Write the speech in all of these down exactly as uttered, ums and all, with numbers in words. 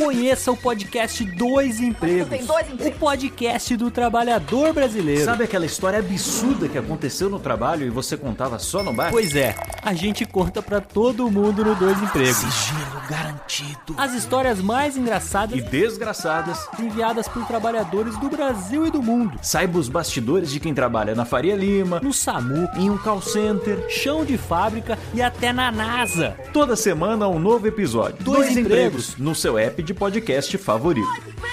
Conheça o podcast Dois Empregos, Tem dois empregos. o podcast do trabalhador brasileiro. Sabe aquela história absurda que aconteceu no trabalho e você contava só no bar? Pois é, a gente conta pra todo mundo no Dois Empregos. Sigilo garantido. As histórias mais engraçadas E desgraçadas. enviadas por trabalhadores do Brasil e do mundo. Saiba os bastidores de quem trabalha na Faria Lima, No SAMU, em um call center. chão de fábrica e até na NASA. Toda semana um novo episódio. Dois Empregos. no seu app de podcast favorito.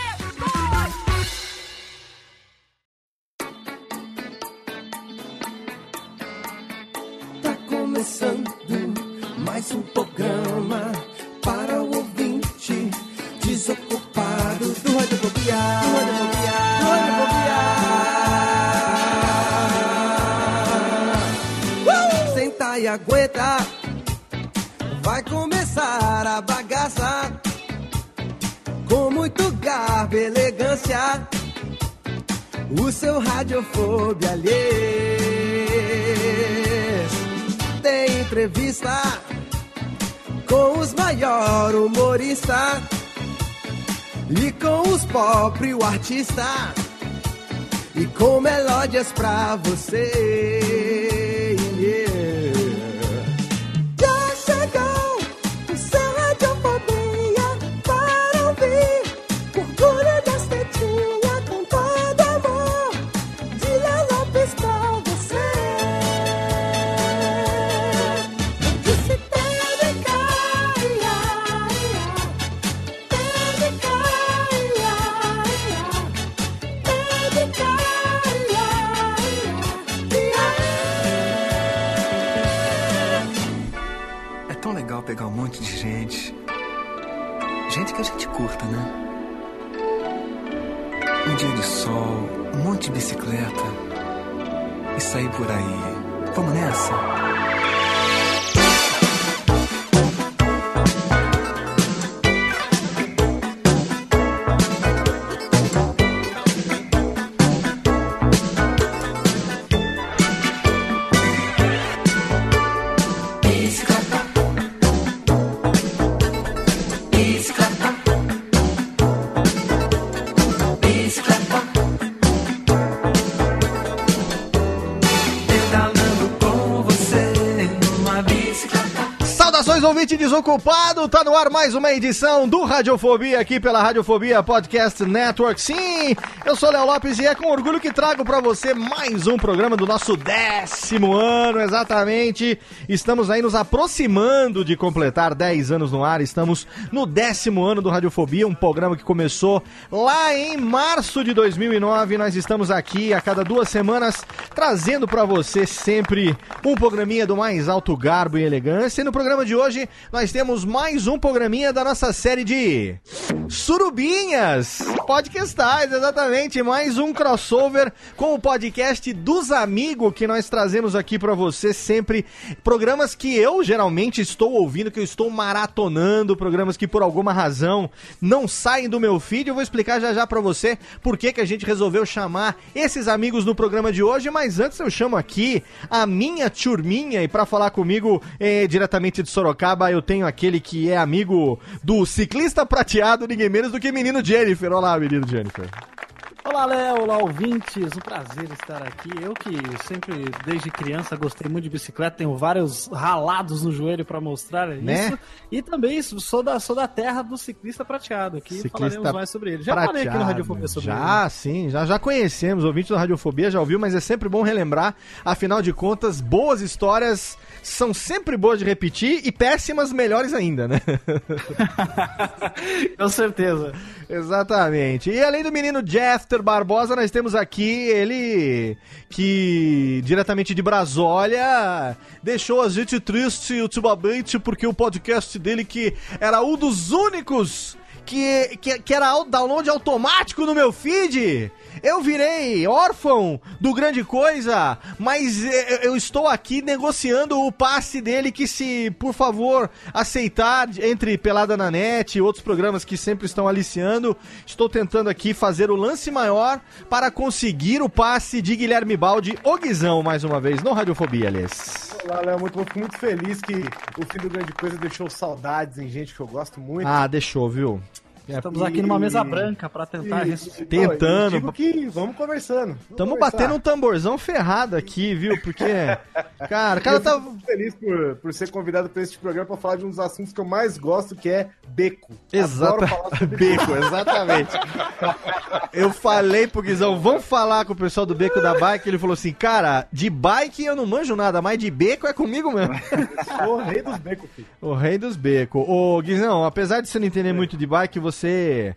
Tá começando mais um programa para o ouvinte desocupado do Radiofobia. Do Radiofobia. Do Radiofobia. Uh! Senta e aguenta, vai começar a bagaça. Com muito garbo e elegância, o seu Radiofobia alheio. Tem entrevista com os maiores humoristas e com os pobres o artista e com melódias pra você. Yeah. Já chegou o seu Radiofobia para ouvir orgulho das tetinhas com todo amor. Dília Lopes pra você. Disse pede caia, pede caia, pede caia. É tão legal pegar um monte de gente. Gente que a gente curta, né? Um dia de sol, um monte de bicicleta e sair por aí. Vamos nessa? Saudações, ouvinte desocupado, tá no ar mais uma edição do Radiofobia aqui pela Radiofobia Podcast Network. Sim, eu sou Léo Lopes e é com orgulho que trago pra você mais um programa do nosso décimo ano, exatamente. Estamos aí nos aproximando de completar dez anos no ar, estamos no décimo ano do Radiofobia, um programa que começou lá em março de dois mil e nove. Nós estamos aqui a cada duas semanas trazendo pra você sempre um programinha do mais alto garbo e elegância. E no programa de hoje nós temos mais um programinha da nossa série de Surubinhas Podcastais, exatamente, mais um crossover com o podcast dos amigos que nós trazemos aqui pra você sempre, programas que eu geralmente estou ouvindo, que eu estou maratonando, programas que por alguma razão não saem do meu feed. Eu vou explicar já já pra você por que que a gente resolveu chamar esses amigos no programa de hoje, mas antes eu chamo aqui a minha turminha e pra falar comigo eh, diretamente de Sorocaba, eu tenho aquele que é amigo do ciclista prateado, ninguém menos do que menino Jennifer. Olá, menino Jennifer. Olá, Léo, olá, ouvintes, um prazer estar aqui. Eu que sempre, desde criança, gostei muito de bicicleta, tenho vários ralados no joelho para mostrar Né? isso. E também sou da, sou da terra do ciclista prateado, aqui Ciclista falaremos mais sobre ele. Já prateado, falei aqui no Radiofobia sobre já, sim, já, já conhecemos, o ouvinte do Radiofobia já ouviu, mas é sempre bom relembrar, afinal de contas, boas histórias são sempre boas de repetir e péssimas melhores ainda, né? ele. Com certeza. Exatamente. E além do menino Jester Barbosa, nós temos aqui ele que, diretamente de Brasólia, deixou a gente triste ultimamente porque o podcast dele, que era um dos únicos que, que, que era download automático no meu feed, eu virei órfão do Grande Coisa, mas eu estou aqui negociando o passe dele, que se, por favor, aceitar, entre Pelada na Net e outros programas que sempre estão aliciando, estou tentando aqui fazer o lance maior para conseguir o passe de Guilherme Baldi, o Guizão, mais uma vez, no Radiofobia, aliás. Olá, Léo, muito, fico muito feliz que o fim do Grande Coisa deixou saudades em gente que eu gosto muito. Ah, deixou, viu? Estamos aqui numa mesa branca pra tentar ressuscitar. Tentando. Eu digo que vamos conversando. Estamos batendo um tamborzão ferrado aqui, viu? Porque, cara, o cara eu tá... fico feliz por, por ser convidado para este programa para falar de um dos assuntos que eu mais gosto, que é beco. Exato. Adoro falar sobre Beco, exatamente. Eu falei pro Guizão, vamos falar com o pessoal do Beco da Bike. Ele falou assim, cara, de bike eu não manjo nada, mas de beco é comigo mesmo. Eu sou o rei dos becos, filho. O rei dos becos. Ô, Guizão, apesar de você não entender muito de bike, você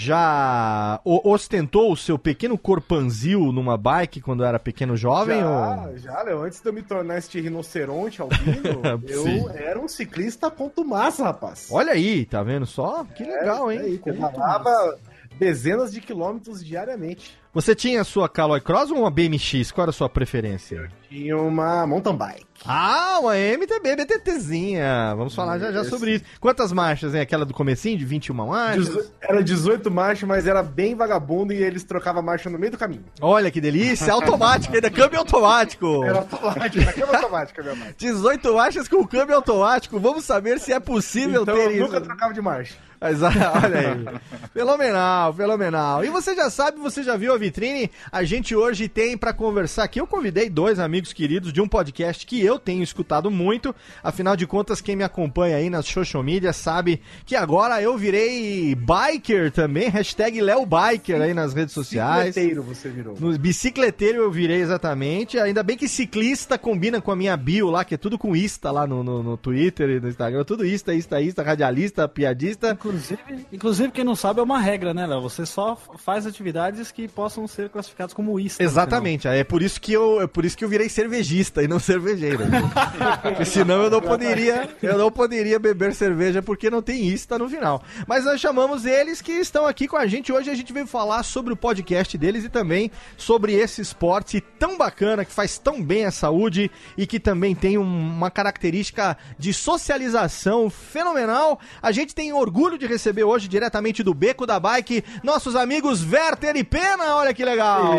já o- ostentou o seu pequeno corpanzil numa bike quando era pequeno jovem? Já, ou... já, Léo, antes de eu me tornar este rinoceronte albino, Sim. eu era um ciclista ponto massa, rapaz. Olha aí, tá vendo só? Que legal, hein? É, aí, pedalava dezenas de quilômetros diariamente. Você tinha a sua Caloi Cross ou uma B M X? Qual era a sua preferência? Tinha uma mountain bike. Ah, uma M T B BTTzinha. Vamos falar já já sobre isso. Quantas marchas, hein? Aquela do comecinho, de vinte e uma marchas? Dezo- Era dezoito marchas, mas era bem vagabundo e eles trocavam a marcha no meio do caminho. Olha que delícia, automática ainda, câmbio automático. Era automática, era câmbio automática, minha mãe. dezoito marchas com câmbio automático. Vamos saber se é possível Então ter eu nunca isso. trocava de marcha. Mas, olha aí. Fenomenal, fenomenal. E você já sabe, você já viu a vitrine? A gente hoje tem pra conversar aqui. Eu convidei dois amigos queridos de um podcast que eu tenho escutado muito. Afinal de contas, quem me acompanha aí nas social media sabe que agora eu virei biker também. Hashtag Léo Biker aí nas redes sociais. Bicicleteiro você virou. No bicicleteiro eu virei exatamente. Ainda bem que ciclista combina com a minha bio lá, que é tudo com Insta lá no, no, no Twitter e no Instagram. Tudo Insta, Insta, Insta, radialista, piadista. Inclusive, inclusive, quem não sabe é uma regra, né, Léo? Você só faz atividades que possam ser classificadas como istas. Exatamente, é por isso que eu, é por isso que eu virei cervejista e não cervejeiro. Porque senão eu não poderia, eu não poderia beber cerveja porque não tem ista no final. Mas nós chamamos eles que estão aqui com a gente hoje. A gente veio falar sobre o podcast deles e também sobre esse esporte tão bacana que faz tão bem à saúde e que também tem um- uma característica de socialização fenomenal. A gente tem orgulho de receber hoje diretamente do Beco da Bike nossos amigos Werther e Pena. Olha que legal!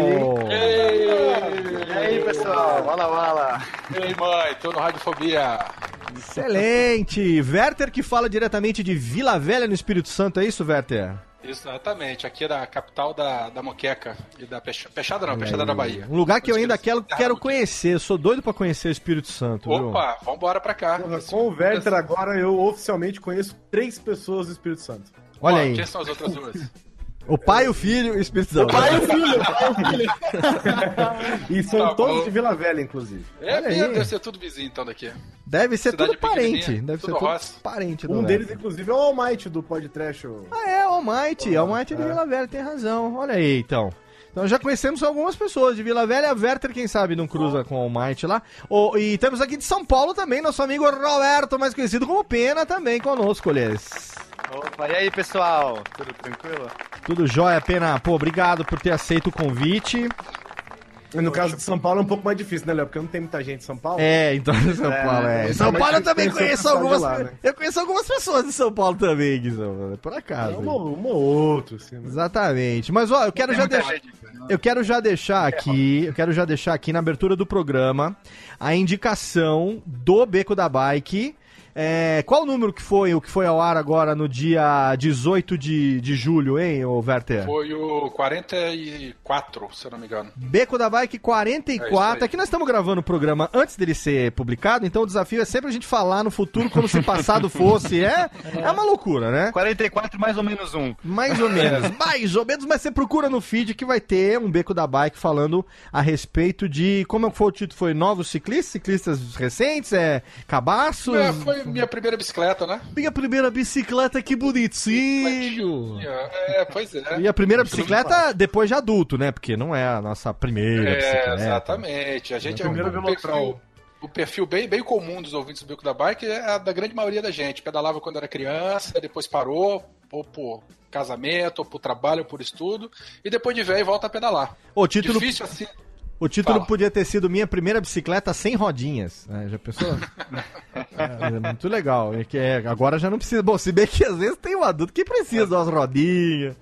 E aí, pessoal? Wala Wala. Ei, mãe, tô no Radiofobia. Excelente! Werther que fala diretamente de Vila Velha no Espírito Santo, é isso, Werther? Exatamente, aqui é da capital da, da Moqueca e da Pecha, Peixada não, Peixada da Bahia. Um lugar que eu ainda quero, Espírito- quero conhecer, eu sou doido pra conhecer o Espírito Santo, viu? Opa, vambora pra cá. Porra, com o Werther agora eu oficialmente conheço três pessoas do Espírito Santo. Olha Ó, aí, Quem são as outras duas? o pai, o filho e o Espírito Santo. Pai e filho, pai e filho. E são Tá todos bom. de Vila Velha, inclusive. É, Olha aí. mesmo, deve ser tudo vizinho então daqui. Deve ser Cidade tudo parente, pequenininha, deve ser tudo tudo roça. parente do Um Werther. deles, inclusive, é o Almighty do Podtrash. o- Ah, é, Almighty, Almighty de Vila Velha, tem razão. Olha aí, então. Então já conhecemos algumas pessoas de Vila Velha. A Werther, quem sabe, não cruza com o Almighty lá. Oh, e temos aqui de São Paulo também, nosso amigo Roberto, mais conhecido como Pena, também conosco, Lês. Opa, e aí, pessoal? Tudo tranquilo? Tudo jóia, Pena. Pô, obrigado por ter aceito o convite. No caso de São Paulo é um pouco mais difícil, né, Léo? Porque não tem muita gente em São Paulo. É, então São Paulo, é. Em São mas Paulo eu tem também que conhecer conheço outra algumas. cidade lá, né? Eu conheço algumas pessoas de São Paulo também, Guizão. Por acaso. É uma, uma ou outra, assim. Né? Exatamente. Mas ó, eu quero já deixar. Eu quero já deixar aqui, eu quero já deixar aqui na abertura do programa a indicação do Beco da Bike. É, qual o número que foi o que foi ao ar agora no dia dezoito de, de julho, hein, ô Werther? Foi o quarenta e quatro, se eu não me engano. Beco da Bike quarenta e É isso quatro. aí. Aqui nós estamos gravando o programa antes dele ser publicado, então o desafio é sempre a gente falar no futuro como se passado fosse. É, é uma loucura, né? quarenta e quatro mais ou menos um. Mais ou menos, mais ou menos, mas você procura no feed que vai ter um Beco da Bike falando a respeito de, como foi o título? Foi novos ciclistas, ciclistas recentes, é, cabaços? É, foi minha primeira bicicleta, né? Minha primeira bicicleta, que bonitinho! É, pois é. E a primeira bicicleta depois de adulto, né? Porque não é a nossa primeira É, bicicleta. exatamente. A gente é um, primeiro um Velotrol. perfil, o perfil bem, bem comum dos ouvintes do Beco da Bike é a da grande maioria da gente. Pedalava quando era criança, depois parou, ou por casamento, ou por trabalho, ou por estudo, e depois de velho volta a pedalar. O título, Difícil assim. o título Fala. podia ter sido Minha Primeira Bicicleta Sem Rodinhas. né? Já pensou? é, é muito legal. É que é, agora já não precisa. Bom, se bem que às vezes tem um adulto que precisa de umas rodinhas.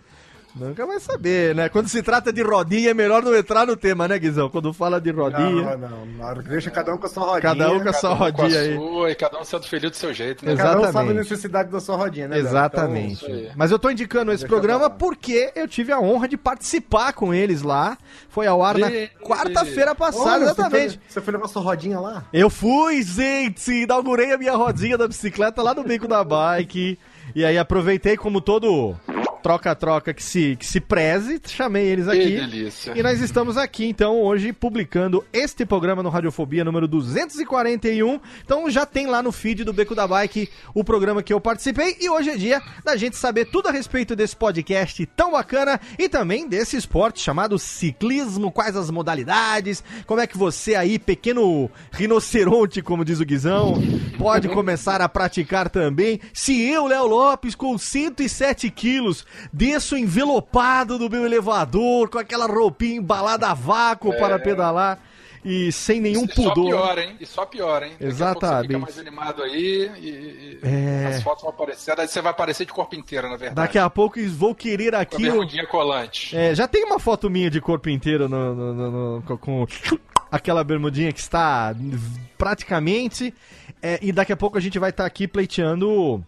Nunca vai saber, né? Quando se trata de rodinha, é melhor não entrar no tema, né, Guizão? Quando fala de rodinha... Não, não, não. Deixa cada um com a sua rodinha. Cada um com a sua Cada um com a rodinha aí. sua, e cada um sendo feliz do seu jeito, né? Exato. Cada um sabe a Exatamente. necessidade da sua rodinha, né? Zé? Exatamente. Então, isso aí. Mas eu tô indicando esse Deixa programa eu falar. porque eu tive a honra de participar com eles lá. Foi ao ar na E- quarta-feira passada, Olha, exatamente. Você foi, você foi levar sua rodinha lá? Eu fui, gente! Inaugurei a minha rodinha da bicicleta lá no Beco da Bike. E aí aproveitei como todo troca-troca que se, que se preze, chamei eles Que aqui. delícia. E nós estamos aqui, então, hoje, publicando este programa no Radiofobia número duzentos e quarenta e um. Então já tem lá no feed do Beco da Bike o programa que eu participei. E hoje é dia da gente saber tudo a respeito desse podcast tão bacana e também desse esporte chamado ciclismo, quais as modalidades, como é que você aí, pequeno rinoceronte, como diz o Guizão, pode começar a praticar também. Se eu, Léo Lopes, com cento e sete quilos, desço envelopado do meu elevador, com aquela roupinha embalada a vácuo É. para pedalar e sem nenhum E só pudor. piora, hein? E só piora, hein? Daqui a pouco Exatamente. Você fica mais animado aí e, e É. as fotos vão aparecer. Aí você vai aparecer de corpo inteiro, na verdade. Daqui a pouco vou querer Com a aqui... o- bermudinha colante. É, já tem uma foto minha de corpo inteiro no, no- no- no- com, com aquela bermudinha que está praticamente. É, e daqui a pouco a gente vai estar aqui pleiteando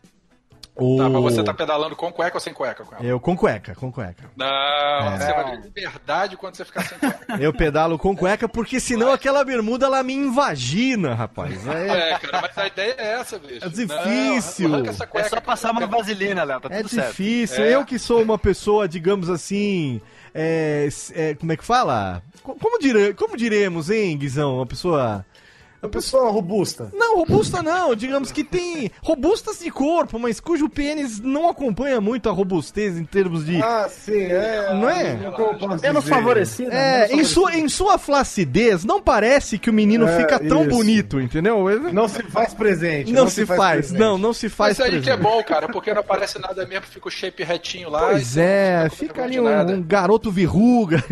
o. Tá, mas você tá pedalando com cueca ou sem cueca com ela? Eu com cueca, com cueca. Não, É. você vai ter liberdade quando você ficar sem cueca. Eu pedalo com cueca porque senão aquela bermuda ela me invagina, rapaz. É, É, cara, mas a ideia é essa, bicho. É difícil. Não, arranca essa É cueca, só passar uma cara. vaselina, Léo, tá é tudo certo. difícil. É. Eu que sou uma pessoa, digamos assim. É, é, como é que fala? Co- Como, dire, como diremos, hein, Guizão? Uma pessoa. Uma pessoa robusta. Não, robusta não, digamos que tem robustas de corpo, mas cujo pênis não acompanha muito a robustez em termos de... Ah, sim, é. Não é? Como eu posso Menos dizer? favorecido. É, em sua, em sua flacidez, não parece que o menino É, fica tão isso. bonito, entendeu? Não se faz presente. Não se faz, presente. não, não se faz Mas aí que é presente. bom, cara, porque não aparece nada mesmo, fica o shape retinho lá. Pois e é, não fica com ali de um, nada. um garoto verruga.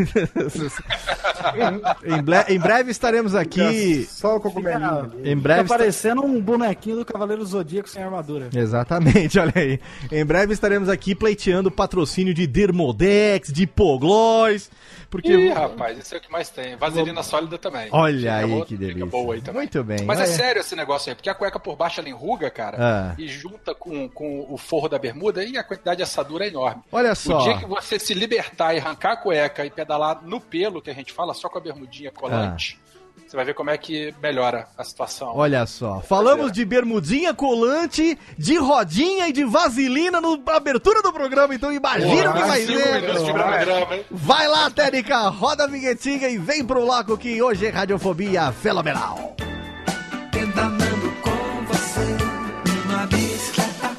em, ble- em breve estaremos aqui. Só o cogumelinho. ali. Em Tá breve. esta- parecendo um bonequinho do Cavaleiro Zodíaco sem armadura. Exatamente, olha aí. Em breve estaremos aqui pleiteando patrocínio de Dermodex, de Hipoglós, porque... Ih, rapaz, isso é o que mais tem. Vaselina sólida também. Olha Fica aí boa- que fica delícia. boa aí também. Muito bem. Mas é olha. sério esse negócio aí, porque a cueca por baixo ela enruga, cara, Ah. e junta com, com o forro da bermuda e a quantidade de assadura é enorme. Olha O só. dia que você se libertar e arrancar a cueca e pedalar no pelo, que a gente fala, só com a bermudinha colante, você vai ver como é que melhora a situação. Olha só, falamos de bermudinha colante, de rodinha e de vaselina na abertura do programa, então imagina o que vai cinco minutos de ser. programa, hein? Vai lá, Térica, roda a vinhetinha e vem pro bloco que hoje é Radiofobia Fenomenal. Pedalando com você numa bicicleta.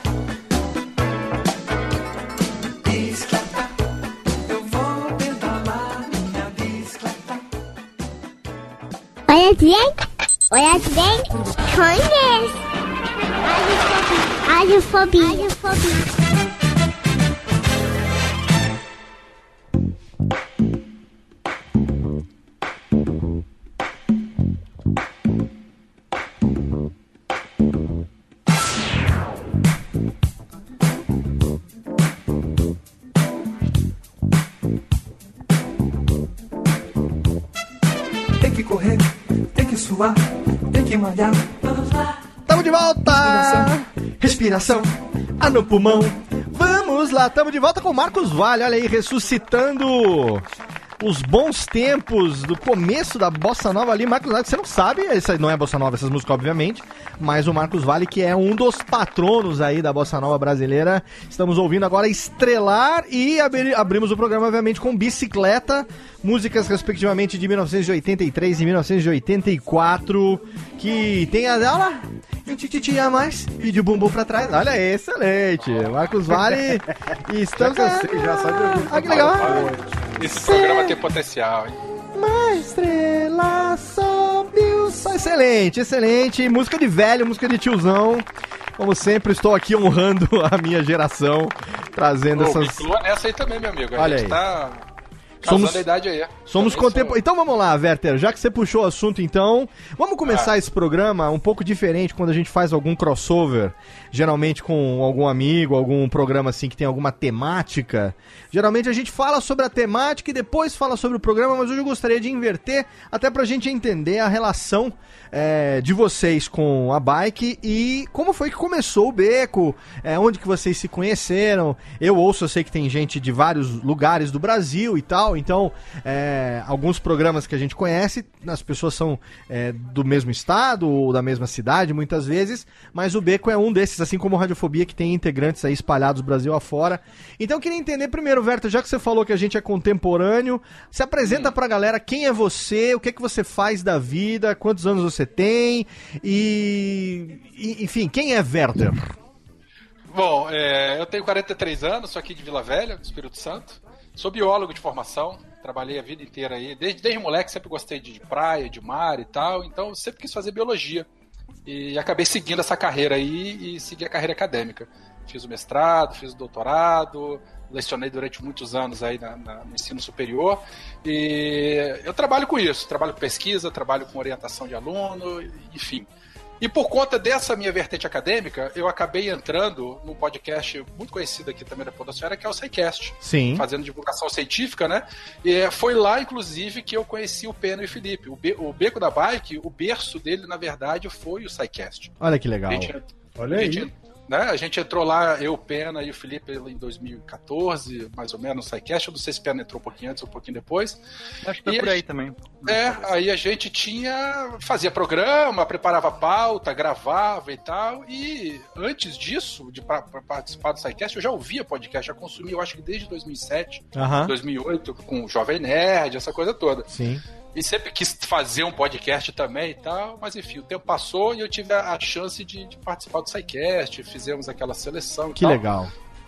Bicicleta, eu vou pedalar minha bicicleta. Olha bem, olha bem, conhece. Radiofobia. Radiofobia. Tem que correr, tem que suar, tem que malhar. Tamo de volta! Respiração, ar no pulmão. Vamos lá, tamo de volta com o Marcos Vale, olha aí, ressuscitando os bons tempos do começo da Bossa Nova ali. Marcos Vale, você não sabe, essa não é Bossa Nova, essas músicas, obviamente, mas o Marcos Vale, que é um dos patronos aí da Bossa Nova brasileira. Estamos ouvindo agora Estrelar e abri- abrimos o programa, obviamente, com Bicicleta, músicas respectivamente de mil novecentos e oitenta e três e mil novecentos e oitenta e quatro, que tem a dela e tititi a mais e de bumbum pra trás. Olha aí, excelente. Marcos Vale, e estamos... Já cansei, já sabe de ouvir. Ah, que legal. Esse programa tem potencial, hein? Uma estrela sobe o sol. Excelente, excelente. Música de velho, música de tiozão. Como sempre, estou aqui honrando a minha geração, trazendo Ô, essas... me inclua nessa aí também, meu amigo. A Olha gente aí. tá Casando Somos- a idade aí. Somos Também contemporâneos. Então vamos lá, Werther, já que você puxou o assunto, então, vamos começar Ah. esse programa um pouco diferente quando a gente faz algum crossover, geralmente com algum amigo, algum programa assim que tem alguma temática. Geralmente a gente fala sobre a temática e depois fala sobre o programa, mas hoje eu gostaria de inverter até pra gente entender a relação é, de vocês com a bike e como foi que começou o Beco, é, onde que vocês se conheceram. Eu ouço, eu sei que tem gente de vários lugares do Brasil e tal, então é, alguns programas que a gente conhece, as pessoas são é, do mesmo estado ou da mesma cidade muitas vezes, mas o Beco é um desses, assim como a Radiofobia, que tem integrantes aí espalhados Brasil afora. Então eu queria entender primeiro, Werther, já que você falou que a gente é contemporâneo, se apresenta pra galera quem é você, o que é que você faz da vida, quantos anos você tem e, e enfim, quem é Werther? Bom, é, eu tenho quarenta e três anos, sou aqui de Vila Velha, do Espírito Santo. Sou biólogo de formação, trabalhei a vida inteira aí. Desde, desde moleque sempre gostei de, de praia, de mar e tal, então sempre quis fazer biologia. E acabei seguindo essa carreira aí e segui a carreira acadêmica. Fiz o mestrado, fiz o doutorado, lecionei durante muitos anos aí na, na, no ensino superior. E eu trabalho com isso, trabalho com pesquisa, trabalho com orientação de aluno, enfim. E por conta dessa minha vertente acadêmica, eu acabei entrando num podcast muito conhecido aqui também da podosfera, que é o SciCast. Sim. Fazendo divulgação científica, né? E foi lá, inclusive, que eu conheci o Pena e o Felipe. O, Be- o Beco da Bike, o berço dele, na verdade, foi o SciCast. Olha que legal. A gente, Olha a aí. gente, né, a gente entrou lá, eu, o Pena e o Felipe, em dois mil e quatorze, mais ou menos, no SciCast. Eu não sei se o Pena entrou um pouquinho antes ou um pouquinho depois. Acho que foi E por a- aí também. É, aí a gente tinha. Fazia programa, preparava pauta, gravava e tal. E antes disso, de pra, pra participar do SciCast, eu já ouvia podcast, já consumia, eu acho que desde dois mil e sete, Aham. dois mil e oito, com o Jovem Nerd, essa coisa toda. Sim. E sempre quis fazer um podcast também e tal, mas enfim, o tempo passou e eu tive a, a chance de, de participar do SciCast, fizemos aquela seleção e Que tal. legal.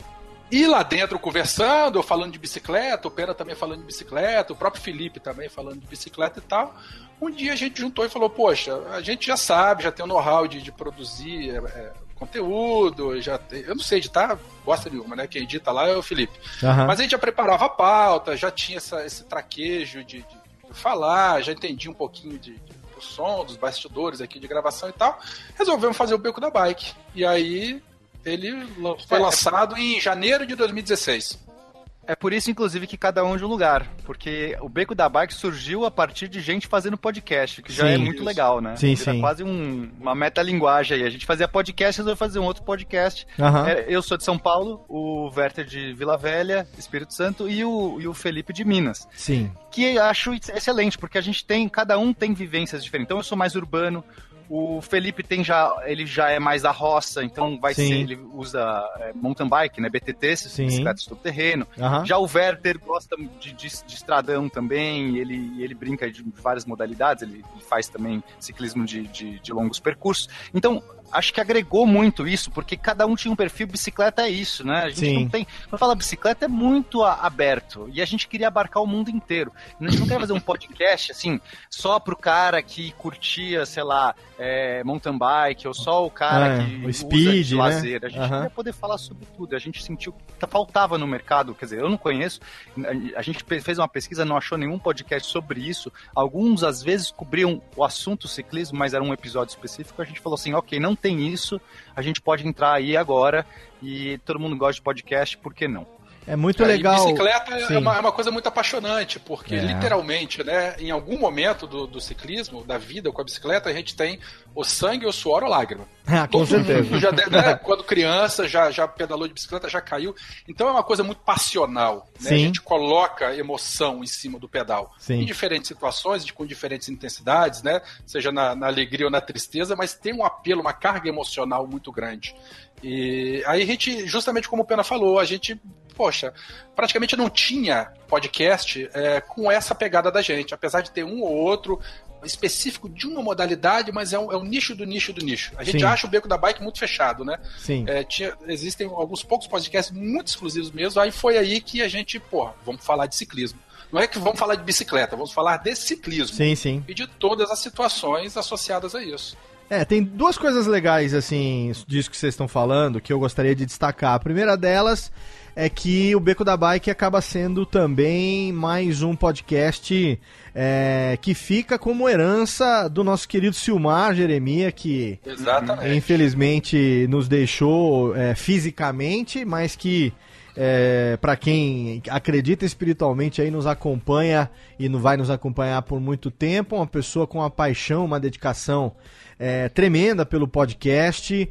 E lá dentro conversando, eu falando de bicicleta, o Pena também falando de bicicleta, o próprio Felipe também falando de bicicleta e tal. Um dia a gente juntou e falou, poxa, a gente já sabe, já tem o know-how de, de produzir é, é, conteúdo, já tem, eu não sei editar bosta nenhuma, né? Quem edita lá é o Felipe. Aham. Mas a gente já preparava a pauta, já tinha essa, esse traquejo de, de, de falar, já entendia um pouquinho de, de, do som, dos bastidores aqui de gravação e tal. Resolvemos fazer o Beco da Bike. E aí ele lan- foi lançado em janeiro de dois mil e dezesseis. É por isso, inclusive, que cada um de um lugar. Porque o Beco da Bike surgiu a partir de gente fazendo podcast, que já Sim. é muito Isso. legal, né? Sim, Vira sim. quase um, uma metalinguagem aí. A gente fazia podcast, resolveu fazer um outro podcast. Aham. É, eu sou de São Paulo, o Werther de Vila Velha, Espírito Santo, e o, e o Felipe de Minas. Sim. Que eu acho excelente, porque a gente tem, cada um tem vivências diferentes. Então eu sou mais urbano, o Felipe tem já, ele já é mais da roça, então vai Sim. ser, ele usa é, mountain bike, né, B T T, Sim. bicicletas todo terreno. Aham. Já o Werther gosta de, de, de estradão também, ele, ele brinca de várias modalidades, ele, ele faz também ciclismo de, de, de longos percursos. Então, acho que agregou muito isso, porque cada um tinha um perfil, bicicleta é isso, né? A gente Sim. não tem... Quando fala bicicleta é muito a- aberto, e a gente queria abarcar o mundo inteiro. A gente não quer fazer um podcast, assim, só pro cara que curtia, sei lá, é, mountain bike, ou só o cara É, que o usa speed, de né? lazer. A gente Aham. queria poder falar sobre tudo. A gente sentiu que faltava no mercado, quer dizer, eu não conheço, a gente pe- fez uma pesquisa, não achou nenhum podcast sobre isso. Alguns, às vezes, cobriam o assunto ciclismo, mas era um episódio específico. A gente falou assim, ok, não tem isso, a gente pode entrar aí agora, e todo mundo gosta de podcast, por que não? É muito É, legal. E bicicleta Sim. é uma, é uma coisa muito apaixonante, porque É. literalmente, né, em algum momento do, do ciclismo, da vida com a bicicleta, a gente tem o sangue, o suor ou a lágrima. Ah, com Todo certeza. mundo já, deve, né, quando criança, já, já pedalou de bicicleta, já caiu. Então é uma coisa muito passional. Né? Sim. A gente coloca emoção em cima do pedal. Sim. Em diferentes situações, de- com diferentes intensidades, né? Seja na, na alegria ou na tristeza, mas tem um apelo, uma carga emocional muito grande. E aí a gente, justamente como o Pena falou, a gente, poxa, praticamente não tinha podcast é, com essa pegada da gente, apesar de ter um ou outro específico de uma modalidade, mas é um, é um nicho do nicho do nicho. A gente Sim. acha o Beco da Bike muito fechado, né? Sim. É, tinha, existem alguns poucos podcasts muito exclusivos mesmo, aí foi aí que a gente, pô, vamos falar de ciclismo. Não é que vamos falar de bicicleta, vamos falar de ciclismo. Sim, sim. E de todas as situações associadas a isso. É, tem duas coisas legais, assim, disso que vocês estão falando, que eu gostaria de destacar. A primeira delas é que o Beco da Bike acaba sendo também mais um podcast é, que fica como herança do nosso querido Silmar Jeremia, que Exatamente. infelizmente nos deixou é, fisicamente, mas que é, para quem acredita espiritualmente aí nos acompanha e não vai nos acompanhar por muito tempo, uma pessoa com uma paixão, uma dedicação É, tremenda pelo podcast.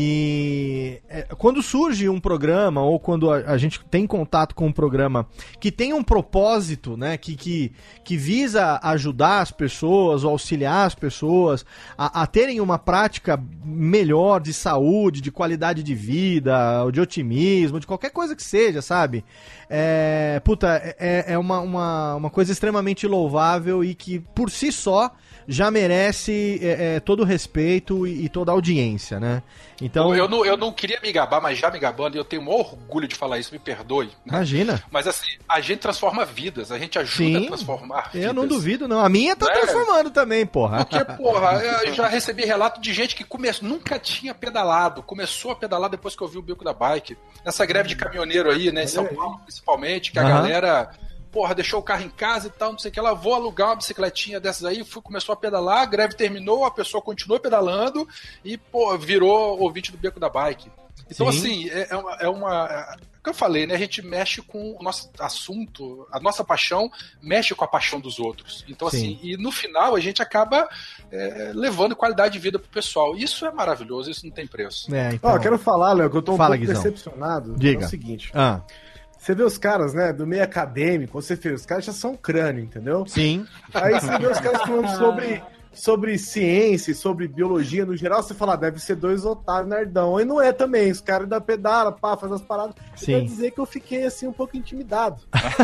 E é, quando surge um programa ou quando a, a gente tem contato com um programa que tem um propósito, né, que, que, que visa ajudar as pessoas ou auxiliar as pessoas a, a terem uma prática melhor de saúde, de qualidade de vida, ou de otimismo, de qualquer coisa que seja, sabe? É, puta, é, é uma, uma, uma coisa extremamente louvável e que por si só já merece é, é, todo o respeito e, e toda a audiência, né? Então, eu, não, eu não queria me gabar, mas já me gabando, e eu tenho o maior orgulho de falar isso, me perdoe. Né? Imagina. Mas assim, a gente transforma vidas, a gente ajuda Sim, a transformar vidas. Eu não duvido, não. A minha tá É. transformando também, porra. Porque, porra, eu já recebi relato de gente que começou, nunca tinha pedalado, começou a pedalar depois que eu vi o Beco da Bike. Nessa greve de caminhoneiro aí, né, em São Paulo, principalmente, que a Aham. galera... Porra, deixou o carro em casa e tal, não sei o que lá, vou alugar uma bicicletinha dessas aí, fui, começou a pedalar, a greve terminou, a pessoa continuou pedalando e, pô, virou ouvinte do Beco da Bike. Então, Sim. assim, é, é uma... É uma é, o que eu falei, né? A gente mexe com o nosso assunto, a nossa paixão mexe com a paixão dos outros. Então, Sim. assim, e no final a gente acaba é, levando qualidade de vida pro pessoal. Isso é maravilhoso, isso não tem preço. É, Ó, então... eu quero falar, Léo, que eu tô um Fala, pouco Guizão. decepcionado. Diga. É o seguinte. Ah, Você vê os caras, né, do meio acadêmico, você vê, os caras já são crânio, entendeu? sim. Aí você vê os caras falando sobre, sobre ciência, e sobre biologia no geral, você fala, ah, deve ser dois otários nerdão. E não é também, os caras ainda pedalam, pá, faz as paradas. Sim. Quer dizer que eu fiquei, assim, um pouco intimidado.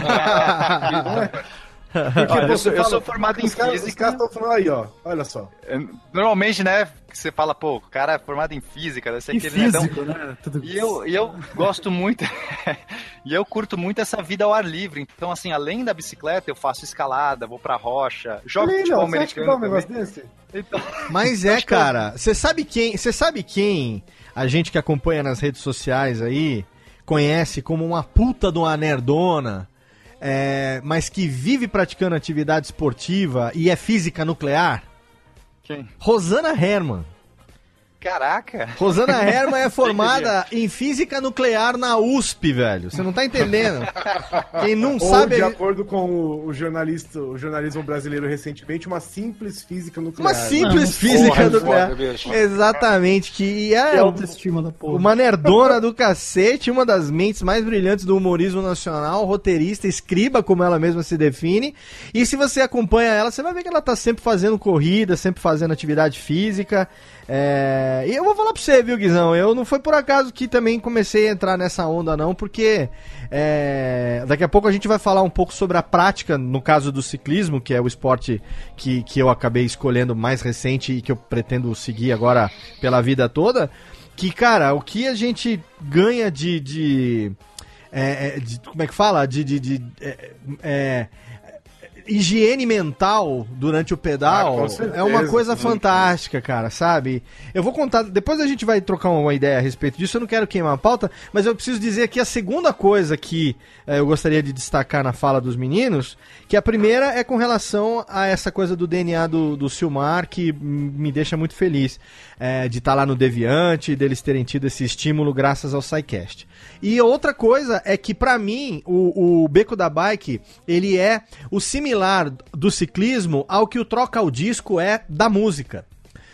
Olha, eu, você sou, eu fala, sou formado em os caras, Os física. caras estão falando aí, ó, olha só. É, Normalmente, né, você fala, pô, o cara é formado em física, deve ser E aquele nerdão. físico, né? Tudo E eu, e eu gosto muito, e eu curto muito essa vida ao ar livre. Então, assim, além da bicicleta, eu faço escalada, vou pra rocha, jogo Olha aí, futebol Léo, você acha que americano dá um negócio também. desse? Então, Mas é, cara, você sabe quem, você sabe quem a gente que acompanha nas redes sociais aí conhece como uma puta de uma nerdona, é, mas que vive praticando atividade esportiva e é física nuclear? quem? Rosana Herman. Caraca! Rosana Herman é formada em física nuclear na U S P, velho. Você não tá entendendo. Quem não Ou, sabe... de é- acordo com o, o jornalista, o jornalismo brasileiro recentemente, uma simples física nuclear. Uma simples física Porra, nuclear. foda, bicho. Exatamente, que é... Que autoestima da porra. Uma nerdona do cacete, uma das mentes mais brilhantes do humorismo nacional, roteirista, escriba, como ela mesma se define. E se você acompanha ela, você vai ver que ela tá sempre fazendo corrida, sempre fazendo atividade física. É... E eu vou falar pra você, viu, Guizão? Eu não foi por acaso que também comecei a entrar nessa onda, não, porque é... daqui a pouco a gente vai falar um pouco sobre a prática, no caso do ciclismo, que é o esporte que, que eu acabei escolhendo mais recente e que eu pretendo seguir agora pela vida toda. Que, cara, o que a gente ganha de... de, é, é, de como é que fala? De... de, de é, é, higiene mental durante o pedal Ah, com certeza, é uma coisa sim. fantástica, cara, sabe? Eu vou contar, depois a gente vai trocar uma ideia a respeito disso, eu não quero queimar a pauta, mas eu preciso dizer aqui a segunda coisa que eh, eu gostaria de destacar na fala dos meninos, que a primeira é com relação a essa coisa do D N A do, do Silmar, que m- me deixa muito feliz eh, de estar lá no Deviante, deles terem tido esse estímulo graças ao SciCast. E outra coisa é que, pra mim, o, o Beco da Bike, ele é o similar do ciclismo ao que o Troca o Disco é da música.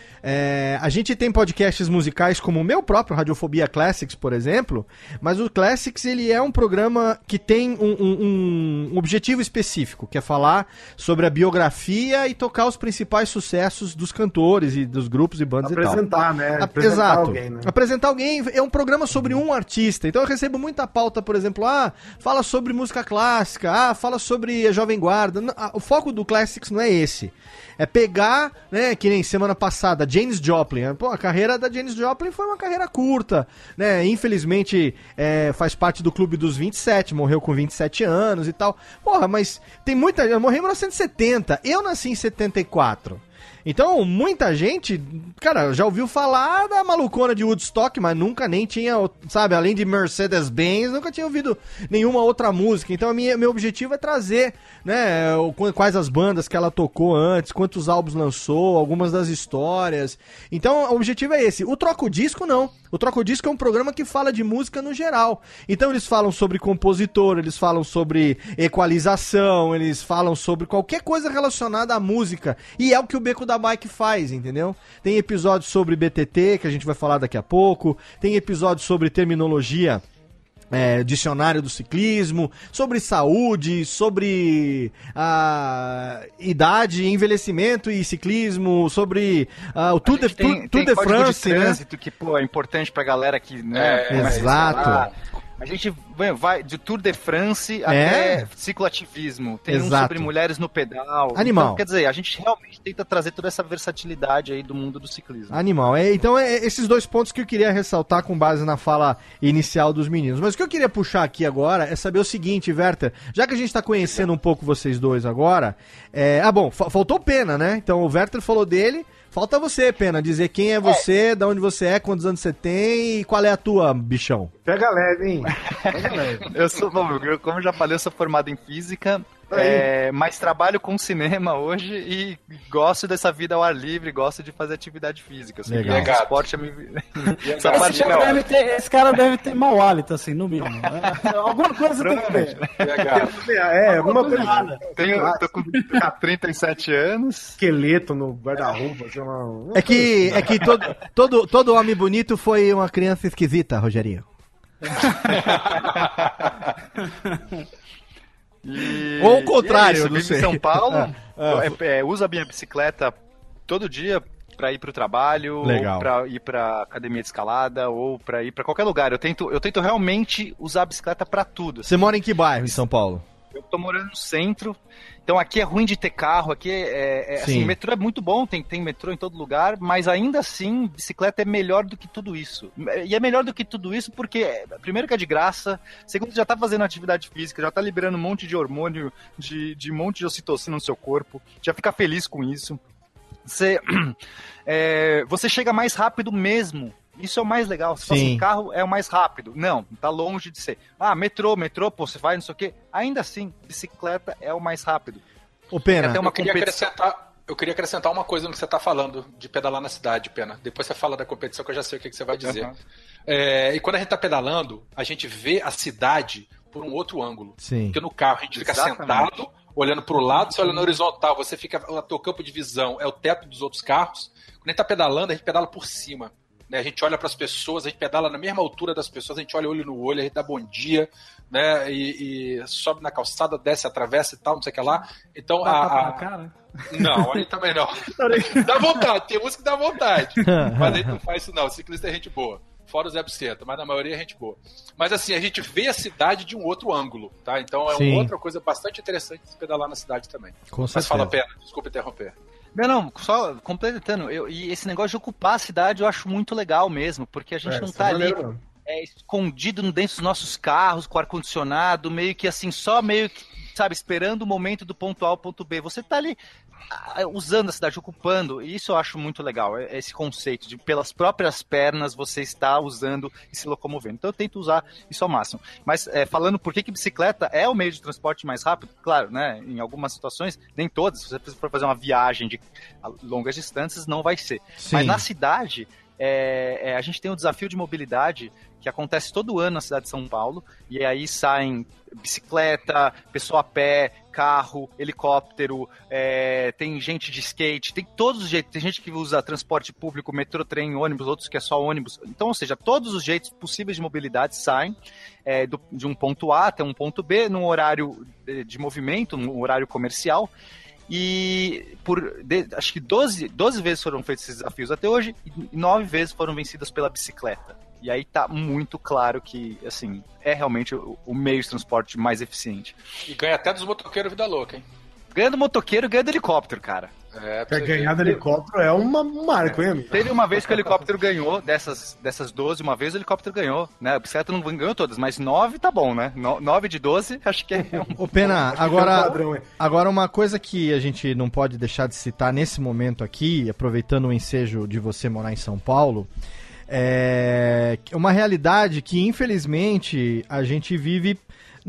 É, a gente tem podcasts musicais como o meu próprio Radiofobia Classics, por exemplo, mas o Classics ele é um programa que tem um, um, um objetivo específico, que é falar sobre a biografia e tocar os principais sucessos dos cantores e dos grupos e bandas e tal. Apresentar, né? A- Apresentar Exato. alguém, né? Apresentar alguém é um programa sobre um artista. Então eu recebo muita pauta, por exemplo, ah, fala sobre música clássica, ah, fala sobre a Jovem Guarda. Não, ah, o foco do Classics não é esse. É pegar, né, que nem semana passada, Janis Joplin. Pô, a carreira da Janis Joplin foi uma carreira curta, né? Infelizmente, é, faz parte do clube dos vinte e sete, morreu com vinte e sete anos e tal. Porra, mas tem muita... Eu morri em mil novecentos e setenta, eu nasci em setenta e quatro. Então, muita gente, cara, já ouviu falar da malucona de Woodstock, mas nunca nem tinha, sabe, além de Mercedes-Benz, nunca tinha ouvido nenhuma outra música. Então, a minha, meu objetivo é trazer, né, quais as bandas que ela tocou antes, quantos álbuns lançou, algumas das histórias. Então, o objetivo é esse. O Troco Disco, não. O Troco Disco é um programa que fala de música no geral. Então, eles falam sobre compositor, eles falam sobre equalização, eles falam sobre qualquer coisa relacionada à música. E é o que o Beco da Bike faz, entendeu? Tem episódios sobre B T T, que a gente vai falar daqui a pouco. Tem episódios sobre terminologia, é, dicionário do ciclismo, sobre saúde, sobre a idade, envelhecimento e ciclismo, sobre uh, o Tour de, tem, Tour tem de France, de né? trânsito que, pô, é importante pra galera que, né? É, exato. A gente vai de Tour de France É. até cicloativismo. Tem um Exato. sobre mulheres no pedal. Animal. Então, quer dizer, a gente realmente tenta trazer toda essa versatilidade aí do mundo do ciclismo. Animal. É, então, é esses dois pontos que eu queria ressaltar com base na fala inicial dos meninos. Mas o que eu queria puxar aqui agora é saber o seguinte, Werther. Já que a gente tá conhecendo um pouco vocês dois agora... É... Ah, bom, fa- faltou Pena, né? Então, o Werther falou dele... Falta você, Pena, dizer quem é você, de onde você é, quantos anos você tem e qual é a tua, bichão. Pega leve, hein? Pega leve. Eu sou, bom, eu, como eu já falei, eu sou formado em física, é, mas trabalho com cinema hoje e gosto dessa vida ao ar livre, gosto de fazer atividade física. Eu sei Legal. que o esporte é me... Essa Esse parte cara, não. deve ter, esse cara deve ter mau hálito, assim, no mínimo. É, alguma coisa tem que ter. É, alguma coisa. errada. Tenho, tô com trinta e sete anos. Esqueleto no guarda-roupa, sei lá. uma É que, é que todo, todo, todo homem bonito foi uma criança esquisita, Rogerinho. E, Ou o contrário, e é isso, eu não vivo sei. em São Paulo, Ah, ah, é, é, uso a minha bicicleta todo dia pra ir pro trabalho, Legal. ou pra ir pra academia de escalada, ou pra ir pra qualquer lugar. Eu tento, eu tento realmente usar a bicicleta pra tudo. Você mora em que bairro em São Paulo? Eu tô morando no centro, então aqui é ruim de ter carro, aqui é, é Sim. assim, metrô é muito bom, tem, tem metrô em todo lugar, mas ainda assim, bicicleta é melhor do que tudo isso. E é melhor do que tudo isso porque, primeiro que é de graça, segundo já tá fazendo atividade física, já tá liberando um monte de hormônio, de, de um monte de ocitocina no seu corpo, já fica feliz com isso. Você, é, você chega mais rápido mesmo. Isso é o mais legal. Se fosse Sim. um carro, é o mais rápido. Não, tá longe de ser. Ah, metrô, metrô, pô, você vai, não sei o quê. Ainda assim, bicicleta é o mais rápido. Ô, Pena. Até uma Eu queria, competição. acrescentar, eu queria acrescentar uma coisa no que você está falando de pedalar na cidade, Pena. Depois você fala da competição que eu já sei o que, que você vai dizer. Uhum. É, e quando a gente está pedalando, a gente vê a cidade por um outro ângulo. Sim. Porque no carro a gente fica Exatamente. sentado, olhando para o lado, você olha na horizontal, você fica, o teu campo de visão é o teto dos outros carros. Quando a gente está pedalando, a gente pedala por cima. Né? A gente olha para as pessoas, a gente pedala na mesma altura das pessoas, a gente olha olho no olho, a gente dá bom dia, né? E, e sobe na calçada, desce, atravessa e tal, não sei o que lá. Então, Dá tapa a, na a... cara? Não, aí também não. Dá vontade, tem música que dá vontade. Mas a gente não faz isso não, o ciclista é gente boa. Fora o Zé Buceta, mas na maioria é gente boa. Mas assim, a gente vê a cidade de um outro ângulo, tá? Então é Sim. uma outra coisa bastante interessante de se pedalar na cidade também. Com Mas certeza. fala, Pena, desculpa interromper. Não, não, só completando. Eu, e esse negócio de ocupar a cidade eu acho muito legal mesmo, porque a gente É, não isso tá é ali maneiro. é, escondido dentro dos nossos carros, com ar-condicionado, meio que assim, só meio que, sabe, esperando o momento do ponto A ao ponto B. Você tá ali ah, usando a cidade, ocupando, e isso eu acho muito legal, é- esse conceito de pelas próprias pernas você está usando e se locomovendo. Então eu tento usar isso ao máximo. Mas é, falando por que que bicicleta é o meio de transporte mais rápido, claro, né, em algumas situações, nem todas, se você for fazer uma viagem de a longas distâncias, não vai ser. Sim. Mas na cidade, é, é, a gente tem um desafio de mobilidade que acontece todo ano na cidade de São Paulo, e aí saem bicicleta, pessoa a pé, carro, helicóptero, é, tem gente de skate, tem todos os jeitos, tem gente que usa transporte público, metrô, trem, ônibus, outros que é só ônibus. Então, ou seja, todos os jeitos possíveis de mobilidade saem é, do- de um ponto A até um ponto B, num horário de, de movimento, num horário comercial. E por de- acho que doze, doze vezes foram feitos esses desafios até hoje, e nove vezes foram vencidas pela bicicleta. E aí tá muito claro que, assim, é realmente o, o meio de transporte mais eficiente. E ganha até dos motoqueiros vida louca, hein? Ganha do motoqueiro, ganha do helicóptero, cara. É, Pra ganhar do helicóptero é uma, um marco, hein, amigo? Teve uma vez que o helicóptero ganhou, dessas, dessas doze, uma vez o helicóptero ganhou, né? A bicicleta não ganhou todas, mas nove tá bom, né? No, nove de doze, acho que é um... Ô, Pena, agora, é um padrão, é. agora uma coisa que a gente não pode deixar de citar nesse momento aqui, aproveitando o ensejo de você morar em São Paulo, é uma realidade que, infelizmente, a gente vive...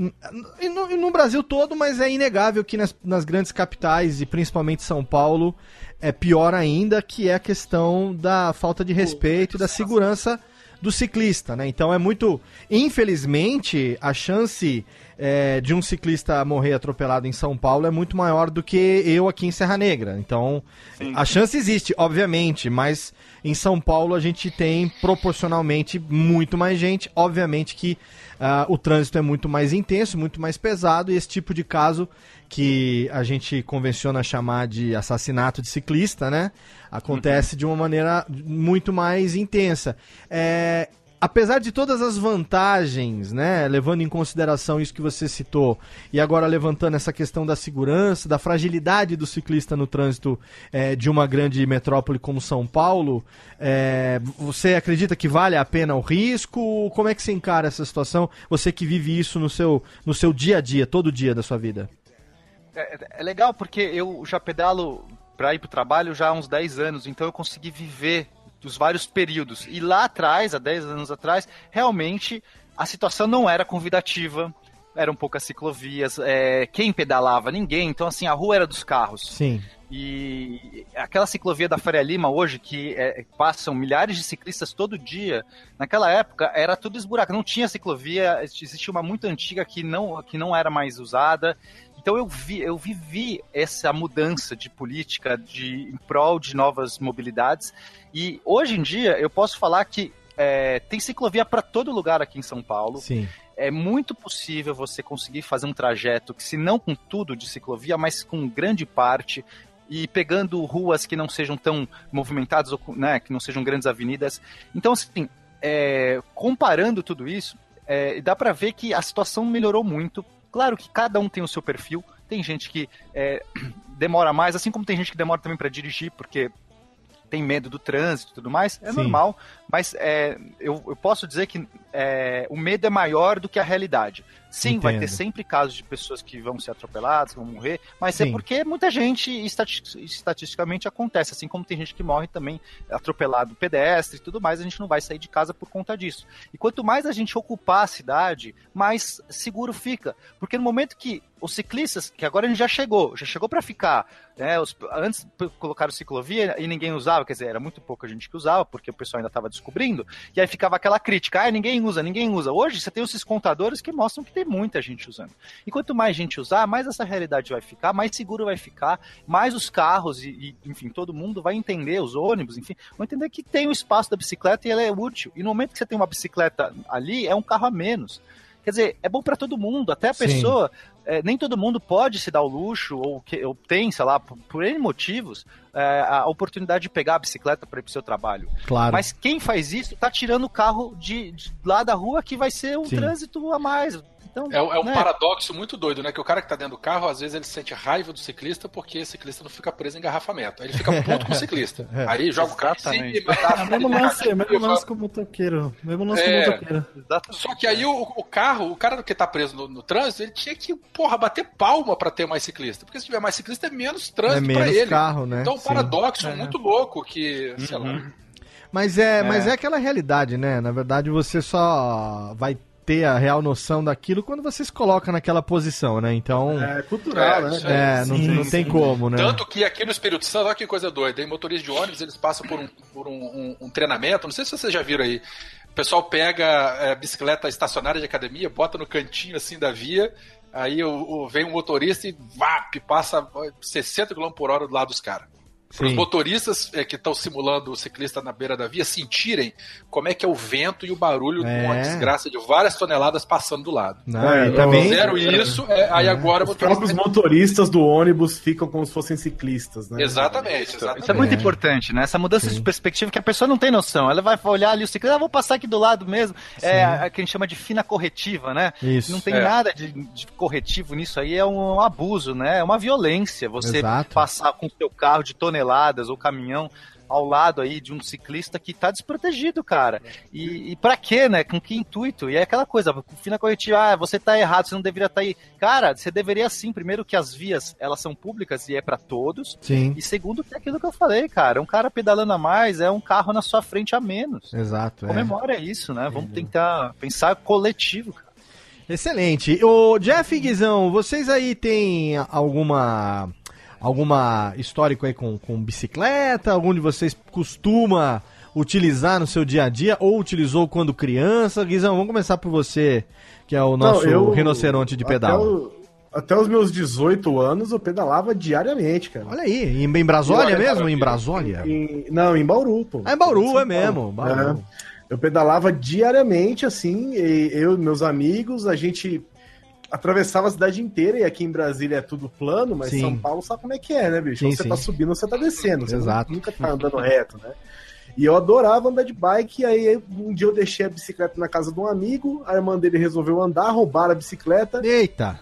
E no, e no Brasil todo, mas é inegável que nas, nas grandes capitais, e principalmente São Paulo, é pior ainda, que é a questão da falta de respeito e da segurança do ciclista, né? Então é muito... Infelizmente, a chance é, de um ciclista morrer atropelado em São Paulo é muito maior do que eu aqui em Serra Negra. Então, sim, a chance existe, obviamente, mas em São Paulo a gente tem proporcionalmente muito mais gente. Obviamente que uh, o trânsito é muito mais intenso, muito mais pesado, e esse tipo de caso que a gente convenciona chamar de assassinato de ciclista, né? Acontece uhum. de uma maneira muito mais intensa. É, apesar de todas as vantagens, né? Levando em consideração isso que você citou, e agora levantando essa questão da segurança, da fragilidade do ciclista no trânsito é, de uma grande metrópole como São Paulo, é, você acredita que vale a pena o risco? Como é que você encara essa situação? Você que vive isso no seu, no seu dia a dia, todo dia da sua vida. É, é legal porque eu já pedalo para ir pro trabalho já há uns dez anos, então eu consegui viver dos vários períodos. E lá atrás, há dez anos atrás, realmente a situação não era convidativa, eram poucas ciclovias, é, quem pedalava? Ninguém, então assim, a rua era dos carros. Sim. E aquela ciclovia da Faria Lima hoje, que é, passam milhares de ciclistas todo dia, naquela época era tudo esburacado, não tinha ciclovia, existia uma muito antiga que não, que não era mais usada. Então eu, vi, eu vivi essa mudança de política de, em prol de novas mobilidades, e hoje em dia eu posso falar que é, tem ciclovia para todo lugar aqui em São Paulo. Sim. É muito possível você conseguir fazer um trajeto, que se não com tudo de ciclovia, mas com grande parte, e pegando ruas que não sejam tão movimentadas, ou, né, que não sejam grandes avenidas. Então, assim, é, comparando tudo isso, é, dá para ver que a situação melhorou muito. Claro que cada um tem o seu perfil, tem gente que é, demora mais, assim como tem gente que demora também para dirigir, porque tem medo do trânsito e tudo mais, é Sim. normal, mas é, eu, eu posso dizer que é, o medo é maior do que a realidade. Sim, Entendo. Vai ter sempre casos de pessoas que vão ser atropeladas, vão morrer, mas Sim. é porque muita gente, estati- estatisticamente, acontece, assim como tem gente que morre também atropelado pedestre e tudo mais, a gente não vai sair de casa por conta disso. E quanto mais a gente ocupar a cidade, mais seguro fica, porque no momento que os ciclistas, que agora a gente já chegou, já chegou para ficar, né, os, antes colocaram ciclovia e ninguém usava, quer dizer, era muito pouca gente que usava, porque o pessoal ainda estava descobrindo, e aí ficava aquela crítica, ah, ninguém usa, ninguém usa. Hoje você tem esses contadores que mostram que tem muita gente usando. E quanto mais gente usar, mais essa realidade vai ficar, mais seguro vai ficar, mais os carros e, e enfim, todo mundo vai entender, os ônibus, enfim, vão entender que tem o espaço da bicicleta e ela é útil. E no momento que você tem uma bicicleta ali, é um carro a menos. Quer dizer, é bom para todo mundo, até a Sim. pessoa, é, nem todo mundo pode se dar o luxo, ou, que, ou tem, sei lá, por, por N motivos, é, a oportunidade de pegar a bicicleta para ir pro seu trabalho. Claro. Mas quem faz isso tá tirando o carro de, de lá da rua, que vai ser um Sim. trânsito a mais. Então, é, é um né? paradoxo muito doido, né? Que o cara que tá dentro do carro, às vezes ele sente raiva do ciclista porque o ciclista não fica preso em engarrafamento. Aí ele fica puto com o ciclista. É. Aí joga o carro em cima. É o mesmo lance, é o mesmo lance com o motoqueiro. Mesmo lance É. com o motoqueiro. Só que aí o, o carro, o cara que tá preso no, no trânsito, ele tinha que, porra, bater palma pra ter mais ciclista. Porque se tiver mais ciclista, é menos trânsito É pra menos ele. carro, né? Então, um Sim. paradoxo É. muito louco que, sei Uhum. lá. Mas é, É. mas é aquela realidade, né? Na verdade, você só vai ter a real noção daquilo quando você se coloca naquela posição, né? Então, É cultural, É, né? isso aí. é, não, Sim, não tem sim. como, né? Tanto que aqui no Espírito Santo, olha que coisa doida, hein? Motoristas de ônibus, eles passam por, um, por um, um, um treinamento, não sei se vocês já viram aí, o pessoal pega é, bicicleta estacionária de academia, bota no cantinho assim da via, aí o, o, vem um motorista e vap, passa sessenta quilômetros por hora do lado dos caras. Para os motoristas é, que estão simulando o ciclista na beira da via sentirem como é que é o vento e o barulho É. de uma desgraça de várias toneladas passando do lado. Não, é, e também... Fizeram isso, é, aí agora... Os próprios motoristas do ônibus ficam como se fossem ciclistas, né? Exatamente, exatamente. Isso é muito importante, né? Essa mudança Sim. de perspectiva que a pessoa não tem noção. Ela vai olhar ali o ciclista, ah, vou passar aqui do lado mesmo. Sim. É a que a gente chama de fina corretiva, né? Isso. Não tem É. nada de, de corretivo nisso aí, é um abuso, né? É uma violência você Exato. passar com o seu carro de toneladas ou caminhão ao lado aí de um ciclista que tá desprotegido, cara. E, e pra quê, né? Com que intuito? E é aquela coisa, fina corretiva, ah, você tá errado, você não deveria estar tá aí. Cara, você deveria sim, primeiro que as vias, elas são públicas e é pra todos. Sim. E segundo que é aquilo que eu falei, cara, um cara pedalando a mais é um carro na sua frente a menos. Exato. Comemora é. isso, né? Vamos tentar pensar coletivo, cara. Excelente. Ô, Jeff e Guizão, vocês aí têm alguma... Alguma histórico aí com, com bicicleta? Algum de vocês costuma utilizar no seu dia a dia ou utilizou quando criança? Guizão, vamos começar por você, que é o nosso Não, eu- rinoceronte de pedal. Até, o- até os meus dezoito anos eu pedalava diariamente, cara. Olha aí, em, em Brasólia Olha, mesmo? cara, Em Brasólia? Em- não, em Bauru, pô. Ah, em Bauru, São é mesmo, Paulo. Bauru. É. Eu pedalava diariamente, assim, e eu e meus amigos, a gente atravessava a cidade inteira, e aqui em Brasília é tudo plano, mas Sim. São Paulo sabe como é que é, né, bicho? Sim, Ou você sim. tá subindo ou você tá descendo. Você Exato. nunca tá andando reto, né? E eu adorava andar de bike, e aí um dia eu deixei a bicicleta na casa de um amigo, a irmã dele resolveu andar, roubaram a bicicleta, Eita!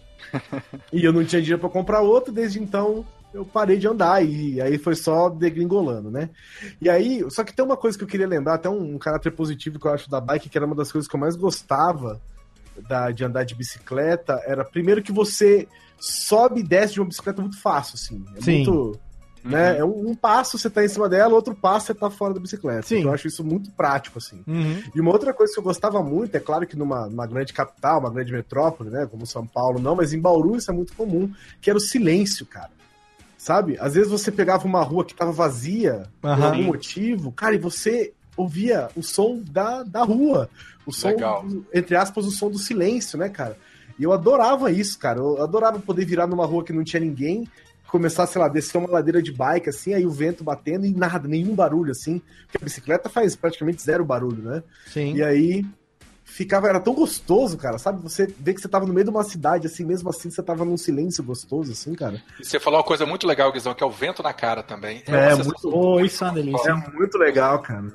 e eu não tinha dinheiro pra comprar outra, desde então eu parei de andar, e aí foi só degringolando, né? E aí, só que tem uma coisa que eu queria lembrar, até um, um caráter positivo que eu acho da bike, que era uma das coisas que eu mais gostava da, de andar de bicicleta, era primeiro que você sobe e desce de uma bicicleta muito fácil, assim. É Sim. muito... Né? É um, um passo você tá em cima dela, outro passo você tá fora da bicicleta. Sim. Então eu acho isso muito prático, assim. Uhum. E uma outra coisa que eu gostava muito, é claro que numa, numa grande capital, uma grande metrópole, né, como São Paulo, não, mas em Bauru isso é muito comum, que era o silêncio, cara. Sabe? Às vezes você pegava uma rua que tava vazia, por Aham. algum motivo, cara, e você ouvia o som da, da rua. O som, Legal. do- entre aspas, o som do silêncio, né, cara? E eu adorava isso, cara. Eu adorava poder virar numa rua que não tinha ninguém, começar, sei lá, descer uma ladeira de bike, assim, aí o vento batendo e nada, nenhum barulho, assim. Porque a bicicleta faz praticamente zero barulho, né? Sim. E aí ficava, era tão gostoso, cara, sabe? Você vê que você tava no meio de uma cidade, assim, mesmo assim você tava num silêncio gostoso, assim, cara. E você falou uma coisa muito legal, Guizão, que é o vento na cara também. É, uma muito- sensação Oh, isso é uma delícia. É muito legal, cara.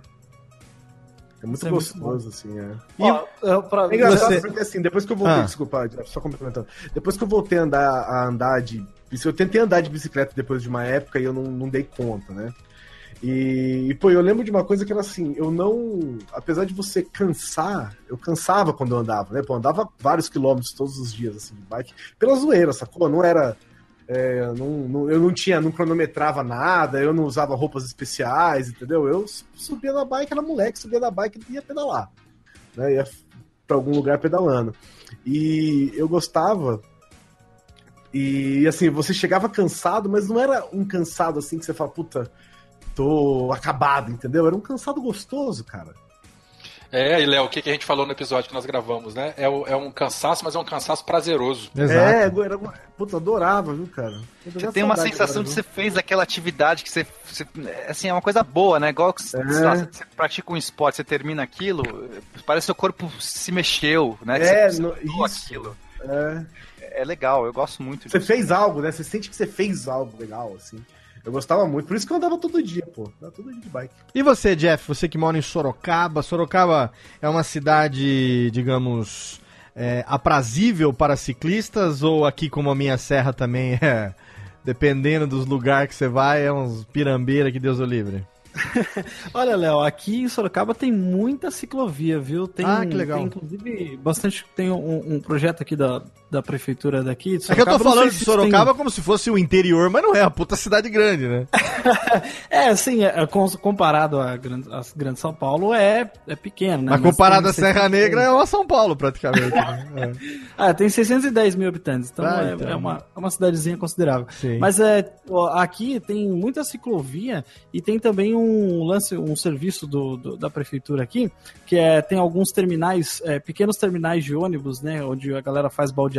É muito Isso é muito gostoso, assim, é. Ó, eu- pra- É engraçado você- porque, assim, depois que eu voltei, Ah. desculpa, Jeff, só complementando. Depois que eu voltei a andar, a andar de bicicleta, eu tentei andar de bicicleta depois de uma época e eu não, não dei conta, né? E, e, pô, eu lembro de uma coisa que era assim, eu não... Apesar de você cansar, eu cansava quando eu andava, né? Pô, eu andava vários quilômetros todos os dias, assim, de bike, pela zoeira, sacou? Não era... é, não, não- eu não tinha, não cronometrava nada, eu não usava roupas especiais, entendeu? Eu subia na bike, era moleque, subia na bike e ia pedalar, né? Ia pra algum lugar pedalando. E eu gostava... E assim, você chegava cansado, mas não era um cansado assim que você fala, puta, tô acabado, entendeu? Era um cansado gostoso, cara. É, e Léo, o que, que a gente falou no episódio que nós gravamos, né? É, o- é um cansaço, mas é um cansaço prazeroso. É, era, puta, adorava, viu, cara? Você tem uma sensação de que você fez aquela atividade que você, você- assim, é uma coisa boa, né? Igual que você, É. sei lá, você- você pratica um esporte, você termina aquilo, parece que seu corpo se mexeu, né? Que É, você no- usou isso. aquilo. É. É legal, eu gosto muito Você disso. fez algo, né? Você sente que você fez algo legal, assim. Eu gostava muito, por isso que eu andava todo dia, pô. Andava todo dia de bike. E você, Jeff, você que mora em Sorocaba, Sorocaba é uma cidade, digamos, é, aprazível para ciclistas, ou aqui como a minha serra também é, dependendo dos lugares que você vai, é uns pirambeira que Deus o livre? Olha, Léo, aqui em Sorocaba tem muita ciclovia, viu? Tem, Ah, que legal. Tem, inclusive, bastante. Tem um, um projeto aqui da, da prefeitura daqui. De É que eu tô Sorocaba, não falando sei de se tem- Sorocaba como se fosse o interior, mas não é, a puta cidade grande, né? É, sim, é, com- comparado a Grande, a Grande São Paulo é, é pequeno, né? Mas comparado tem à Serra seiscentos Negra é uma São Paulo, praticamente. né? É. Ah, tem seiscentos e dez mil habitantes, então, Ah, é, então. é uma, é uma cidadezinha considerável. Sim. Mas é, ó, aqui tem muita ciclovia e tem também um lance, um serviço do, do- da prefeitura aqui, que é, tem alguns terminais, é, pequenos terminais de ônibus, né, onde a galera faz baldeação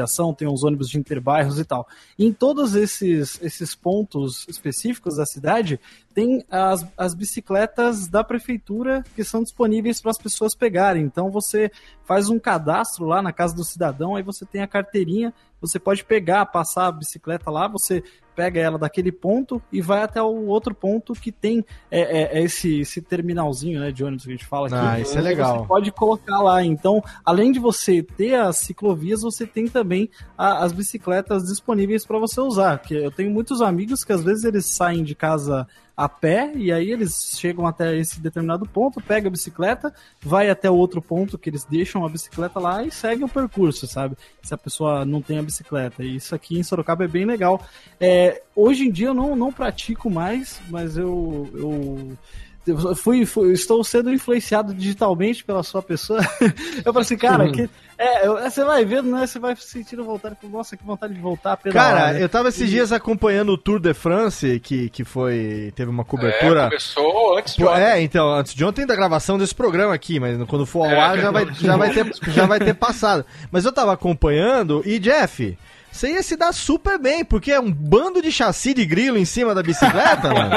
associação, tem os ônibus de interbairros e tal. E em todos esses, esses pontos específicos da cidade, tem as, as bicicletas da prefeitura que são disponíveis para as pessoas pegarem. Então você faz um cadastro lá na casa do cidadão, aí você tem a carteirinha, você pode pegar, passar a bicicleta lá, você pega ela daquele ponto e vai até o outro ponto que tem é, é, é esse, esse terminalzinho, né, de ônibus que a gente fala aqui. Ah, isso é legal. Você pode colocar lá. Então, além de você ter as ciclovias, você tem também a, as bicicletas disponíveis para você usar. Que eu tenho muitos amigos que às vezes eles saem de casa a pé, e aí eles chegam até esse determinado ponto, pegam a bicicleta, vai até o outro ponto que eles deixam a bicicleta lá e seguem o percurso, sabe? Se a pessoa não tem a bicicleta. E isso aqui em Sorocaba é bem legal. É, hoje em dia eu não, não pratico mais, mas eu... eu... Eu fui, fui, estou sendo influenciado digitalmente pela sua pessoa. Eu falei assim, cara, que, é, você vai vendo, né? Você vai sentindo vontade. Nossa, que vontade de voltar a pedalar. Cara, né? eu tava esses dias acompanhando o Tour de France, que, que foi. Teve uma cobertura. É, começou antes de Pô, ontem. É, então, antes de ontem da gravação desse programa aqui, mas quando for ao ar já vai, já, vai ter, já vai ter passado. Mas eu tava acompanhando e, Jeff. Você ia se dar super bem, porque é um bando de chassi de grilo em cima da bicicleta, mano.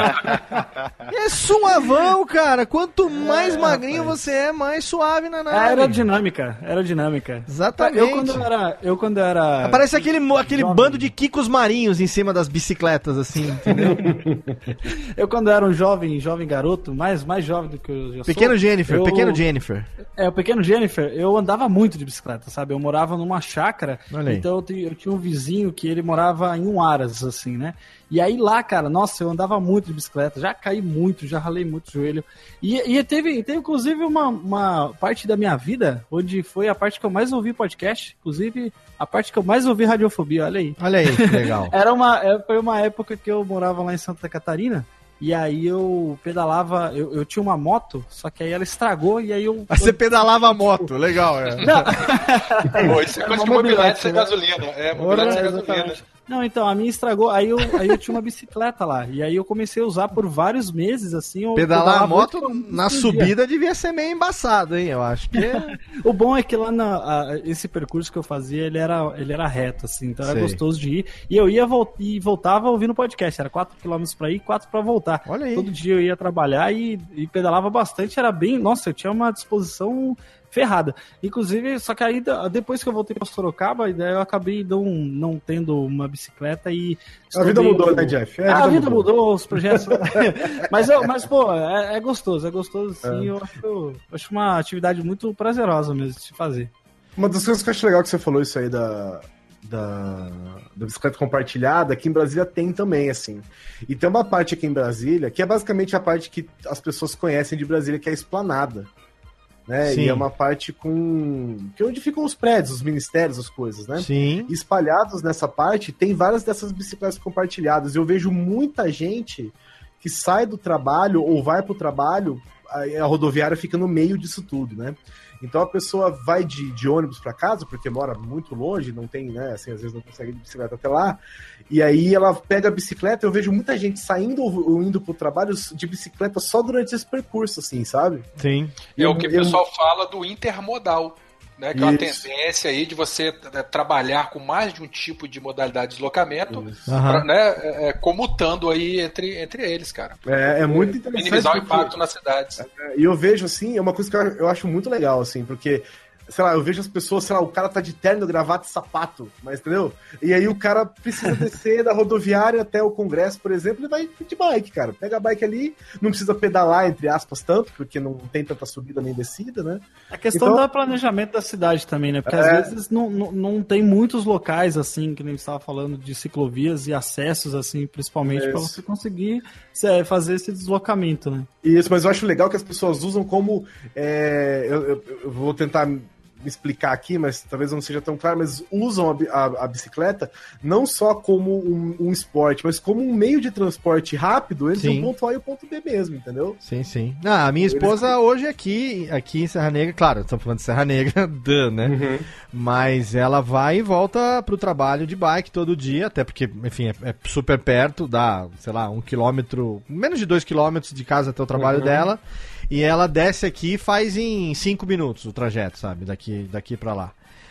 É suavão, cara. Quanto mais é, magrinho rapaz. Você é, mais suave na nave. É aerodinâmica, aerodinâmica. Exatamente. Eu quando eu era... Eu, quando eu era Aparece aquele, aquele bando de quicos marinhos em cima das bicicletas, assim, entendeu? Eu quando eu era um jovem, jovem garoto, mais, mais jovem do que eu já pequeno sou... Jennifer, eu, pequeno Jennifer. É, o pequeno Jennifer, eu andava muito de bicicleta, sabe? Eu morava numa chácara, então eu, eu tinha um vizinho que ele morava em Uaras, assim, né? E aí lá, cara, nossa, eu andava muito de bicicleta, já caí muito, já ralei muito o joelho. E, e teve, teve, inclusive, uma, uma parte da minha vida onde foi a parte que eu mais ouvi podcast, inclusive a parte que eu mais ouvi radiofobia, olha aí. Olha aí, que legal. Era uma, foi uma época que eu morava lá em Santa Catarina, e aí eu pedalava, eu, eu tinha uma moto, só que aí ela estragou e aí eu... Aí você pedalava a moto, legal, é. Não. Pô, isso é coisa de mobilete sem gasolina. É, mobilete sem gasolina. Não, então, a minha estragou, aí eu, aí eu tinha uma bicicleta lá, e aí eu comecei a usar por vários meses, assim... Eu pedalar a moto na subida devia ser meio embaçado, hein, eu acho que... O bom é que lá, na, a, esse percurso que eu fazia, ele era, ele era reto, assim, então era Sei. gostoso de ir, e eu ia vol- e voltava ouvindo podcast, era quatro quilômetros pra ir e quatro pra voltar. Olha aí. Todo dia eu ia trabalhar e, e pedalava bastante, era bem... Nossa, eu tinha uma disposição... ferrada. Inclusive, só que aí depois que eu voltei pra Sorocaba, eu acabei não, não tendo uma bicicleta e... A vida mudou, né, Jeff? É, a, a vida, vida mudou. mudou, os projetos... mas, eu, mas, pô, é, é gostoso, é gostoso sim. É. Eu, acho, eu acho uma atividade muito prazerosa mesmo de se fazer. Uma das coisas que eu acho legal que você falou isso aí da... Da, da bicicleta compartilhada, aqui em Brasília tem também, assim. E tem uma parte aqui em Brasília, que é basicamente a parte que as pessoas conhecem de Brasília, que é a Esplanada. Né? E é uma parte com... que é onde ficam os prédios, os ministérios, as coisas, né? Sim. E espalhados nessa parte, tem várias dessas bicicletas compartilhadas. Eu vejo muita gente que sai do trabalho ou vai pro trabalho, a, a rodoviária fica no meio disso tudo, né? Então a pessoa vai de, de ônibus para casa, porque mora muito longe, não tem, né, assim, às vezes não consegue ir de bicicleta até lá, e aí ela pega a bicicleta, eu vejo muita gente saindo ou indo pro trabalho de bicicleta só durante esse percurso, assim, sabe? Sim. É eu, o que o eu... pessoal fala do intermodal, né, que Isso. é uma tendência aí de você né, trabalhar com mais de um tipo de modalidade de deslocamento, pra, né, é, comutando aí entre, entre eles, cara. É, é muito interessante. Minimizar o impacto nas cidades. E eu vejo, assim, é uma coisa que eu, eu acho muito legal, assim, porque... sei lá, eu vejo as pessoas, sei lá, o cara tá de terno, gravata e sapato, mas entendeu? E aí o cara precisa descer da rodoviária até o Congresso, por exemplo, e vai de bike, cara. Pega a bike ali, não precisa pedalar, entre aspas, tanto, porque não tem tanta subida nem descida, né? A questão então... do planejamento da cidade também, né? Porque é... às vezes não, não, não tem muitos locais, assim, que nem você estava falando, de ciclovias e acessos, assim, principalmente, para você conseguir é, fazer esse deslocamento, né? Isso, mas eu acho legal que as pessoas usam como... É... Eu, eu, eu vou tentar... me explicar aqui, mas talvez não seja tão claro, mas usam a, a, a bicicleta não só como um, um esporte, mas como um meio de transporte rápido entre sim. um ponto A e o ponto B mesmo, entendeu? Sim, sim. Ah, a minha esposa Eles... hoje aqui, aqui em Serra Negra, claro, estamos falando de Serra Negra, duh, né? Uhum. Mas ela vai e volta pro trabalho de bike todo dia, até porque, enfim, é, é super perto, dá, sei lá, um quilômetro, menos de dois quilômetros de casa até o trabalho uhum. dela. E ela desce aqui e faz em cinco minutos o trajeto, sabe? Daqui, daqui pra lá.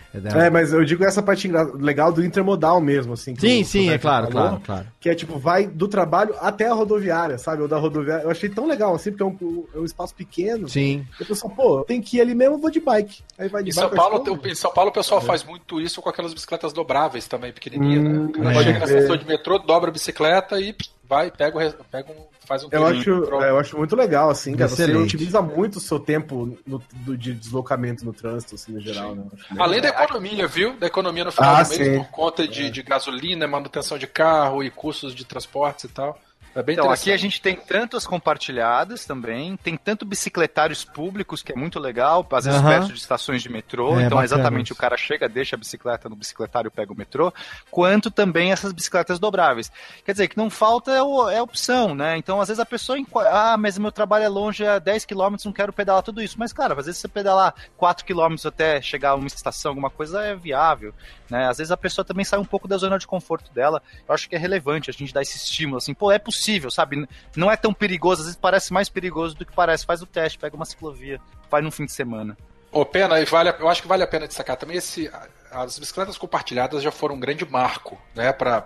É, mas eu digo essa parte legal do intermodal mesmo, assim. Sim, o, sim, o é claro, falou, claro, claro. Que é tipo, vai do trabalho até a rodoviária, sabe? Ou da rodoviária. Eu achei tão legal, assim, porque é um, é um espaço pequeno. Sim. E a pessoa, pô, tem que ir ali mesmo, eu vou de bike. Aí vai de Em bike. São, Paulo, acho tem- em São Paulo o pessoal faz muito isso com aquelas bicicletas dobráveis também, pequenininhas, Hum, né? O cara é. chega na estação de metrô, dobra a bicicleta e vai, pega, o, re- pega um, faz um Eu trilho. acho, Pronto. é, eu acho muito legal, assim, cara. Você Excelente. utiliza muito o seu tempo no, do, de deslocamento no trânsito, assim, no geral, né? Eu acho bem Além da legal. economia, viu? Da economia no final Ah, do mês, sim. por conta de, de gasolina, manutenção de carro e custos de transportes e tal. É bem Então, interessante. aqui a gente tem tantas compartilhadas também, tem tanto bicicletários públicos, que é muito legal, às vezes Aham. perto de estações de metrô, É, então bacana exatamente isso. o cara chega, deixa a bicicleta no bicicletário, pega o metrô, quanto também essas bicicletas dobráveis. Quer dizer, que não falta é, o- é opção, né? Então, às vezes a pessoa, enqu- ah, mas meu trabalho é longe, é dez quilômetros, não quero pedalar tudo isso. Mas, cara, às vezes você pedalar quatro quilômetros até chegar a uma estação, alguma coisa é viável, né? Às vezes a pessoa também sai um pouco da zona de conforto dela. Eu acho que é relevante a gente dar esse estímulo, assim, pô, é possível, sabe? Não é tão perigoso, às vezes parece mais perigoso do que parece. Faz o teste, pega uma ciclovia, vai num fim de semana. Ô, Pena, e vale, a- eu acho que vale a pena destacar também esse. a- As bicicletas compartilhadas já foram um grande marco, né, para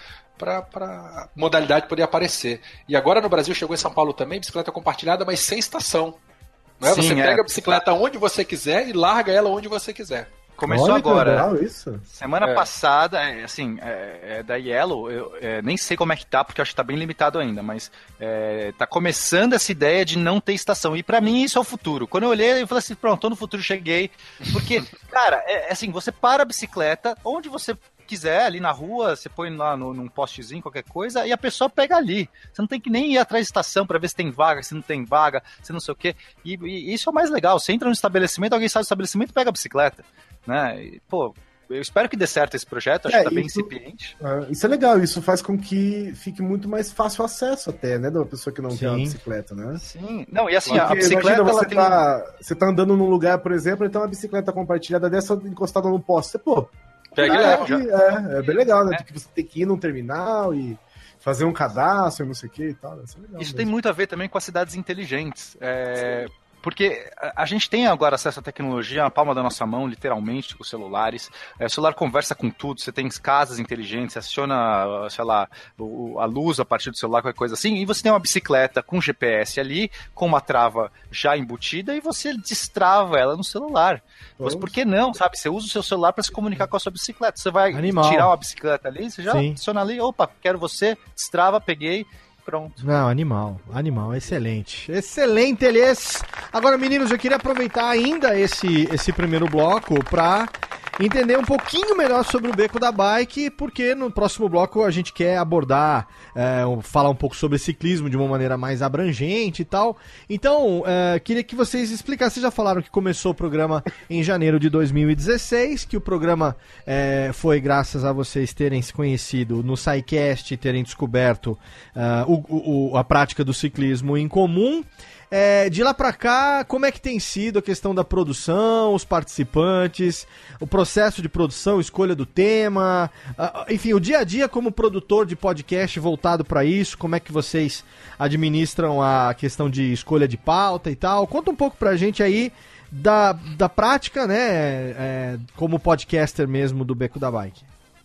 para modalidade poder aparecer. E agora no Brasil chegou em São Paulo também, bicicleta compartilhada, mas sem estação. Né? Sim, Você é. pega a bicicleta onde você quiser e larga ela onde você quiser. Começou Olha que agora. legal isso. Semana É. passada, é, assim, é, é da Yellow, eu é, nem sei como é que tá, porque eu acho que tá bem limitado ainda, mas é, tá começando essa ideia de não ter estação. E pra mim isso é o futuro. Quando eu olhei, eu falei assim, pronto, tô no futuro, cheguei. Porque, cara, é assim, você para a bicicleta onde você quiser, ali na rua, você põe lá no, num postezinho, qualquer coisa, e a pessoa pega ali. Você não tem que nem ir atrás de estação pra ver se tem vaga, se não tem vaga, se não sei o quê. E, e isso é o mais legal. Você entra no estabelecimento, alguém sai do estabelecimento e pega a bicicleta. Né? E, pô, eu espero que dê certo esse projeto, acho É, que tá bem isso- incipiente. Ah, isso é legal, isso faz com que fique muito mais fácil o acesso até, né, de uma pessoa que não tem uma Sim. bicicleta, né? Sim, não, e assim, Porque, a bicicleta imagina, ela você, tem... tá, você tá andando num lugar, por exemplo, e tem uma bicicleta compartilhada dessa encostada num poste. Você, pô, Pega e é, leva. é, é bem legal, né? Porque você tem que ir num terminal e fazer um cadastro e não sei o que e tal. Isso é legal. Isso mesmo. tem muito a ver também com as cidades inteligentes. É, porque a, a gente tem agora acesso à tecnologia na palma da nossa mão, literalmente, com os celulares. É, o celular conversa com tudo, você tem casas inteligentes, você aciona, sei lá, o- a luz a partir do celular, qualquer coisa assim, e você tem uma bicicleta com G P S ali, com uma trava já embutida, e você destrava ela no celular. Mas por que não, sabe? Você usa o seu celular para se comunicar com a sua bicicleta. Você vai Animal. tirar uma bicicleta ali, você já Sim. adiciona ali, opa, quero você, destrava, peguei, pronto. Não, animal, animal, excelente. Excelente, Elias. Agora, meninos, eu queria aproveitar ainda esse, esse primeiro bloco pra entender um pouquinho melhor sobre o Beco da Bike, porque no próximo bloco a gente quer abordar, é, um- falar um pouco sobre ciclismo de uma maneira mais abrangente e tal. Então, é, queria que vocês explicassem. Vocês já falaram que começou o programa em janeiro de dois mil e dezesseis, que o programa é, foi graças a vocês terem se conhecido no SciCast e terem descoberto ah, o- o- o- a prática do ciclismo em comum. É, de lá pra cá, como é que tem sido a questão da produção, os participantes, o processo de produção, escolha do tema, ah, enfim, o dia a dia como produtor de podcast voltado pra isso, como é que vocês administram a questão de escolha de pauta e tal. Conta um pouco pra gente aí da, da prática, né, é, como podcaster mesmo do Beco da Bike.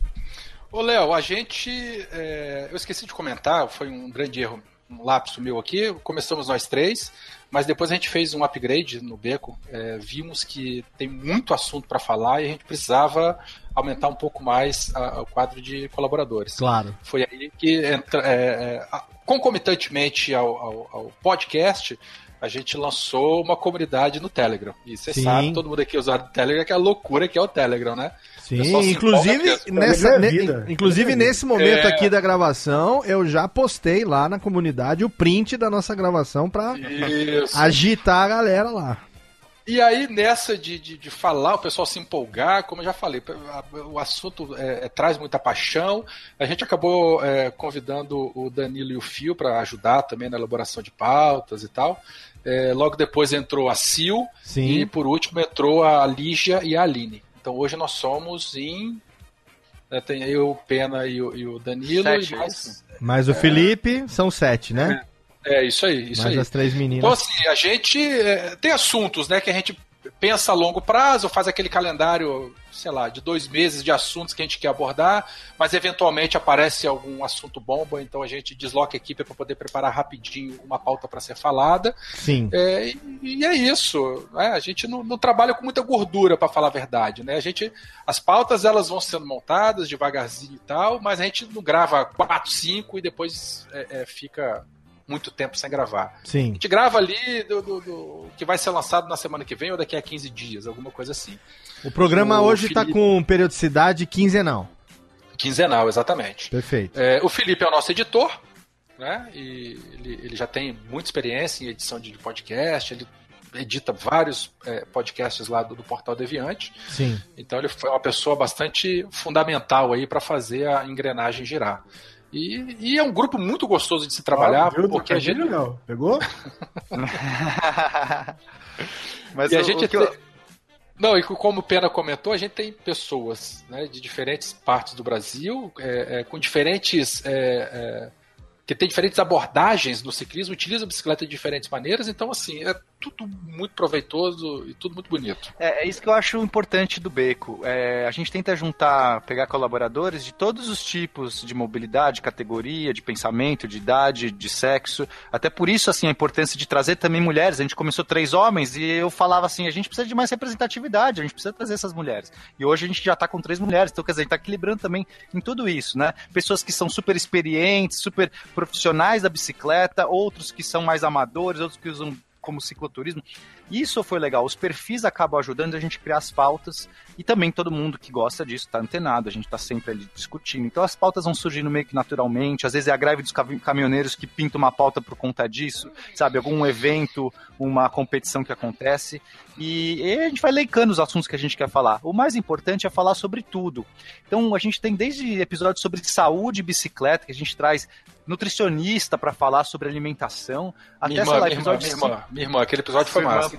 Ô, Léo, a gente. é, eu esqueci de comentar, foi um grande erro, um lapso meu aqui. Começamos nós três, mas depois a gente fez um upgrade no Beco. É, vimos que tem muito assunto para falar e a gente precisava aumentar um pouco mais a- o quadro de colaboradores. Claro. Foi aí que, entra, é, é, a- concomitantemente ao, ao- ao podcast, a gente lançou uma comunidade no Telegram. E você Sim. sabe, todo mundo aqui usa o Telegram, que é a loucura que é o Telegram, né? Sim, O pessoal se inclusive, empolga mesmo. nessa, É ne- vida. inclusive É nesse momento É. aqui da gravação, eu já postei lá na comunidade o print da nossa gravação pra Isso. agitar a galera lá. E aí, nessa de, de, de falar, o pessoal se empolgar, como eu já falei, a- o assunto é, é, traz muita paixão. A gente acabou é, convidando o Danilo e o Fio para ajudar também na elaboração de pautas e tal. É, logo depois entrou a Sil Sim. e, por último, entrou a Lígia e a Aline. Então, hoje nós somos em... né, tem eu, o Pena e o, e o Danilo. Sete, e mais, isso? Mas o Felipe são sete, né? é, isso aí, isso Mais aí. as três meninas. Então, assim, a gente é, tem assuntos, né, que a gente pensa a longo prazo, faz aquele calendário, sei lá, de dois meses de assuntos que a gente quer abordar, mas eventualmente aparece algum assunto bomba, então a gente desloca a equipe para poder preparar rapidinho uma pauta para ser falada. Sim. É, e, e é isso, né? A gente não, não trabalha com muita gordura, para falar a verdade, né? A gente, as pautas elas vão sendo montadas devagarzinho e tal, mas a gente não grava quatro, cinco e depois é, é, fica muito tempo sem gravar. Sim. A gente grava ali do, do, do que vai ser lançado na semana que vem ou daqui a quinze dias, alguma coisa assim. O programa o hoje está Felipe... com periodicidade quinzenal. Quinzenal, exatamente. Perfeito. É, o Felipe é o nosso editor, né? E ele, ele já tem muita experiência em edição de podcast, ele edita vários é, podcasts lá do, do Portal Deviante. Sim. Então ele foi uma pessoa bastante fundamental aí para fazer a engrenagem girar. E, e é um grupo muito gostoso de se trabalhar, ah, viu, porque a gente... Legal. Pegou? Mas e a gente... Te... Não, e como o Pena comentou, a gente tem pessoas, né, de diferentes partes do Brasil, é, é, com diferentes... É, é, que tem diferentes abordagens no ciclismo, utiliza a bicicleta de diferentes maneiras, então assim, é tudo muito proveitoso e tudo muito bonito. É, é isso que eu acho importante do Beco. É, a gente tenta juntar, pegar colaboradores de todos os tipos de mobilidade, categoria, de pensamento, de idade, de sexo. Até por isso, assim, a importância de trazer também mulheres. A gente começou três homens e eu falava assim, a gente precisa de mais representatividade, a gente precisa trazer essas mulheres. E hoje a gente já tá com três mulheres, então quer dizer, a gente tá equilibrando também em tudo isso, né? Pessoas que são super experientes, super profissionais da bicicleta, outros que são mais amadores, outros que usam como cicloturismo. Isso foi legal, os perfis acabam ajudando a gente a criar as pautas e também todo mundo que gosta disso está antenado, a gente está sempre ali discutindo. Então as pautas vão surgindo meio que naturalmente, às vezes é a greve dos caminhoneiros que pinta uma pauta por conta disso, sabe, algum evento, uma competição que acontece e, e a gente vai leicando os assuntos que a gente quer falar. O mais importante é falar sobre tudo. Então a gente tem desde episódios sobre saúde e bicicleta, que a gente traz nutricionista para falar sobre alimentação, até minha sei irmã, lá, minha episódio irmã, minha irmã, minha irmã, aquele episódio foi massa.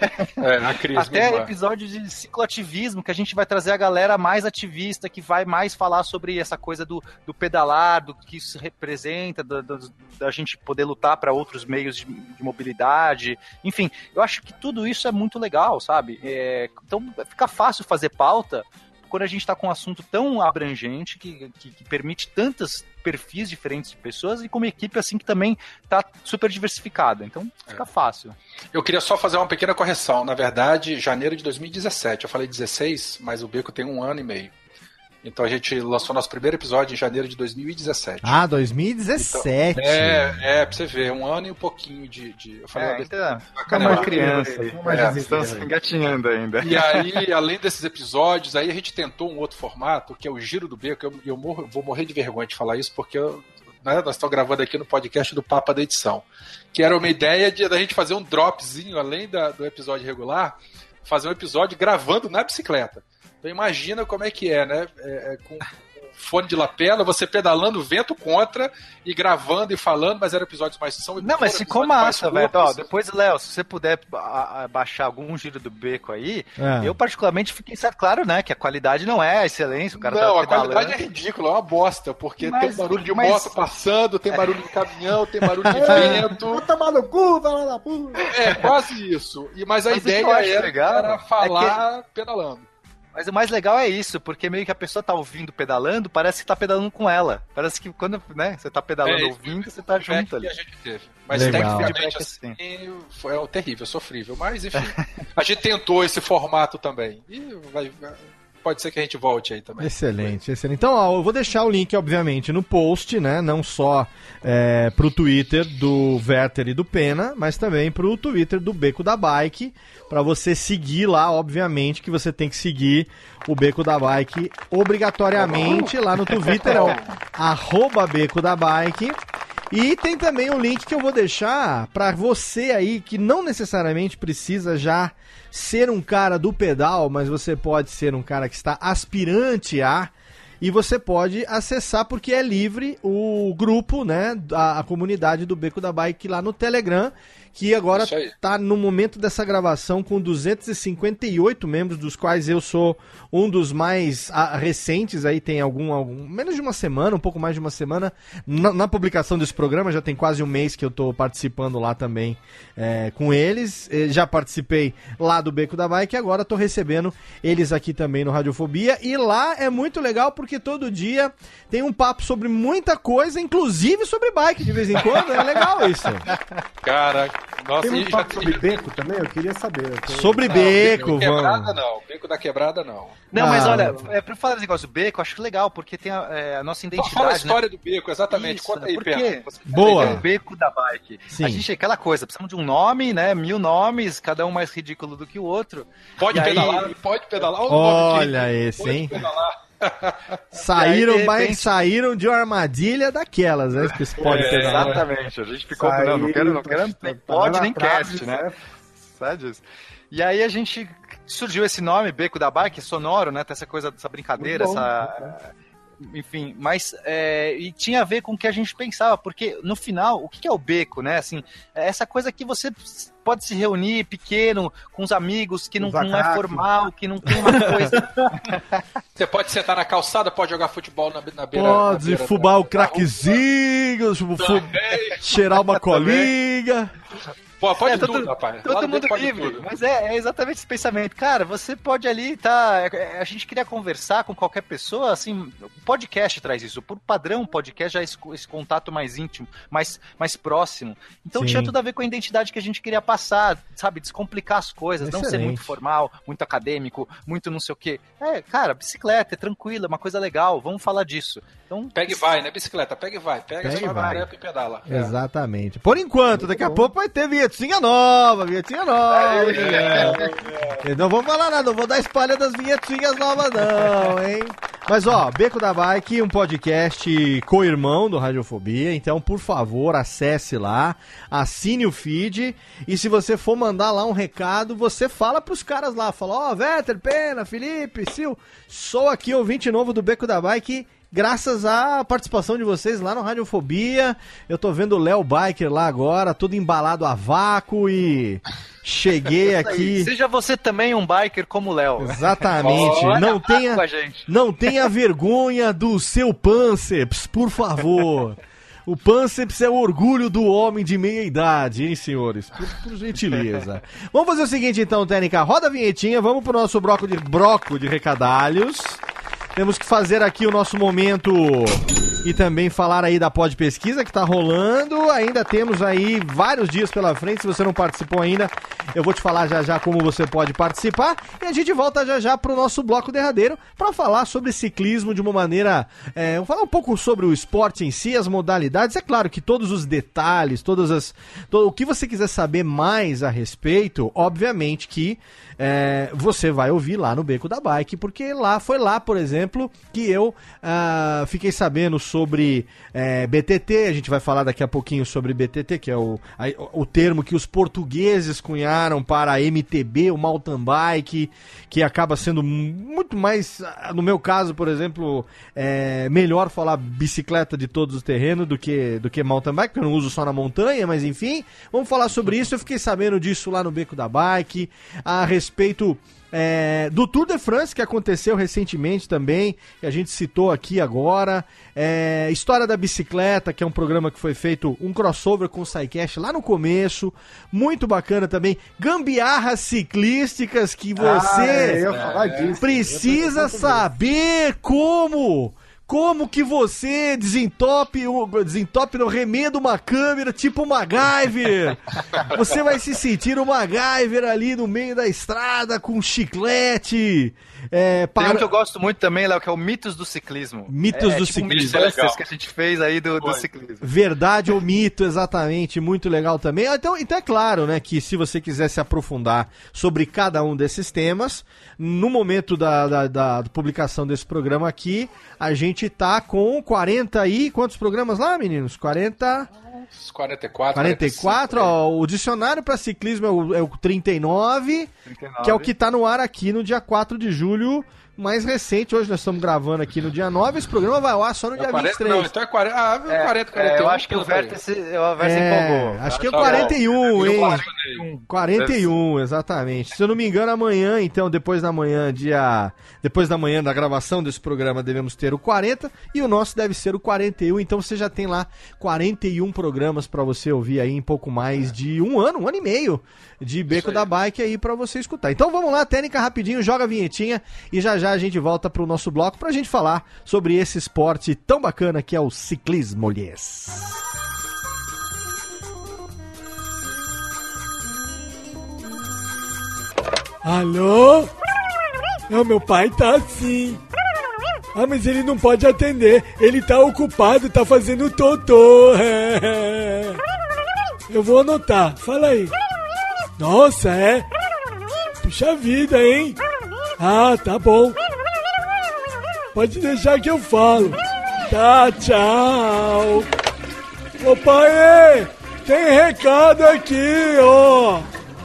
É, a Cris, até episódio de cicloativismo, que a gente vai trazer a galera mais ativista, que vai mais falar sobre essa coisa do, do pedalar, do que isso representa, do, do, da gente poder lutar para outros meios de, de mobilidade, enfim, eu acho que tudo isso é muito legal, sabe? É, então fica fácil fazer pauta quando a gente está com um assunto tão abrangente que, que, que permite tantos perfis diferentes de pessoas e com uma equipe assim que também está super diversificada. Então fica é. fácil. Eu queria só fazer uma pequena correção. Na verdade, janeiro de dois mil e dezessete. Eu falei dezesseis, mas o Beco tem um ano e meio. Então a gente lançou nosso primeiro episódio em janeiro de dois mil e dezessete. Ah, dois mil e dezessete. Então, é, é, pra você ver, um ano e um pouquinho de... de eu falei, é, ainda é uma criança. É, estamos engatinhando ainda. E aí, além desses episódios, aí a gente tentou um outro formato, que é o Giro do Beco. Eu, eu morro, vou morrer de vergonha de falar isso, porque eu, né, nós estamos gravando aqui no podcast do Papa da Edição. Que era uma ideia de da gente fazer um dropzinho, além da, do episódio regular, fazer um episódio gravando na bicicleta. Então imagina como é que é, né? É, é, com fone de lapela, você pedalando vento contra e gravando e falando, mas eram episódios mais... São Não, mas ficou massa, velho. Ó, depois, Léo, se você puder a, a, baixar algum Giro do Beco aí, é. eu particularmente fiquei certo, claro, né, que a qualidade não é a excelência, o cara não, tá a qualidade é ridícula, é uma bosta, porque mas, tem barulho de mas... moto passando, tem barulho de caminhão, tem barulho de vento. Vai tomar no cu, vai lá na puta. É, quase isso. E, mas a mas ideia era, legal, era falar é que... pedalando. Mas o mais legal é isso, porque meio que a pessoa tá ouvindo pedalando, parece que tá pedalando com ela. Parece que quando, né, você tá pedalando é, ouvindo, você tá junto ali. Que a gente teve. Mas tecnicamente assim, foi é, terrível, sofrível. Mas enfim, a gente tentou esse formato também. E vai, pode ser que a gente volte aí também. Excelente, foi. excelente. Então, ó, eu vou deixar o link, obviamente, no post, né? Não só é, pro Twitter do Werther e do Pena, mas também pro Twitter do Beco da Bike, para você seguir lá, obviamente, que você tem que seguir o Beco da Bike obrigatoriamente lá no Twitter, é o arroba Beco da Bike. E tem também um link que eu vou deixar para você aí que não necessariamente precisa já ser um cara do pedal, mas você pode ser um cara que está aspirante a, e você pode acessar, porque é livre, o grupo, né, a, a comunidade do Beco da Bike lá no Telegram, que agora Isso aí. tá no momento dessa gravação com duzentos e cinquenta e oito membros, dos quais eu sou um dos mais ah, recentes, aí tem algum, algum, menos de uma semana, um pouco mais de uma semana, na, na publicação desse programa, já tem quase um mês que eu tô participando lá também é, com eles, eh, já participei lá do Beco da Bike, e agora tô recebendo eles aqui também no Radiofobia, e lá é muito legal porque todo dia tem um papo sobre muita coisa, inclusive sobre bike de vez em quando, é legal isso. Cara, nossa, Tem e um já papo sobre beco também? Eu queria saber. Eu tô- Sobre Não, beco, quebrada vamos. não, beco da quebrada não. Não, mas Ah, olha, é, pra falar desse negócio do beco, eu acho legal, porque tem a, é, a nossa Então, identidade, fala a né? história do beco, exatamente. Isso, Conta aí, porque- Pena. Você- Boa. É o beco da bike. Sim. A gente é aquela coisa, precisamos de um nome, né? Mil nomes, cada um mais ridículo do que o outro. Pode E aí- pedalar, pode pedalar. o nome Olha aqui. esse, Pode hein? pedalar. Saíram, E aí, de mas repente- saíram de uma armadilha daquelas, né? Que você pode É, pedalar. Exatamente, a gente ficou, Saíram, não, não quero, não quero, tá- nem tá pode, na nem trave, cast, né? né? Sabe disso? E aí a gente surgiu esse nome, Beco da Bike, sonoro, né? Tem essa coisa, essa brincadeira, Muito bom, essa. Enfim, mas é, e tinha a ver com o que a gente pensava, porque no final, o que que é o beco, né? Assim, é essa coisa que você pode se reunir pequeno, com os amigos, que não, Usar não é crack. formal, que não tem uma coisa. Você pode sentar na calçada, pode jogar futebol na, na beira. Pode na beira fubar da- o craquezinho, fu- fu- cheirar uma colinha. Pô, pode É, tudo, todo- rapaz. Lá Todo no mundo beco pode livre, tudo. mas é, é exatamente esse pensamento. Cara, você pode ali, tá? é- é- A gente queria conversar com qualquer pessoa, assim, o podcast traz isso. Por padrão, o podcast já é esse, esse contato mais íntimo, mais, mais próximo. Então Sim. tinha tudo a ver com a identidade que a gente queria passar, sabe? Descomplicar as coisas, não ser Excelente. muito formal, muito acadêmico, muito não sei o quê. É, cara, bicicleta é tranquila, é uma coisa legal, vamos falar disso. Então, Pega e vai, né? Bicicleta, pega e vai. Pega, Pega só e a vai. trepa e pedala. É. Exatamente. Por enquanto, daqui a pouco vai ter vinhetinha nova, vinhetinha nova. Eu não vou falar nada, não vou dar espalha das vinhetinhas novas não, hein? Mas ó, Beco da Bike, um podcast co-irmão do Radiofobia, então por favor acesse lá, assine o feed e se você for mandar lá um recado, você fala pros caras lá, fala, ó, oh, Véter, Pena, Felipe, Sil, sou aqui ouvinte novo do Beco da Bike, graças à participação de vocês lá no Radiofobia. Eu tô vendo o Léo Biker lá agora, todo embalado a vácuo e cheguei aqui. seja você também um biker como o Léo. Exatamente. Olha, Não fala tenha, com a gente. não tenha vergonha do seu pânceps, por favor. O pânceps é o orgulho do homem de meia idade, hein, senhores? Por, por gentileza. Vamos fazer o seguinte, então, Técnica. Roda a vinhetinha, vamos pro nosso bloco de, broco de recadalhos. Temos que fazer aqui o nosso momento e também falar aí da Pod Pesquisa que tá rolando. Ainda temos aí vários dias pela frente. Se você não participou ainda, eu vou te falar já já como você pode participar. E a gente volta já já pro nosso bloco derradeiro para falar sobre ciclismo de uma maneira... É, vou falar um pouco sobre o esporte em si, as modalidades. É claro que todos os detalhes, todas as... Todo, o que você quiser saber mais a respeito, obviamente que é, você vai ouvir lá no Beco da Bike, porque lá foi lá, por exemplo, que eu ah, fiquei sabendo sobre é, B T T. A gente vai falar daqui a pouquinho sobre B T T, que é o, a, o termo que os portugueses cunharam para a M T B, o mountain bike, que acaba sendo muito mais, no meu caso, por exemplo, é, melhor falar bicicleta de todos os terrenos do que, do que mountain bike, porque eu não uso só na montanha, mas enfim, vamos falar sobre isso. Eu fiquei sabendo disso lá no Beco da Bike, a respeito é, do Tour de France, que aconteceu recentemente também, que a gente citou aqui agora, é, História da Bicicleta, que é um programa que foi feito, um crossover com o SciCast lá no começo, muito bacana também, gambiarras ciclísticas que você Ah, eu ia falar disso. precisa saber como... Como que você desentope, o- desentope no remendo uma câmera tipo o MacGyver? Você vai se sentir o MacGyver ali no meio da estrada com chiclete. É, Tem um para... que eu gosto muito também, Léo, que é o Mitos do Ciclismo. Mitos é, do tipo um Ciclismo. Mythbusters que a gente fez aí do, do ciclismo. Verdade ou mito, exatamente, muito legal também. Ah, Então, então é claro, né, que se você quiser se aprofundar sobre cada um desses temas, no momento da, da, da publicação desse programa aqui, a gente tá com quarenta e... Quantos programas lá, meninos? quarenta... quarenta e quatro, quarenta e quatro, ó, o dicionário para ciclismo é o, é o trinta e nove, trinta e nove. que é o que tá no ar aqui no dia quatro de julho, mais recente. Hoje nós estamos gravando aqui no dia nove, esse programa vai ao ar só no É dia quarenta, vinte e três. não, então é quarenta, ah, É, quarenta, é, quarenta e um. eu acho que o Vértice, o Vértice É, empolgou. acho que é Tá quarenta e um, bom. hein? quarenta e um. quarenta e um, exatamente. Se eu não me engano, amanhã, então, depois da manhã, dia. Depois da manhã da gravação desse programa, devemos ter o quarenta e o nosso deve ser o quarenta e um. Então você já tem lá quarenta e um programas pra você ouvir aí em pouco mais de um ano, um ano e meio de Beco da Bike aí pra você escutar. Então vamos lá, técnica rapidinho, joga a vinhetinha e já já a gente volta pro nosso bloco pra gente falar sobre esse esporte tão bacana que é o ciclismo, yes. Alô? Não, meu pai tá assim. Ah, mas ele não pode atender. Ele tá ocupado, tá fazendo totô. Eu vou anotar. Fala aí. Nossa, é? Puxa vida, hein? Ah, tá bom. Pode deixar que eu falo. Tá, tchau. Ô pai, tem recado aqui, ó.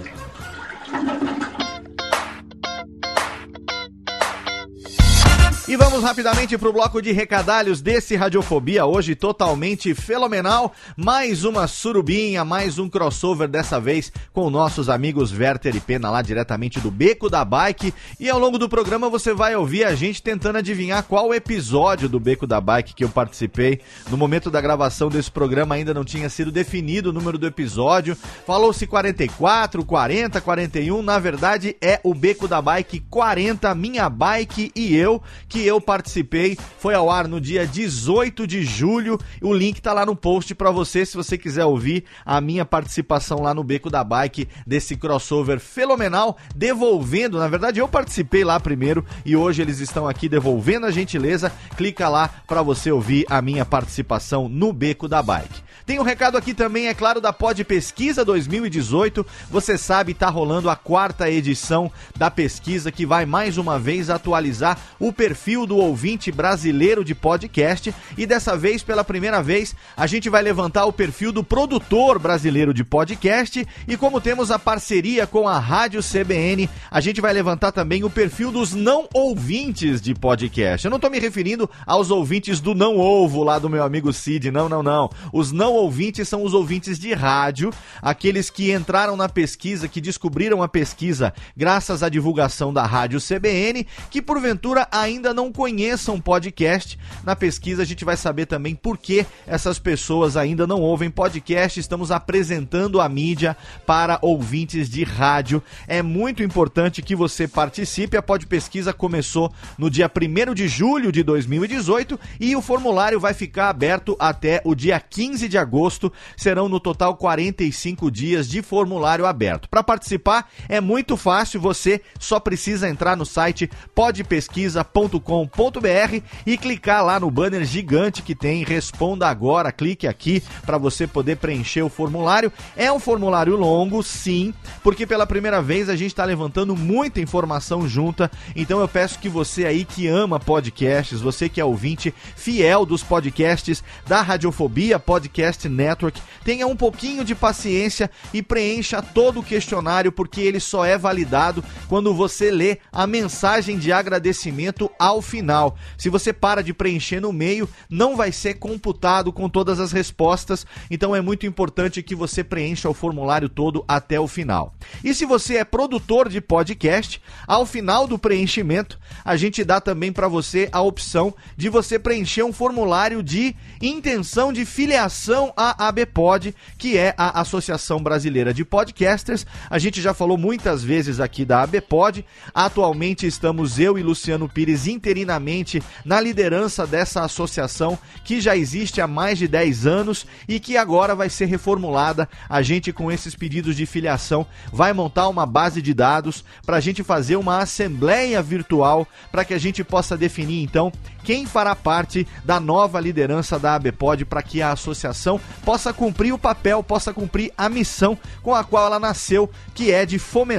E vamos rapidamente pro bloco de recadalhos desse Radiofobia, hoje totalmente fenomenal. Mais uma surubinha, mais um crossover, dessa vez com nossos amigos Werther e Pena, lá diretamente do Beco da Bike. E ao longo do programa você vai ouvir a gente tentando adivinhar qual episódio do Beco da Bike que eu participei. No momento da gravação desse programa ainda não tinha sido definido o número do episódio. Falou-se quarenta e quatro, quarenta, quarenta e um, na verdade é o Beco da Bike quarenta, Minha Bike e Eu, que eu participei, foi ao ar no dia dezoito de julho, o link tá lá no post pra você, se você quiser ouvir a minha participação lá no Beco da Bike, desse crossover fenomenal, devolvendo, na verdade eu participei lá primeiro, e hoje eles estão aqui devolvendo a gentileza, clica lá pra você ouvir a minha participação no Beco da Bike. Tem um recado aqui também, é claro, da Pod Pesquisa dois mil e dezoito, você sabe, tá rolando a quarta edição da pesquisa, que vai mais uma vez atualizar o perfil do ouvinte brasileiro de podcast, e dessa vez, pela primeira vez, a gente vai levantar o perfil do produtor brasileiro de podcast, e como temos a parceria com a Rádio C B N, a gente vai levantar também o perfil dos não ouvintes de podcast. Eu não tô me referindo aos ouvintes do Não Ovo, lá do meu amigo Cid, não, não, não. Os não ouvintes são os ouvintes de rádio, aqueles que entraram na pesquisa, que descobriram a pesquisa graças à divulgação da Rádio C B N, que porventura ainda não conheçam podcast. Na pesquisa a gente vai saber também por que essas pessoas ainda não ouvem podcast. Estamos apresentando a mídia para ouvintes de rádio. É muito importante que você participe. A Pod Pesquisa começou no dia primeiro de julho de dois mil e dezoito e o formulário vai ficar aberto até o dia quinze de agosto. Serão no total quarenta e cinco dias de formulário aberto. Para participar é muito fácil, você só precisa entrar no site pod pesquisa ponto com ponto b r e clicar lá no banner gigante que tem Responda Agora. Clique aqui para você poder preencher o formulário. É um formulário longo, sim, porque pela primeira vez a gente está levantando muita informação junta, então eu peço que você aí que ama podcasts, você que é ouvinte fiel dos podcasts da Radiofobia Podcast Network, tenha um pouquinho de paciência e preencha todo o questionário, porque ele só é validado quando você lê a mensagem de agradecimento ao final. Se você para de preencher no meio, não vai ser computado com todas as respostas, então é muito importante que você preencha o formulário todo até o final. E se você é produtor de podcast, ao final do preenchimento, a gente dá também para você a opção de você preencher um formulário de intenção de filiação à ABPod, que é a Associação Brasileira de Podcasters. A gente já falou muitas vezes aqui da ABPod, atualmente estamos eu e Luciano Pires interinamente na liderança dessa associação, que já existe há mais de dez anos e que agora vai ser reformulada. A gente, com esses pedidos de filiação, vai montar uma base de dados para a gente fazer uma assembleia virtual, para que a gente possa definir então quem fará parte da nova liderança da ABPod, para que a associação possa cumprir o papel, possa cumprir a missão com a qual ela nasceu, que é de fomentar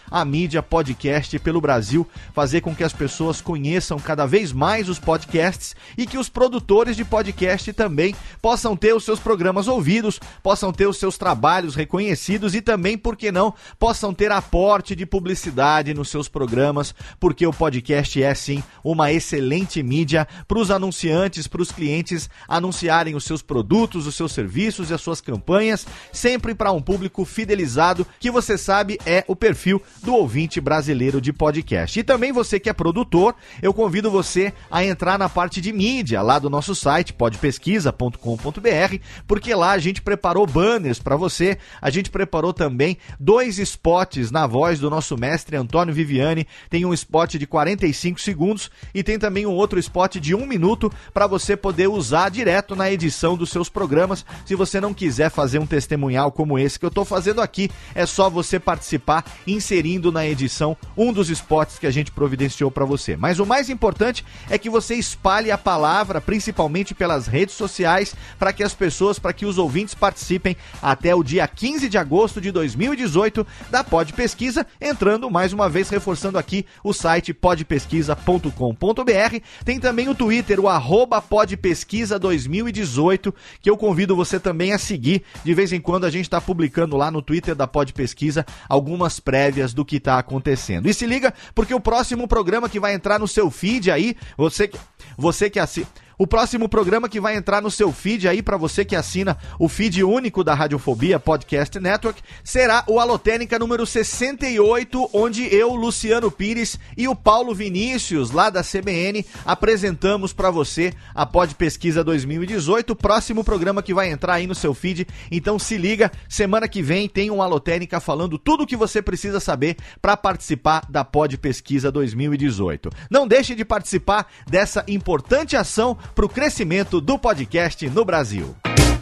a mídia podcast pelo Brasil, fazer com que as pessoas conheçam cada vez mais os podcasts e que os produtores de podcast também possam ter os seus programas ouvidos, possam ter os seus trabalhos reconhecidos e também, por que não, possam ter aporte de publicidade nos seus programas, porque o podcast é sim uma excelente mídia para os anunciantes, para os clientes anunciarem os seus produtos, os seus serviços e as suas campanhas, sempre para um público fidelizado, que você sabe é o perfil do ouvinte brasileiro de podcast. E também você que é produtor, eu convido você a entrar na parte de mídia lá do nosso site, pod pesquisa ponto com ponto b r, porque lá a gente preparou banners para você, a gente preparou também dois spots na voz do nosso mestre Antônio Viviani, tem um spot de quarenta e cinco segundos e tem também um outro spot de um minuto para você poder usar direto na edição dos seus programas. Se você não quiser fazer um testemunhal como esse que eu estou fazendo aqui, é só você participar inserindo na edição um dos spots que a gente providenciou para você. Mas o mais importante é que você espalhe a palavra, principalmente pelas redes sociais, para que as pessoas, para que os ouvintes participem até o dia quinze de agosto de dois mil e dezoito da Pod Pesquisa, entrando mais uma vez, reforçando aqui o site pod pesquisa ponto com ponto b r. Tem também o Twitter, o arroba podpesquisa dois mil e dezoito, que eu convido você também a seguir. De vez em quando a gente está publicando lá no Twitter da Pod Pesquisa algumas prévias do que está acontecendo. E se liga, porque o próximo programa que vai entrar no seu feed aí, você, você que assiste... O próximo programa que vai entrar no seu feed aí, para você que assina o feed único da Radiofobia Podcast Network, será o Alotênica número sessenta e oito, onde eu, Luciano Pires e o Paulo Vinícius, lá da C B N, apresentamos para você a Pod Pesquisa dois mil e dezoito, o próximo programa que vai entrar aí no seu feed. Então se liga, semana que vem tem um Alotênica falando tudo o que você precisa saber para participar da Pod Pesquisa dois mil e dezoito. Não deixe de participar dessa importante ação para o crescimento do podcast no Brasil.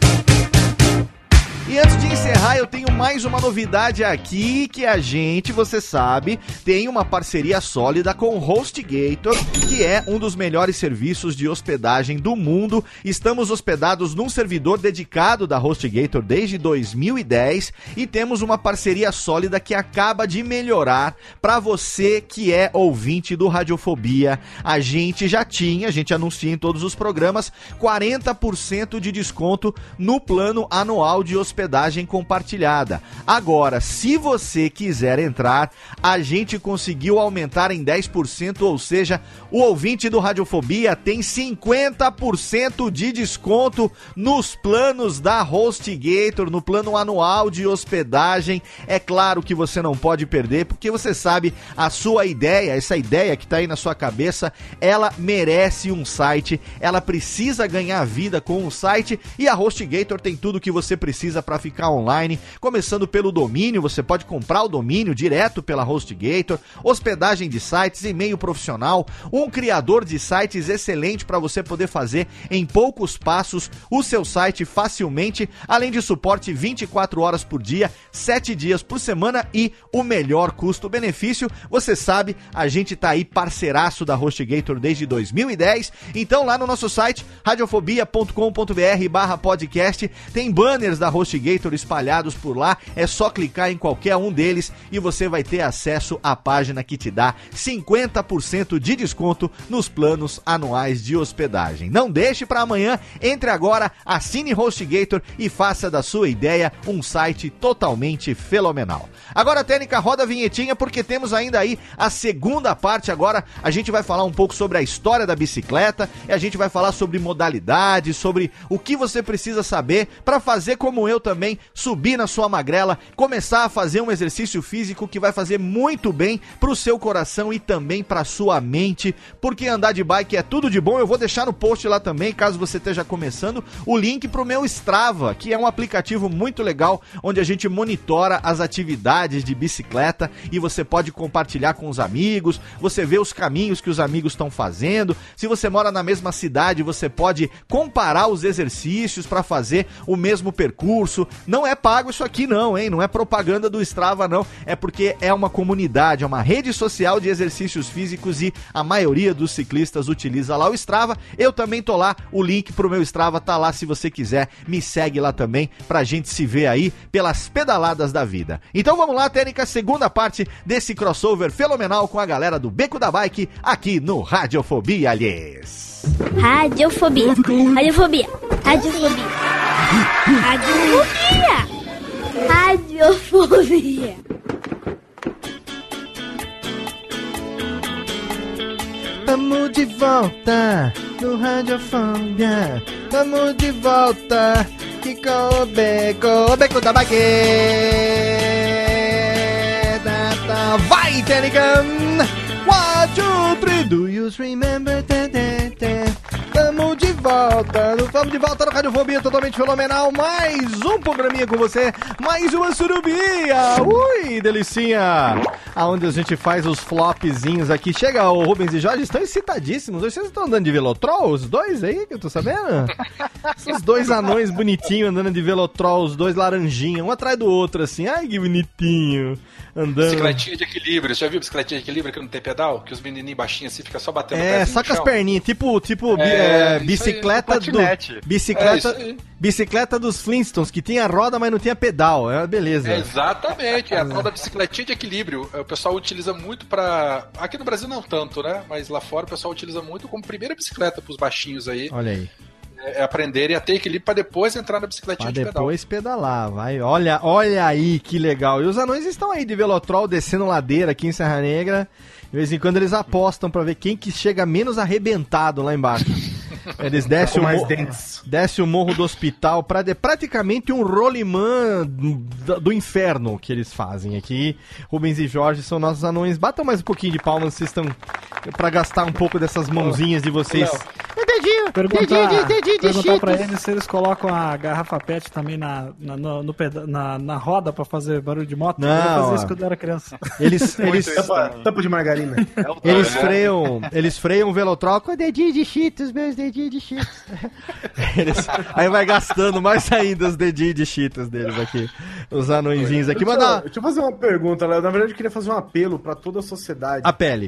E antes de encerrar, eu tenho mais uma novidade aqui, que a gente, você sabe, tem uma parceria sólida com o HostGator, que é um dos melhores serviços de hospedagem do mundo. Estamos hospedados num servidor dedicado da HostGator desde dois mil e dez e temos uma parceria sólida que acaba de melhorar para você que é ouvinte do Radiofobia. A gente já tinha, a gente anuncia em todos os programas, quarenta por cento de desconto no plano anual de hospedagem hospedagem compartilhada. Agora, se você quiser entrar, a gente conseguiu aumentar em dez por cento, ou seja, o ouvinte do Radiofobia tem cinquenta por cento de desconto nos planos da HostGator, no plano anual de hospedagem. É claro que você não pode perder, porque você sabe, a sua ideia, essa ideia que está aí na sua cabeça, ela merece um site, ela precisa ganhar vida com um site, e a HostGator tem tudo que você precisa para ficar online, começando pelo domínio. Você pode comprar o domínio direto pela HostGator, hospedagem de sites, e-mail profissional, um criador de sites excelente para você poder fazer em poucos passos o seu site facilmente, além de suporte vinte e quatro horas por dia, sete dias por semana e o melhor custo-benefício. Você sabe, a gente tá aí parceiraço da HostGator desde dois mil e dez, então lá no nosso site radiofobia ponto com ponto b r barra podcast tem banners da HostGator espalhados por lá, é só clicar em qualquer um deles e você vai ter acesso à página que te dá cinquenta por cento de desconto nos planos anuais de hospedagem. Não deixe para amanhã, entre agora, assine HostGator e faça da sua ideia um site totalmente fenomenal. Agora, Técnica, roda a vinhetinha, porque temos ainda aí a segunda parte. Agora a gente vai falar um pouco sobre a história da bicicleta e a gente vai falar sobre modalidades, sobre o que você precisa saber para fazer como eu também, subir na sua magrela, começar a fazer um exercício físico que vai fazer muito bem pro seu coração e também pra sua mente, porque andar de bike é tudo de bom. Eu vou deixar no post lá também, caso você esteja começando, o link pro meu Strava, que é um aplicativo muito legal, onde a gente monitora as atividades de bicicleta e você pode compartilhar com os amigos, você vê os caminhos que os amigos estão fazendo. Se você mora na mesma cidade, você pode comparar os exercícios para fazer o mesmo percurso, isso. Não é pago isso aqui não, hein? Não é propaganda do Strava não, é porque é uma comunidade, é uma rede social de exercícios físicos e a maioria dos ciclistas utiliza lá o Strava. Eu também tô lá, o link pro meu Strava tá lá se você quiser, me segue lá também pra gente se ver aí pelas pedaladas da vida. Então vamos lá, Técnica, segunda parte desse crossover fenomenal com a galera do Beco da Bike aqui no Radiofobia, aliás. Radiofobia. Radiofobia. Radiofobia. Radiofobia. Radiofobia. Tamo de volta no Radiofobia. Tamo de volta aqui com o Beco, o Beco da Bike. Vai, Técnica! One, two, three, do you remember? Tá, tá, tá. Tamo de volta, vamos de volta no Radiofobia, totalmente fenomenal. Mais um programinha com você, mais uma surubia. Ui, delicinha. Aonde a gente faz os flopzinhos aqui. Chega, o Rubens e Jorge, estão excitadíssimos. Vocês estão andando de Velotrol, os dois aí, que eu tô sabendo? Esses dois anões bonitinhos andando de Velotrol, os dois laranjinha, um atrás do outro, assim. Ai, que bonitinho. Andando. Bicicletinha de equilíbrio. Você já viu bicicletinha de equilíbrio que não tem pedal? Que os menininhos baixinhos assim ficam só batendo É, o só com as perninhas, tipo, tipo É, é, bicicleta isso aí, do. patinete. Bicicleta, É, isso aí. bicicleta dos Flintstones, que tinha roda, mas não tinha pedal. É, beleza. É, exatamente, é a tal da bicicletinha de equilíbrio. O pessoal utiliza muito pra. Aqui no Brasil não tanto, né? Mas lá fora o pessoal utiliza muito como primeira bicicleta pros baixinhos aí. Olha aí. É aprenderem a ter equilíbrio pra depois entrar na bicicletinha Pra de pedal. depois pedalar, vai. Olha, olha aí que legal. E os anões estão aí de Velotrol descendo ladeira aqui em Serra Negra. De vez em quando eles apostam pra ver quem que chega menos arrebentado lá embaixo. Eles descem o, mo- desce o morro do hospital pra de, praticamente um rolimã do, do inferno que eles fazem aqui. Rubens e Jorge são nossos anões. Batam mais um pouquinho de palmas, vocês estão pra gastar um pouco dessas mãozinhas de vocês. Dedinho, perguntar, dedinho, dedinho, perguntar pra eles se eles colocam a garrafa pet também na, na, no, no peda- na, na roda pra fazer barulho de moto. Não, eu ia fazer ó. isso quando eu era criança. Eles, eles, Tampa, tampa de margarina. eles freiam, eles freiam o Velotrol com dedinho de Cheetos, meus dedinhos de Cheetos. Eles, aí vai gastando mais ainda os dedinhos de Cheetos deles aqui, os anõezinhos aqui. Deixa, Manda deixa eu fazer uma pergunta, Léo. Na verdade, eu queria fazer um apelo pra toda a sociedade. a pele.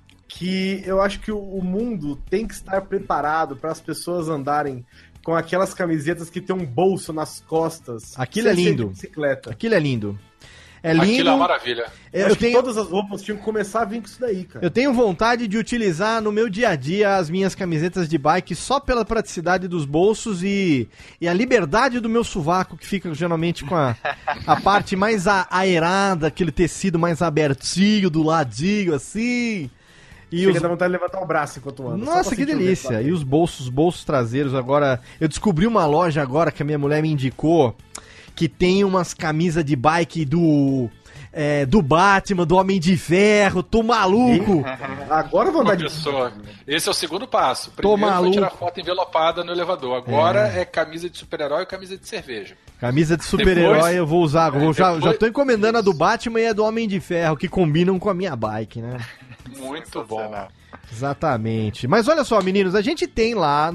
Que eu acho que o, o mundo tem que estar preparado para as pessoas andarem com aquelas camisetas que tem um bolso nas costas. Aquilo é sem ser lindo. de bicicleta. Aquilo é lindo. É lindo. Aquilo é uma maravilha. Eu, Eu acho que tenho- todas as roupas tinham que começar a vir com isso daí, cara. Eu tenho vontade de utilizar no meu dia a dia as minhas camisetas de bike só pela praticidade dos bolsos e, e a liberdade do meu sovaco, que fica geralmente com a, a parte mais a- aerada, aquele tecido mais abertinho do ladinho, assim. E Chega os... a dar vontade de levantar o braço enquanto anda. só Nossa, pra que sentir o delícia. vento lá E os bolsos, os bolsos traseiros agora. Eu descobri uma loja agora que a minha mulher me indicou que tem umas camisas de bike do. É, do Batman, do Homem de Ferro, tô maluco. dentro. Agora eu vou andar de Pessoa, esse é o segundo passo. Tô Primeiro foi maluco. tirar foto envelopada no elevador. Agora é, camisa de super-herói e camisa de cerveja. Camisa de super-herói Depois- eu vou usar. Vou, já, depois- já tô encomendando a do Batman e a do Homem de Ferro, que combinam com a minha bike, né? Muito bom. Exatamente. Mas olha só, meninos, a gente tem lá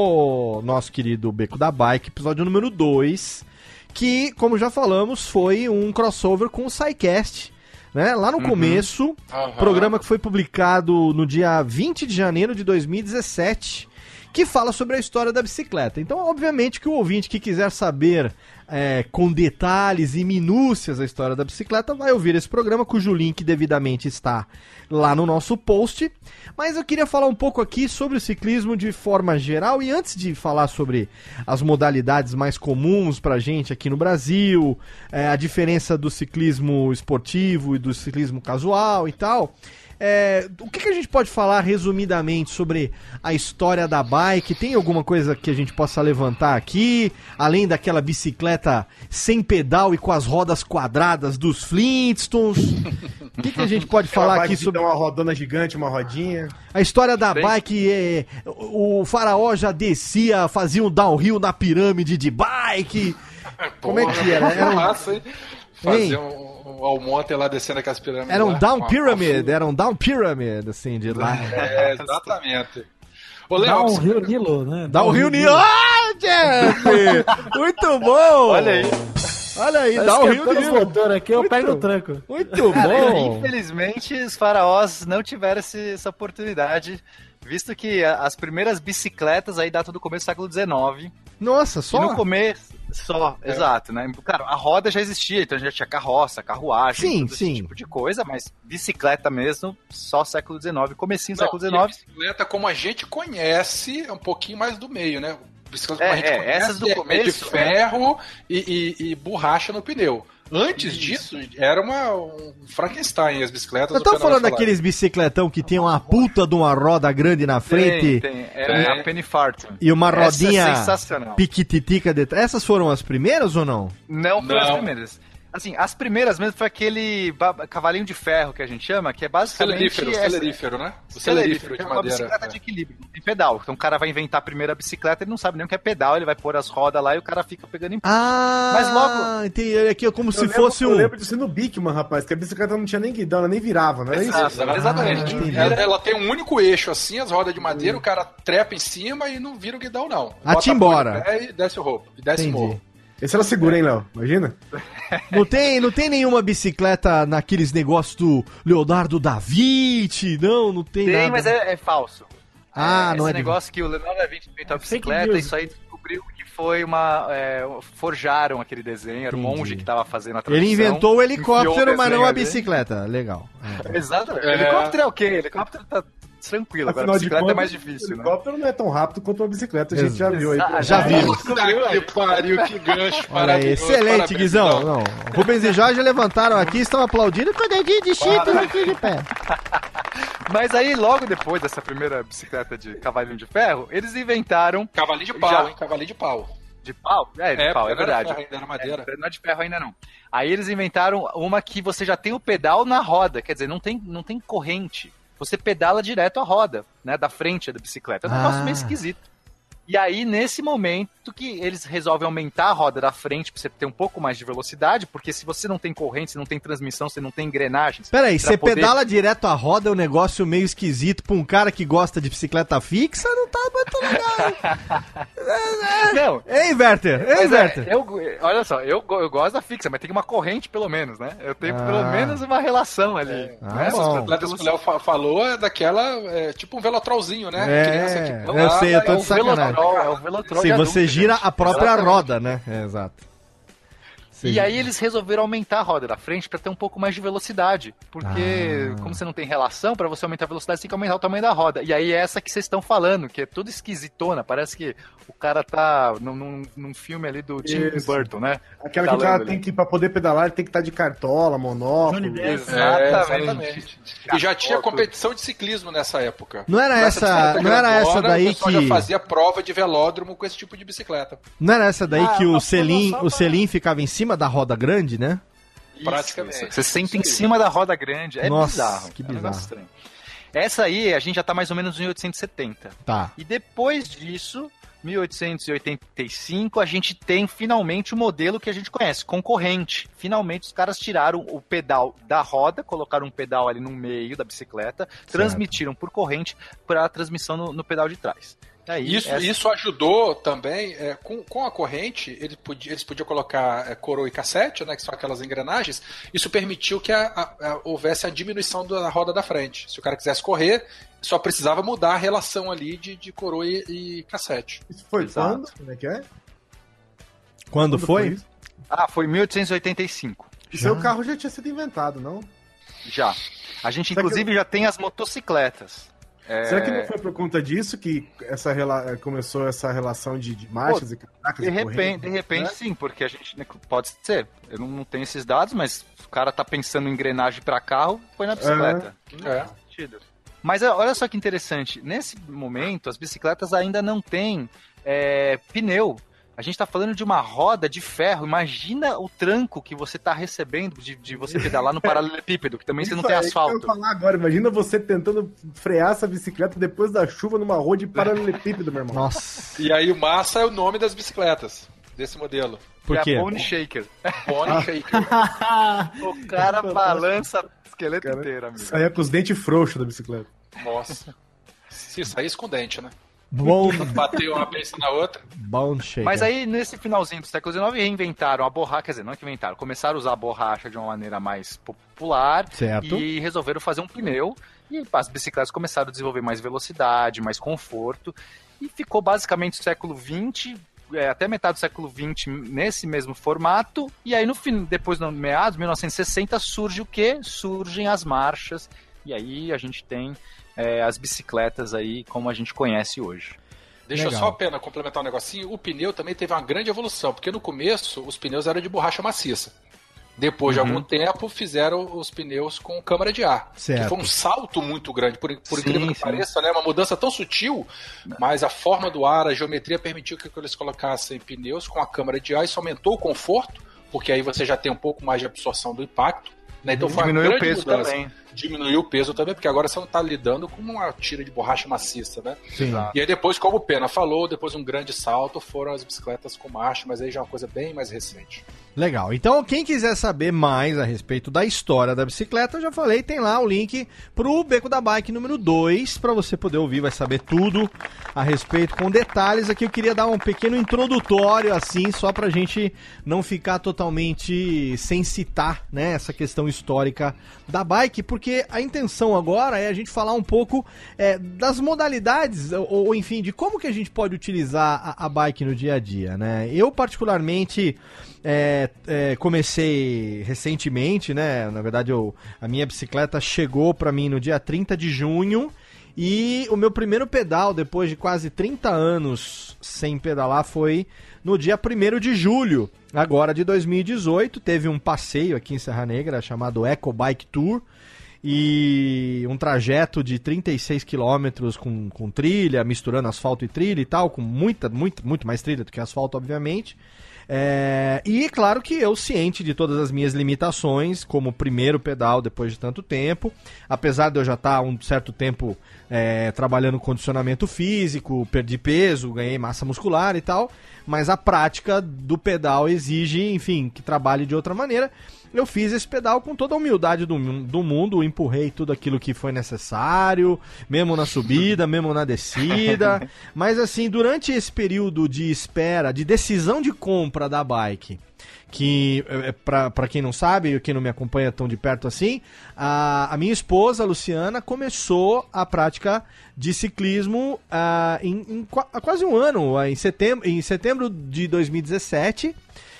no nosso querido Beco da Bike, episódio número dois, que, como já falamos, foi um crossover com o SciCast, né? Lá no começo, Aham. programa que foi publicado no dia vinte de janeiro de dois mil e dezessete, que fala sobre a história da bicicleta. Então, obviamente que o ouvinte que quiser saber é, com detalhes e minúcias a história da bicicleta vai ouvir esse programa, cujo link devidamente está lá no nosso post. Mas eu queria falar um pouco aqui sobre o ciclismo de forma geral, e antes de falar sobre as modalidades mais comuns pra gente aqui no Brasil, é, a diferença do ciclismo esportivo e do ciclismo casual e tal, é, o que, que a gente pode falar resumidamente sobre a história da bike? Tem alguma coisa que a gente possa levantar aqui, além daquela bicicleta sem pedal e com as rodas quadradas dos Flintstones? O que, que a gente pode Aquela falar bike aqui que sobre tem uma rodona gigante, uma rodinha. a história da Tem. bike? É, o faraó já descia, fazia um downhill na pirâmide de bike. Como é que era? Era um- Massa, hein? Fazer um, um almonte lá descendo aquelas pirâmides. Era um lá, down com a- pyramid, era um down pyramid, assim, de lá. É, exatamente. Ô, Dá Léo, um Rio Nilo, né? Dá o Rio Nilo. Ah, Jeff! Muito bom! Olha aí. Olha aí, Tá dá o Rio esquentando de os motores aqui, eu Muito- pego o tranco. Muito Cara, bom! infelizmente, os faraós não tiveram esse- essa oportunidade, visto que a- as primeiras bicicletas aí datam do começo do século dezenove. Nossa, E só? no começo, só, exato, né? Cara, a roda já existia, então já tinha carroça, carruagem, Sim, todo sim. esse tipo de coisa, mas bicicleta mesmo, só século dezenove, comecinho do Não, século e a dezenove. bicicleta, como a gente conhece, é um pouquinho mais do meio, né? Bicicleta, É, como a gente é, conhece, essas do é- é começo, de ferro e, e- e borracha no pneu. Antes Isso. disso, era uma, um Frankenstein as bicicletas. Nós do estamos Penal falando Falar. daqueles bicicletão que tem uma puta de uma roda grande na frente Tem, tem. Era É. a Penny Farthing. e uma Essa é rodinha sensacional. piquititica de trás. Essas foram as primeiras ou não? Não foram as Não. primeiras. Assim, as primeiras mesmo foi aquele ba- cavalinho de ferro que a gente chama, que é basicamente... Celerífero, essa- celerífero, né? O Celerífero, celerífero que de é uma madeira. bicicleta é. de equilíbrio, não tem pedal. Então o cara vai inventar a primeira bicicleta, ele não sabe nem o que é pedal, ele vai pôr as rodas lá e o cara fica pegando impulso. Ah, Mas logo- entendi. Aqui é como Eu se lembro- fosse Eu um. lembro disso no Bikman, rapaz, que a bicicleta não tinha nem guidão, ela nem virava, não era isso? Exato, exatamente. Ah, entendi. ela, ela tem um único eixo assim, as rodas de madeira, o cara trepa em cima e não vira o guidão, não. Ah, te embora. a pé e desce o roubo. E desce o Entendi. morro. Esse era seguro, hein, Léo? Imagina? Não tem, não tem nenhuma bicicleta naqueles negócios do Leonardo da Vinci, não, não tem, Tem, nada. mas é, é falso. Ah, é, não esse é de- negócio que o Leonardo da Vinci inventou a Fake bicicleta, news. isso aí descobriu que foi uma... é, forjaram aquele desenho, era o Entendi. monge que tava fazendo a tradução. Ele inventou o helicóptero, enfiou o mas não a desenho ali. bicicleta. Legal. É. Exatamente. É. Helicóptero é o quê? Helicóptero tá tranquilo, agora a Afinal de bicicleta contas, é mais difícil, o né? helicópiro não é tão rápido quanto uma bicicleta, a gente já viu aí. Exa- Já viu. Puta que pariu, que gancho Olha aí, maravilhoso. excelente, Parabéns, Guizão. Guizão. Não, Rubens e Jorge levantaram aqui, estão aplaudindo com o dedinho de chifre aqui de pé. Mas aí, logo depois dessa primeira bicicleta de cavalinho de ferro, eles inventaram Cavalinho de pau, Já. hein? Cavalinho de pau. de pau. É, de É, pau, é porque não era verdade. ferro, ainda era madeira. É, não é de ferro ainda não. Aí eles inventaram uma que você já tem o pedal na roda, quer dizer, não tem, não tem corrente. Você pedala direto a roda, né, da frente da bicicleta. É um negócio Ah. meio esquisito. E aí, nesse momento que eles resolvem aumentar a roda da frente pra você ter um pouco mais de velocidade, porque se você não tem corrente, você não tem transmissão, você não tem engrenagens... Peraí, pra você poder- pedala direto a roda é um negócio meio esquisito pra um cara que gosta de bicicleta fixa, não tá muito legal. Não, Ei, Werther, ei, Mas é, Werther. eu, olha só, eu, go- eu gosto da fixa, mas tem uma corrente pelo menos, né? Eu tenho Ah. pelo menos uma relação ali. Ah, né? bom. Essas Atletas que o Léo fa- falou é daquela, é, tipo um velotrolzinho, né? É, Criança que eu pulava sei, eu tô é de o sacanagem. velotrol, é o velotrol Se de você adulto, gira gente. a própria Exatamente. roda, né? É, exato. Você E gira. aí eles resolveram aumentar a roda da frente pra ter um pouco mais de velocidade, porque Ah. como você não tem relação, pra você aumentar a velocidade, você tem que aumentar o tamanho da roda. E aí é essa que vocês estão falando, que é tudo esquisitona, parece que o cara tá num, num, num filme ali do Tim Isso. Burton, né? Aquela que o cara Pedalando tem ali. que, pra poder pedalar, ele tem que estar de cartola, monóculo. Johnny Depp. É, Exatamente. E já tinha competição de ciclismo nessa época. Não era Nessa essa- bicicleta não era essa grandona, daí o pessoal que- já fazia prova de velódromo com esse tipo de bicicleta. Não era essa daí Ah, que o uma selim, promoção o pra- selim ficava em cima da roda grande, né? Praticamente. Isso, Você senta em cima da roda grande. É Nossa, bizarro. que é um negócio bizarro. estranho. Essa aí, a gente já tá mais ou menos em mil oitocentos e setenta. Tá. E depois disso, mil oitocentos e oitenta e cinco, a gente tem finalmente o modelo que a gente conhece, concorrente. Finalmente os caras tiraram o pedal da roda, colocaram um pedal ali no meio da bicicleta, transmitiram por corrente para a transmissão no, no pedal de trás. Aí, Isso, essa- isso ajudou também, é, com, com a corrente, ele podia, eles podiam colocar é, coroa e cassete, né, que são aquelas engrenagens, isso permitiu que a- a- a- houvesse a diminuição da roda da frente. Se o cara quisesse correr, só precisava mudar a relação ali de, de coroa e, e cassete. Isso foi Exato. quando? Como é que é? Quando foi? isso? Ah, foi mil oitocentos e oitenta e cinco. E seu carro já tinha sido inventado, não? Já. A gente, Será que inclusive, já tem as motocicletas. É, Será que não foi por conta disso que essa rela... começou essa relação de, de marchas e catacas De e repente, correntes, de repente né? sim, porque a gente né, pode ser. Eu não, não tenho esses dados, mas o cara tá pensando em engrenagem para carro, põe na bicicleta. Não É. faz sentido. Mas é, olha só que interessante, nesse momento as bicicletas ainda não têm é, pneu. A gente tá falando de uma roda de ferro. Imagina o tranco que você tá recebendo de, de você pedalar no paralelepípedo, que também você não Isso tem aí que asfalto. Eu ia falar agora, imagina você tentando frear essa bicicleta depois da chuva numa rua de paralelepípedo, meu irmão. Nossa. E aí o Massa é o nome das bicicletas, desse modelo. Por É quê? a Bone Shaker. Bonnie Shaker. O cara balança o esqueleto Cara, inteiro, amigo. Saía com os dentes frouxos da bicicleta. Nossa. Se saísse com dente, né? Bone... Bateu uma peça na outra. Bone shaker. Mas aí, nesse finalzinho do século dezenove, reinventaram a borracha, quer dizer, não é que inventaram, começaram a usar a borracha de uma maneira mais popular. Certo. E resolveram fazer um pneu. E as bicicletas começaram a desenvolver mais velocidade, mais conforto. E ficou basicamente o século vinte, é, até metade do século vinte, nesse mesmo formato. E aí, no fim, depois, no meados de mil novecentos e sessenta, surge o quê? Surgem as marchas. E aí a gente tem é, as bicicletas aí como a gente conhece hoje. Deixa Legal. eu só apenas complementar um negocinho. O pneu também teve uma grande evolução, porque no começo os pneus eram de borracha maciça. Depois Uhum. de algum tempo fizeram os pneus com câmara de ar. Certo. Que foi um salto muito grande, por, por Sim, incrível que sim. pareça, né? Uma mudança tão sutil, mas a forma do ar, a geometria permitiu que eles colocassem pneus com a câmara de ar. Isso aumentou o conforto, porque aí você já tem um pouco mais de absorção do impacto. Né? Então foi uma Diminuiu o grande peso mudança. também. Diminuiu o peso também, porque agora você não está lidando com uma tira de borracha maciça, né? Sim. E aí depois, como o Pena falou, depois um grande salto foram as bicicletas com marcha, mas aí já é uma coisa bem mais recente. Legal. Então, quem quiser saber mais a respeito da história da bicicleta, eu já falei, tem lá o link pro Beco da Bike número dois, para você poder ouvir, vai saber tudo a respeito, com detalhes. Aqui eu queria dar um pequeno introdutório, assim, só pra gente não ficar totalmente sem citar, né, essa questão histórica da bike, porque a intenção agora é a gente falar um pouco é, das modalidades, ou, ou enfim, de como que a gente pode utilizar a, a bike no dia a dia, né? Eu, particularmente... É, é, comecei recentemente, né? Na verdade, eu, a minha bicicleta chegou pra mim no dia trinta de junho e o meu primeiro pedal, depois de quase trinta anos sem pedalar, foi no dia primeiro de julho, agora de dois mil e dezoito. Teve um passeio aqui em Serra Negra chamado Eco Bike Tour e um trajeto de trinta e seis quilômetros com, com trilha, misturando asfalto e trilha e tal, com muita, muito, muito mais trilha do que asfalto, obviamente. É, e claro que eu, ciente de todas as minhas limitações, como primeiro pedal depois de tanto tempo, apesar de eu já estar há um certo tempo é, trabalhando condicionamento físico, perdi peso, ganhei massa muscular e tal, mas a prática do pedal exige, enfim, que trabalhe de outra maneira. Eu fiz esse pedal com toda a humildade do, do mundo, empurrei tudo aquilo que foi necessário, mesmo na subida, mesmo na descida. Mas assim, durante esse período de espera, de decisão de compra da bike, que, pra, pra quem não sabe, quem não me acompanha tão de perto assim, a, a minha esposa, a Luciana, começou a prática de ciclismo uh, em, em há quase um ano, em setembro, em setembro de dois mil e dezessete.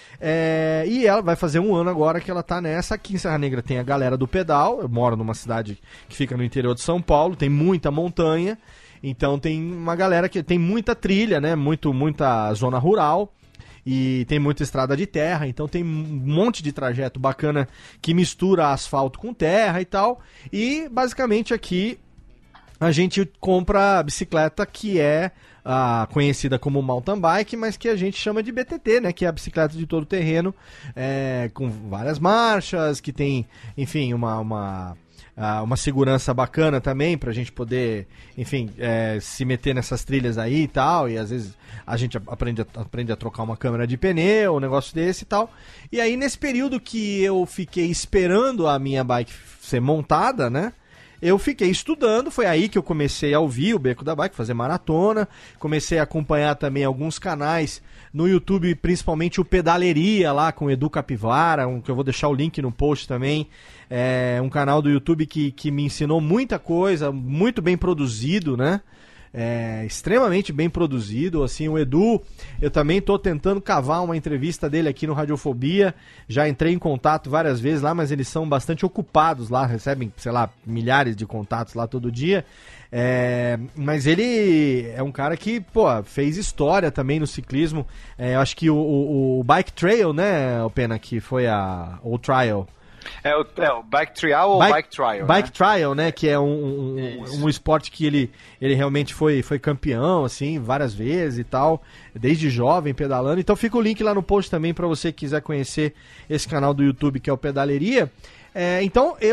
É, e ela vai fazer um ano agora que ela tá nessa. Aqui em Serra Negra tem a galera do pedal. Eu moro numa cidade que fica no interior de São Paulo, tem muita montanha, então tem uma galera que tem muita trilha, né? Muito, muita zona rural e tem muita estrada de terra, então tem um monte de trajeto bacana que mistura asfalto com terra e tal. E basicamente aqui a gente compra a bicicleta que é a conhecida como mountain bike, mas que a gente chama de B T T, né? Que é a bicicleta de todo terreno, é, com várias marchas, que tem, enfim, uma, uma, uma segurança bacana também pra gente poder, enfim, é, se meter nessas trilhas aí e tal, e às vezes a gente aprende a, aprende a trocar uma câmera de pneu, um negócio desse e tal. E aí, nesse período que eu fiquei esperando a minha bike ser montada, né? Eu fiquei estudando, foi aí que eu comecei a ouvir o Beco da Bike, fazer maratona, comecei a acompanhar também alguns canais no YouTube, principalmente o Pedaleria lá com o Edu Capivara, um, que eu vou deixar o link no post também, é um canal do YouTube que, que me ensinou muita coisa, muito bem produzido, né? É, extremamente bem produzido, assim, o Edu, eu também tô tentando cavar uma entrevista dele aqui no Radiofobia, já entrei em contato várias vezes lá, mas eles são bastante ocupados lá, recebem, sei lá, milhares de contatos lá todo dia, é, mas ele é um cara que, pô, fez história também no ciclismo, é, eu acho que o, o, o Bike Trail, né, o Pena, que foi a, o Trial, É o, é o Bike Trial ou Bike, Bike Trial? Bike né? Trial, né? Que é um, um, um esporte que ele, ele realmente foi, foi campeão, assim, várias vezes e tal, desde jovem pedalando. Então fica o link lá no post também para você que quiser conhecer esse canal do YouTube que é o Pedaleria. É, então eu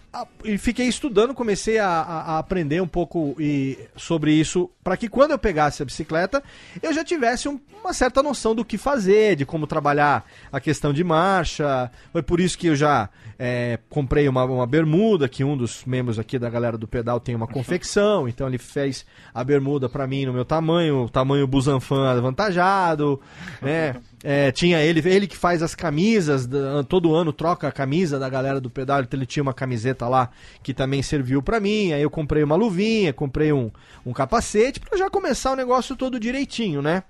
a, e fiquei estudando, comecei a, a, a aprender um pouco e, sobre isso, para que quando eu pegasse a bicicleta, eu já tivesse um, uma certa noção do que fazer, de como trabalhar a questão de marcha. Foi por isso que eu já é, comprei uma, uma bermuda, que um dos membros aqui da galera do pedal tem uma confecção, então ele fez a bermuda para mim no meu tamanho, tamanho Busanfan avantajado, né? É, tinha ele, ele que faz as camisas, todo ano troca a camisa da galera do pedal, então ele tinha uma camiseta lá que também serviu pra mim, aí eu comprei uma luvinha, comprei um, um capacete pra já começar o negócio todo direitinho, né?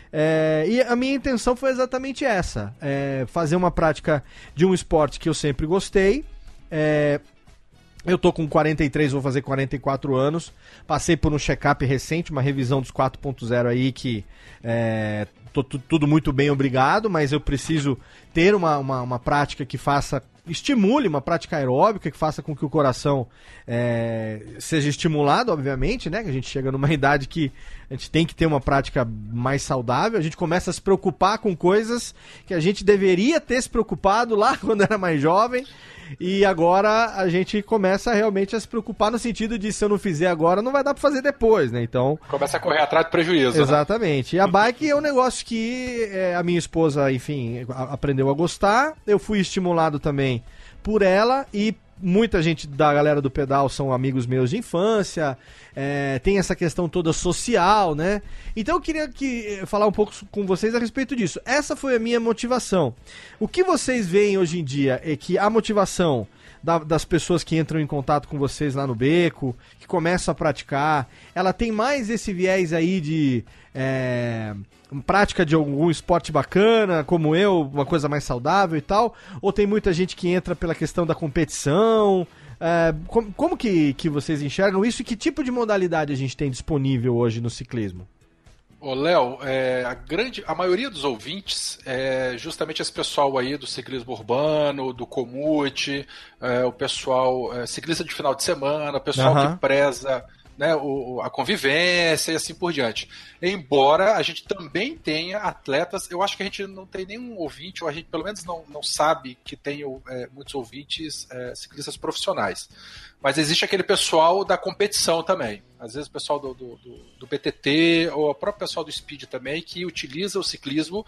É, e a minha intenção foi exatamente essa, é, fazer uma prática de um esporte que eu sempre gostei. é, Eu tô com quarenta e três, vou fazer quarenta e quatro anos. Passei por um check-up recente, uma revisão dos quatro ponto zero aí que é, tô tudo muito bem, obrigado, mas eu preciso ter uma, uma, uma prática que faça, estimule, uma prática aeróbica que faça com que o coração é, seja estimulado, obviamente, né? Que a gente chega numa idade que a gente tem que ter uma prática mais saudável, a gente começa a se preocupar com coisas que a gente deveria ter se preocupado lá quando era mais jovem. E agora a gente começa realmente a se preocupar no sentido de se eu não fizer agora, não vai dar pra fazer depois, né? Então... Começa a correr atrás do prejuízo. Exatamente. Né? E a bike é um negócio que é, a minha esposa, enfim, a, aprendeu a gostar. Eu fui estimulado também por ela e muita gente da galera do pedal são amigos meus de infância, é, tem essa questão toda social, né? Então eu queria que, falar um pouco com vocês a respeito disso. Essa foi a minha motivação. O que vocês veem hoje em dia é que a motivação da, das pessoas que entram em contato com vocês lá no Beco, que começam a praticar, ela tem mais esse viés aí de... É, prática de algum esporte bacana, como eu, uma coisa mais saudável e tal, ou tem muita gente que entra pela questão da competição? É, como como que, que vocês enxergam isso e que tipo de modalidade a gente tem disponível hoje no ciclismo? Ô, Léo, é, a, grande, a maioria dos ouvintes é justamente esse pessoal aí do ciclismo urbano, do comute, é, o pessoal é, ciclista de final de semana, o pessoal Uhum. que preza... Né, o, a convivência e assim por diante. Embora a gente também tenha atletas, eu acho que a gente não tem nenhum ouvinte, ou a gente pelo menos não, não sabe que tem é, muitos ouvintes é, ciclistas profissionais. Mas existe aquele pessoal da competição também. Às vezes o pessoal do, do, do, do B T T, ou o próprio pessoal do Speed também, que utiliza o ciclismo,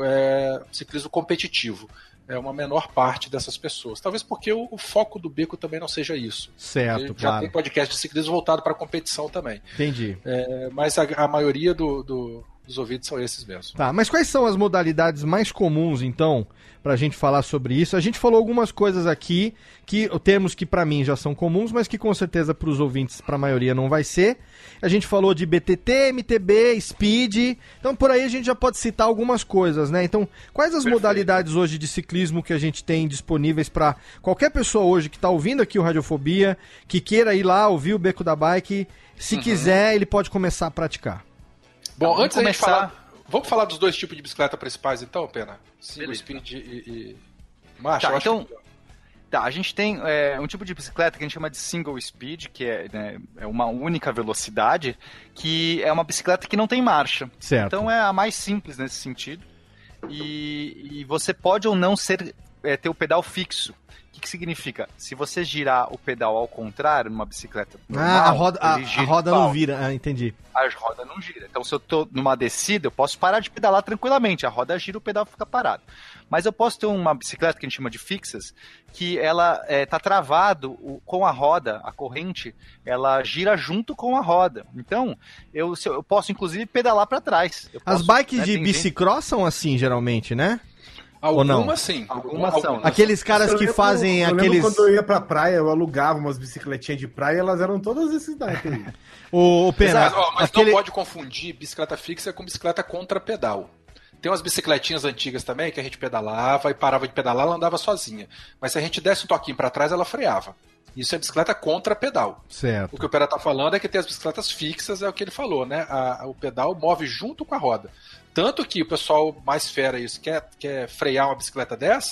é, ciclismo competitivo. É uma menor parte dessas pessoas. Talvez porque o, o foco do Beco também não seja isso. Certo, já claro. tem podcast de ciclismo voltado para a competição também. Entendi. É, mas a, a maioria do, do, dos ouvintes são esses mesmo. Tá, mas quais são as modalidades mais comuns, então, pra gente falar sobre isso? A gente falou algumas coisas aqui, que termos que pra mim já são comuns, mas que com certeza pros ouvintes, pra maioria, não vai ser. A gente falou de B T T, M T B, Speed, então por aí a gente já pode citar algumas coisas, né? Então, quais as Perfeito. modalidades hoje de ciclismo que a gente tem disponíveis pra qualquer pessoa hoje que tá ouvindo aqui o Radiofobia, que queira ir lá ouvir o Beco da Bike, se Uhum. quiser, ele pode começar a praticar. Bom, Vamos antes da gente começar- falar... Vamos falar dos dois tipos de bicicleta principais, então, Pena? Single Beleza. Speed e, e marcha? Tá, eu acho então, que- tá, a gente tem é, um tipo de bicicleta que a gente chama de single speed, que é, né, é uma única velocidade, que é uma bicicleta que não tem marcha. Certo. Então é a mais simples nesse sentido. E, e você pode ou não ser, é, ter o pedal fixo. O que, que significa? Se você girar o pedal ao contrário numa bicicleta normal, Ah, a roda, a, ele a gira roda igual. não vira, ah, entendi. A roda não gira. Então, se eu tô numa descida, eu posso parar de pedalar tranquilamente. A roda gira, o pedal fica parado. Mas eu posso ter uma bicicleta que a gente chama de fixas, que ela é, tá travado o- com a roda, a corrente, ela gira junto com a roda. Então, eu, se eu, eu posso, inclusive, pedalar para trás. Eu As posso, bikes né, de tem gente- bicicross são assim, geralmente, né? Ou não? Algumas sim. Algumas são, né? Aqueles caras Eu que lembro- fazem eu lembro aqueles... quando eu ia pra praia, eu alugava umas bicicletinhas de praia e elas eram todas esses naipes aí. O, o Pena, Mas, ó, mas aquele... não pode confundir bicicleta fixa com bicicleta contra pedal. Tem umas bicicletinhas antigas também que a gente pedalava e parava de pedalar, ela andava sozinha. Mas se a gente desse um toquinho pra trás, ela freava. Isso é bicicleta contra pedal. Certo. O que o Pera tá falando é que tem as bicicletas fixas, é o que ele falou, né? A- o pedal move junto com a roda. Tanto que o pessoal mais fera isso, quer, quer frear uma bicicleta dessa,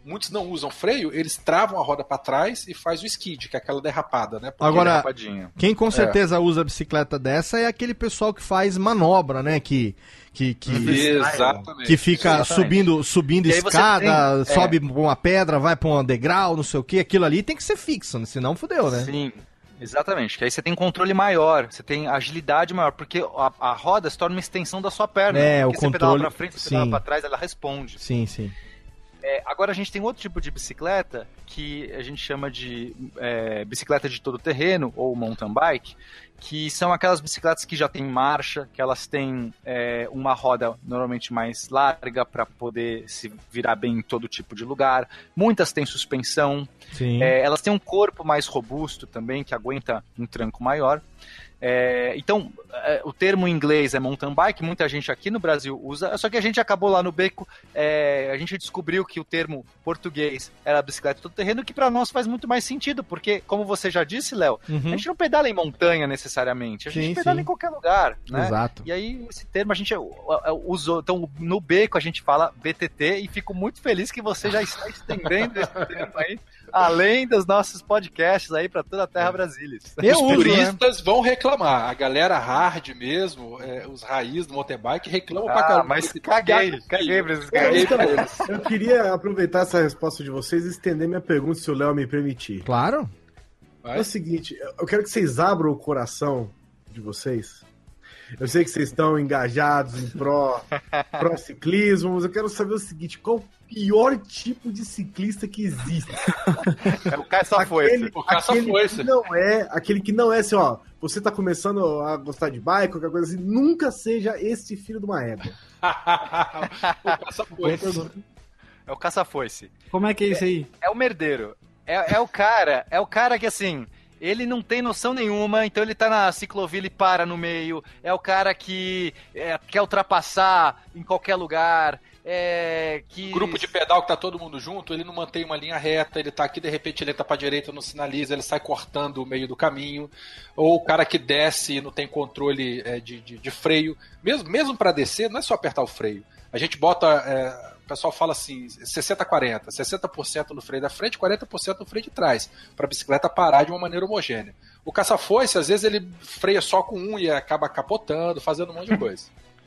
muitos não usam freio, eles travam a roda para trás e faz o skid, que é aquela derrapada, né? Porque Agora, derrapadinha. quem com certeza é. usa bicicleta dessa é aquele pessoal que faz manobra, né? Que, que, que, Exatamente. que fica Exatamente. subindo, subindo escada, tem, sobe é. uma pedra, vai pra um degrau, não sei o que. Aquilo ali tem que ser fixo, senão fudeu, né? Sim. Exatamente, que aí você tem controle maior, você tem agilidade maior, porque a, a roda se torna uma extensão da sua perna. É, porque o você controle, pedala pra frente, você pedala sim. pra trás, ela responde. Sim, sim. É, agora a gente tem outro tipo de bicicleta que a gente chama de é, bicicleta de todo terreno, ou mountain bike, que são aquelas bicicletas que já tem marcha, que elas têm é, uma roda normalmente mais larga para poder se virar bem em todo tipo de lugar. Muitas têm suspensão. Sim. É, elas têm um corpo mais robusto também, que aguenta um tranco maior. É, então, é, o termo em inglês é mountain bike, muita gente aqui no Brasil usa, só que a gente acabou lá no beco, é, a gente descobriu que o termo português era bicicleta todo terreno, que para nós faz muito mais sentido, porque, como você já disse, Léo, Uhum. a gente não pedala em montanha necessariamente, a gente Sim, pedala sim. em qualquer lugar, né? Exato. E aí, esse termo a gente usou, então no beco a gente fala B T T, e fico muito feliz que você já está estendendo esse termo aí, além dos nossos podcasts aí para toda a Terra Brasília. Eu Os uso, turistas vão reclamar. A galera hard mesmo, é, os raiz do mountain bike, reclamam pra Ah, caramba. mas caguei, caguei pra esses caras. É, então, eu queria aproveitar essa resposta de vocês e estender minha pergunta, se o Léo me permitir. Claro. É o seguinte, eu quero que vocês abram o coração de vocês. Eu sei que vocês estão engajados em pró, pró ciclismo, mas eu quero saber o seguinte, qual o pior tipo de ciclista que existe? É o caça-foice. Aquele, O caça-foice. aquele que não é, aquele que não é assim, ó, você tá começando a gostar de bike, qualquer coisa assim, nunca seja esse filho de uma égua. o caça-foice. É o caça-foice. Como é que é isso aí? É o merdeiro. É, é o cara, é o cara que assim, ele não tem noção nenhuma, então ele tá na ciclovia e para no meio. É o cara que é, quer ultrapassar em qualquer lugar. É, que... Grupo de pedal que tá todo mundo junto, ele não mantém uma linha reta, ele tá aqui, de repente ele entra pra direita, não sinaliza, ele sai cortando o meio do caminho. Ou o cara que desce e não tem controle é, de, de, de freio. Mesmo, mesmo para descer, não é só apertar o freio. A gente bota, é, o pessoal fala assim, sessenta a quarenta, sessenta por cento no freio da frente, quarenta por cento no freio de trás, para a bicicleta parar de uma maneira homogênea. O caça-foice, às vezes ele freia só com um e acaba capotando, fazendo um monte de coisa.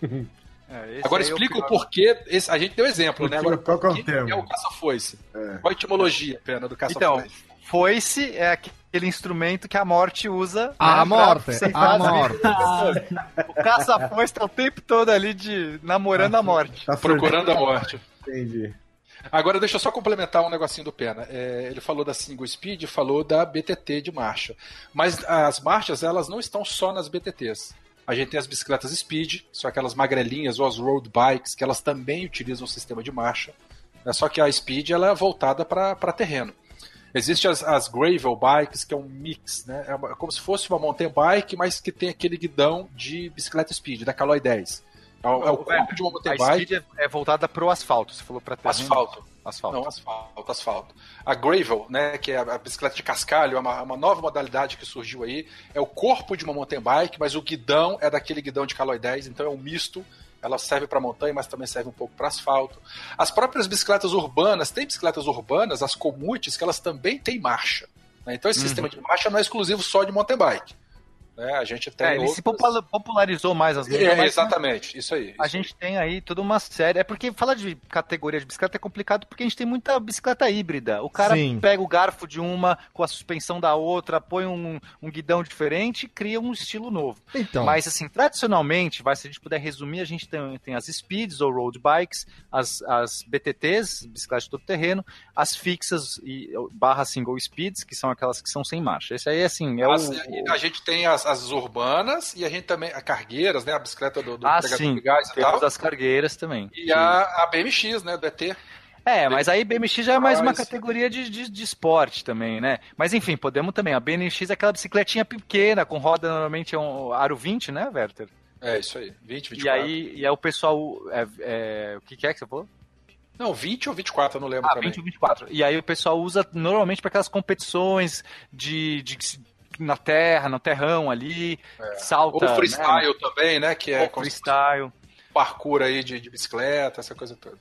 É, Agora explica o porquê, esse, a gente deu exemplo, né? Agora, qual que é o que termo? é o caça-foice? É. Qual a etimologia, Pena, do caça-foice? Então, foice é aquele instrumento que a morte usa. A né, morte, pra ceifar a as vidas morte. das pessoas. O caça-foice tá o tempo todo ali de namorando a morte. Tá Procurando a morte. Entendi. Agora, deixa eu só complementar um negocinho do Pena. É, ele falou da single speed, falou da B T T de marcha. Mas as marchas, elas não estão só nas B T Ts. A gente tem as bicicletas speed, são aquelas magrelinhas, ou as road bikes, que elas também utilizam o sistema de marcha. É só que a speed ela é voltada para terreno. Existem as, as gravel bikes, que é um mix, né? É uma, como se fosse uma mountain bike, mas que tem aquele guidão de bicicleta speed, da Caloi dez. É o, é o corpo de uma mountain A bike. speed é, é voltada pro asfalto, você falou pra terreno. Asfalto. Asfalto. Não, asfalto, asfalto. A gravel, né, que é a bicicleta de cascalho, é uma, uma nova modalidade que surgiu aí. É o corpo de uma mountain bike, mas o guidão é daquele guidão de Caloi dez, então é um misto. Ela serve para montanha, mas também serve um pouco para asfalto. As próprias bicicletas urbanas, tem bicicletas urbanas, as comutes, que elas também têm marcha. Né? Então esse Uhum. sistema de marcha não é exclusivo só de mountain bike. Né? A gente tem É, ele outras... se popula- popularizou mais as É, mas, exatamente, isso aí. A isso gente tem aí toda uma série. É porque falar de categoria de bicicleta é complicado porque a gente tem muita bicicleta híbrida. O cara Sim. pega o garfo de uma com a suspensão da outra, põe um, um guidão diferente e cria um estilo novo. Então. Mas, assim, tradicionalmente, vai, se a gente puder resumir, a gente tem, tem as speeds ou road bikes, as, as B T Ts, bicicletas de todo terreno, as fixas e barra single speeds, que são aquelas que são sem marcha. Esse aí, assim, é As- o... A gente tem as, as urbanas e a gente também, a cargueiras, né? A bicicleta do, do Ah, pegador sim, de gás e temos tal. as cargueiras também. E a, a B M X, né? Do E T. É, mas aí B M X já é mais uma Mas- categoria de, de, de esporte também, né? Mas enfim, podemos também. A B M X é aquela bicicletinha pequena, com roda normalmente é um aro vinte, né, Werther? É, isso aí. vinte, vinte e E quatro. aí, e aí o pessoal. É, é, o que, que é que você falou? Não, vinte ou vinte e quatro, eu não lembro Ah, também. vinte ou vinte e quatro. E aí o pessoal usa normalmente para aquelas competições de, de na terra, no terrão ali, salta. Ou freestyle né? também, né? Que é Ou como se freestyle. fosse parkour aí de, de bicicleta, essa coisa toda.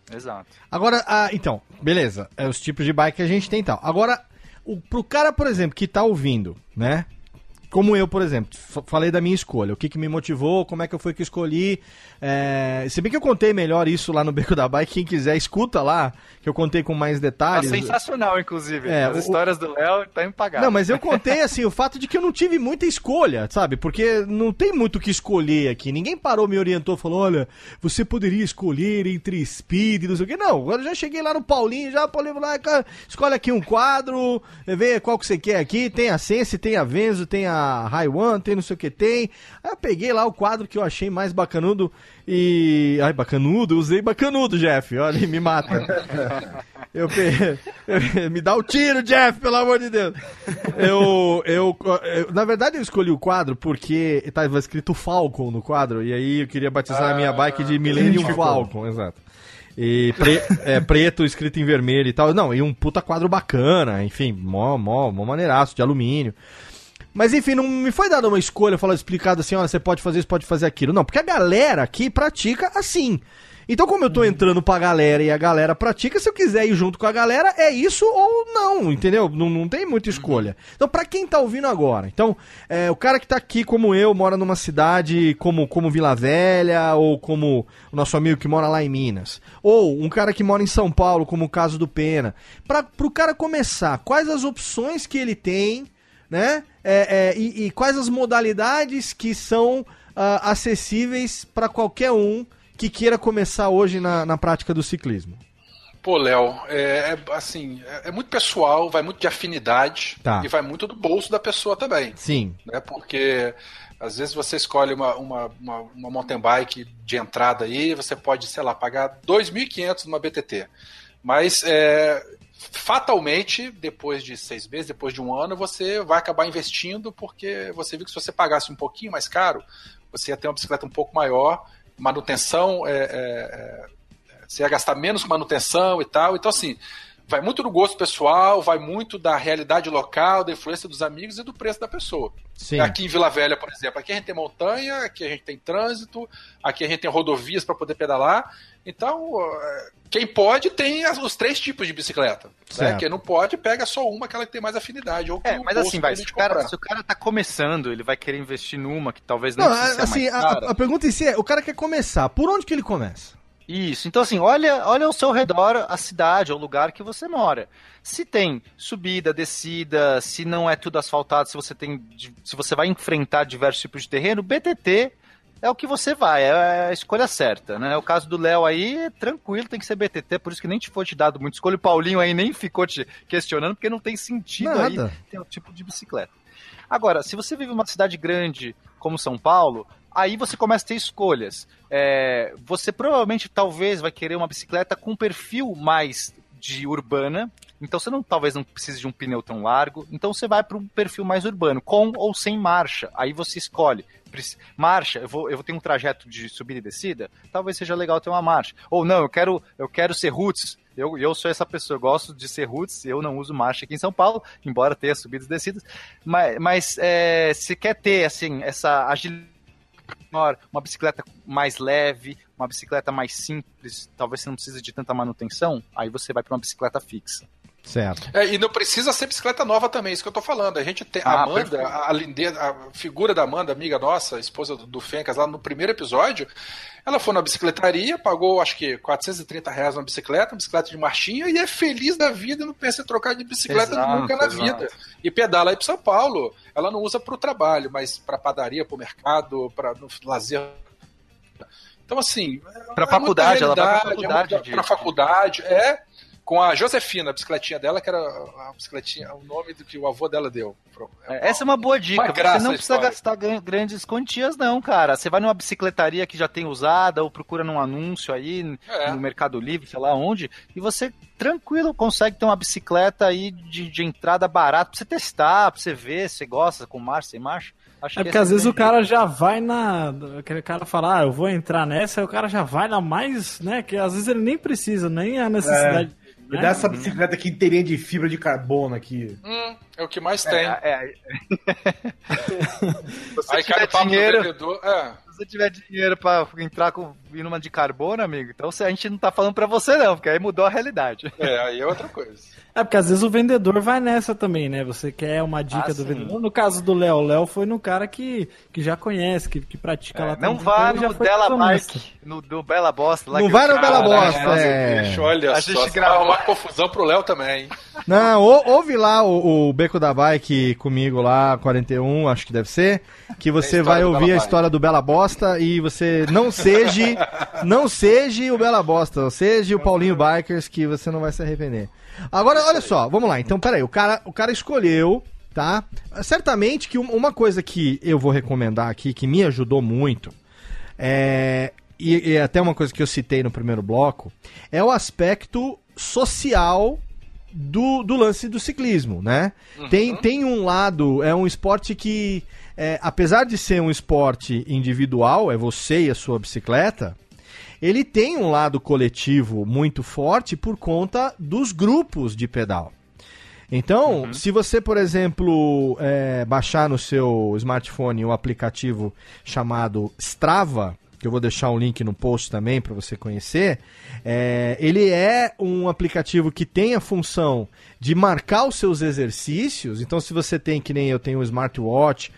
Exato. Agora, ah, então, beleza. É os tipos de bike que a gente tem e tal. Agora, o, pro cara, por exemplo, que tá ouvindo, né? Como eu, por exemplo, f- falei da minha escolha, o que, que me motivou, como é que eu fui que eu escolhi. É... Se bem que eu contei melhor isso lá no Beco da Bike, quem quiser escuta lá, que eu contei com mais Tá detalhes. sensacional, inclusive. É, As o- histórias do Léo tá impagável. Não, mas eu contei assim, o fato de que eu não tive muita escolha, sabe? Porque não tem muito o que escolher aqui. Ninguém parou, me orientou, falou, olha, você poderia escolher entre Speed e não sei o quê. Não, agora eu já cheguei lá no Paulinho, já falei lá, cara, escolhe aqui um quadro, vê qual que você quer aqui, tem a Sense, tem a Venzo, tem a Hi-One, tem não sei o que tem. Aí eu peguei lá o quadro que eu achei mais bacanudo e... Ai, bacanudo? Usei bacanudo, Jeff, olha, me mata. Eu pe... Me dá o tiro, Jeff, pelo amor de Deus. Eu, eu, eu, na verdade, eu escolhi o quadro porque estava escrito Falcon no quadro, e aí eu queria batizar Ah, a minha bike de Millennium identificou. Falcon, exato. E pre- é, preto escrito em vermelho e tal. Não, e um puta quadro bacana, enfim, mó, mó, mó maneiraço, de alumínio. Mas enfim, não me foi dada uma escolha, falar explicado assim, olha, você pode fazer isso, pode fazer aquilo. Não, porque a galera aqui pratica assim. Então, como eu tô entrando pra galera e a galera pratica, se eu quiser ir junto com a galera, é isso ou não, entendeu? Não, não tem muita escolha. Então, pra quem tá ouvindo agora, então, é, o cara que tá aqui como eu, mora numa cidade como, como Vila Velha, ou como o nosso amigo que mora lá em Minas, ou um cara que mora em São Paulo, como o caso do Pena, pra, pro cara começar, quais as opções que ele tem, né? É, é, e, e quais as modalidades que são ah, acessíveis pra qualquer um que queira começar hoje na, na prática do ciclismo? Pô, Léo, é, é, assim, é, é muito pessoal, vai muito de afinidade Tá. e vai muito do bolso da pessoa também. Sim. Né? Porque às vezes você escolhe uma, uma, uma, uma mountain bike de entrada aí, você pode, sei lá, pagar dois mil e quinhentos numa B T T. Mas é, fatalmente, depois de seis meses, depois de um ano, você vai acabar investindo, porque você viu que se você pagasse um pouquinho mais caro, você ia ter uma bicicleta um pouco maior, manutenção, é, é, é, você ia gastar menos com manutenção e tal. Então, assim, vai muito do gosto pessoal, vai muito da realidade local, da influência dos amigos e do preço da pessoa. Sim. Aqui em Vila Velha, por exemplo, aqui a gente tem montanha, aqui a gente tem trânsito, aqui a gente tem rodovias para poder pedalar. Então, quem pode tem as- os três tipos de bicicleta. Né? Certo. Quem não pode, pega só uma, aquela que tem mais afinidade. Ou que É, o mas bolso assim, vai, se permite o, cara, comprar. se o cara tá começando, ele vai querer investir numa que talvez Não, não, precise ser assim, mais a, cara. a pergunta em si é, o cara quer começar, por onde que ele começa? Isso, então assim, olha, olha ao seu redor a cidade, o lugar que você mora. Se tem subida, descida, se não é tudo asfaltado, se você tem, se você vai enfrentar diversos tipos de terreno, B T T é o que você vai, é a escolha certa, né? O caso do Léo aí, é tranquilo, tem que ser B T T, por isso que nem te foi te dado muito escolha, o Paulinho aí nem ficou te questionando, porque não tem sentido Nada. aí ter um tipo de bicicleta. Agora, se você vive em uma cidade grande como São Paulo, aí você começa a ter escolhas. É, você provavelmente, talvez, vai querer uma bicicleta com um perfil mais de urbana, então você não, talvez não precise de um pneu tão largo, então você vai para um perfil mais urbano, com ou sem marcha, aí você escolhe. Prec- Marcha, eu vou, eu vou ter um trajeto de subida e descida, talvez seja legal ter uma marcha. Ou não, eu quero, eu quero ser roots, eu, eu sou essa pessoa, eu gosto de ser roots, eu não uso marcha aqui em São Paulo, embora tenha subidas e descidas, mas, mas é, se quer ter assim, essa agilidade, uma bicicleta mais leve, uma bicicleta mais simples, talvez você não precise de tanta manutenção, aí você vai para uma bicicleta fixa. Certo. É, e não precisa ser bicicleta nova também, isso que eu tô falando. A gente tem Ah, a Amanda, perfeito. a, lindeza, a figura da Amanda, amiga nossa, esposa do, do Fencas, lá no primeiro episódio, ela foi na bicicletaria, pagou acho que quatrocentos e trinta reais uma bicicleta, uma bicicleta de marchinha, e é feliz da vida e não pensa em trocar de bicicleta Exato, nunca na exato. vida. E pedala aí para São Paulo. Ela não usa para o trabalho, mas para padaria, para o mercado, para lazer. Então, assim. Pra é faculdade, muita ela vai pra realidade, faculdade é de- pra faculdade, é. Com a Josefina, a bicicletinha dela, que era a bicicletinha, o nome do que o avô dela deu. É, Essa é uma boa dica. Uma graça Você não a precisa história. gastar gan- grandes quantias, não, cara. Você vai numa bicicletaria que já tem usada, ou procura num anúncio aí, É. no Mercado Livre, sei lá onde, e você tranquilo consegue ter uma bicicleta aí de, de entrada barata pra você testar, pra você ver se você gosta, com marcha, sem marcha. Acho É que porque essa às vezes a o cara já vai na. Aquele cara fala, ah, eu vou entrar nessa, aí o cara já vai na mais, né? Que às vezes ele nem precisa, nem a necessidade. Me né? dá essa bicicleta aqui inteirinha de fibra de carbono aqui. Hum, é o que mais tem. É, é. Se você Aí cai tiver no papo dinheiro, do vendedor. É. você tiver dinheiro pra entrar com, ir numa de carbono, amigo, então a gente não tá falando pra você não, porque aí mudou a realidade. É, aí é outra coisa. É, porque às vezes o vendedor vai nessa também, né? Você quer uma dica Ah, do sim. vendedor. No caso do Léo, o Léo foi no cara que, que já conhece, que, que pratica É, lá. não também, vá então ele no já foi Della honesto. Bike, no do Bela Bosta. Lá Não que vai o no cara- Bela Bosta, Mas, é. bicho, olha A só, gente você gravou. vai arrumar confusão pro Léo também. Não, ou- ouve lá o, o Beco da Bike comigo lá, quarenta e um, acho que deve ser, que você É a história vai do ouvir Bela a Bike. história do Bela Bosta e você não seja, não seja o Bela Bosta, seja o Paulinho Bikers, que você não vai se arrepender. Agora, olha só, vamos lá, então peraí, o cara, o cara escolheu, tá? Certamente que um- uma coisa que eu vou recomendar aqui, que me ajudou muito, é, e, e até uma coisa que eu citei no primeiro bloco, é o aspecto social do, do lance do ciclismo, né? Tem, tem um lado, é um esporte que, é, apesar de ser um esporte individual, é você e a sua bicicleta, ele tem um lado coletivo muito forte por conta dos grupos de pedal. Então, se você, por exemplo, é, baixar no seu smartphone um aplicativo chamado Strava, que eu vou deixar um link no post também para você conhecer, é, ele é um aplicativo que tem a função de marcar os seus exercícios. Então, se você tem, que nem eu tenho um smartwatch,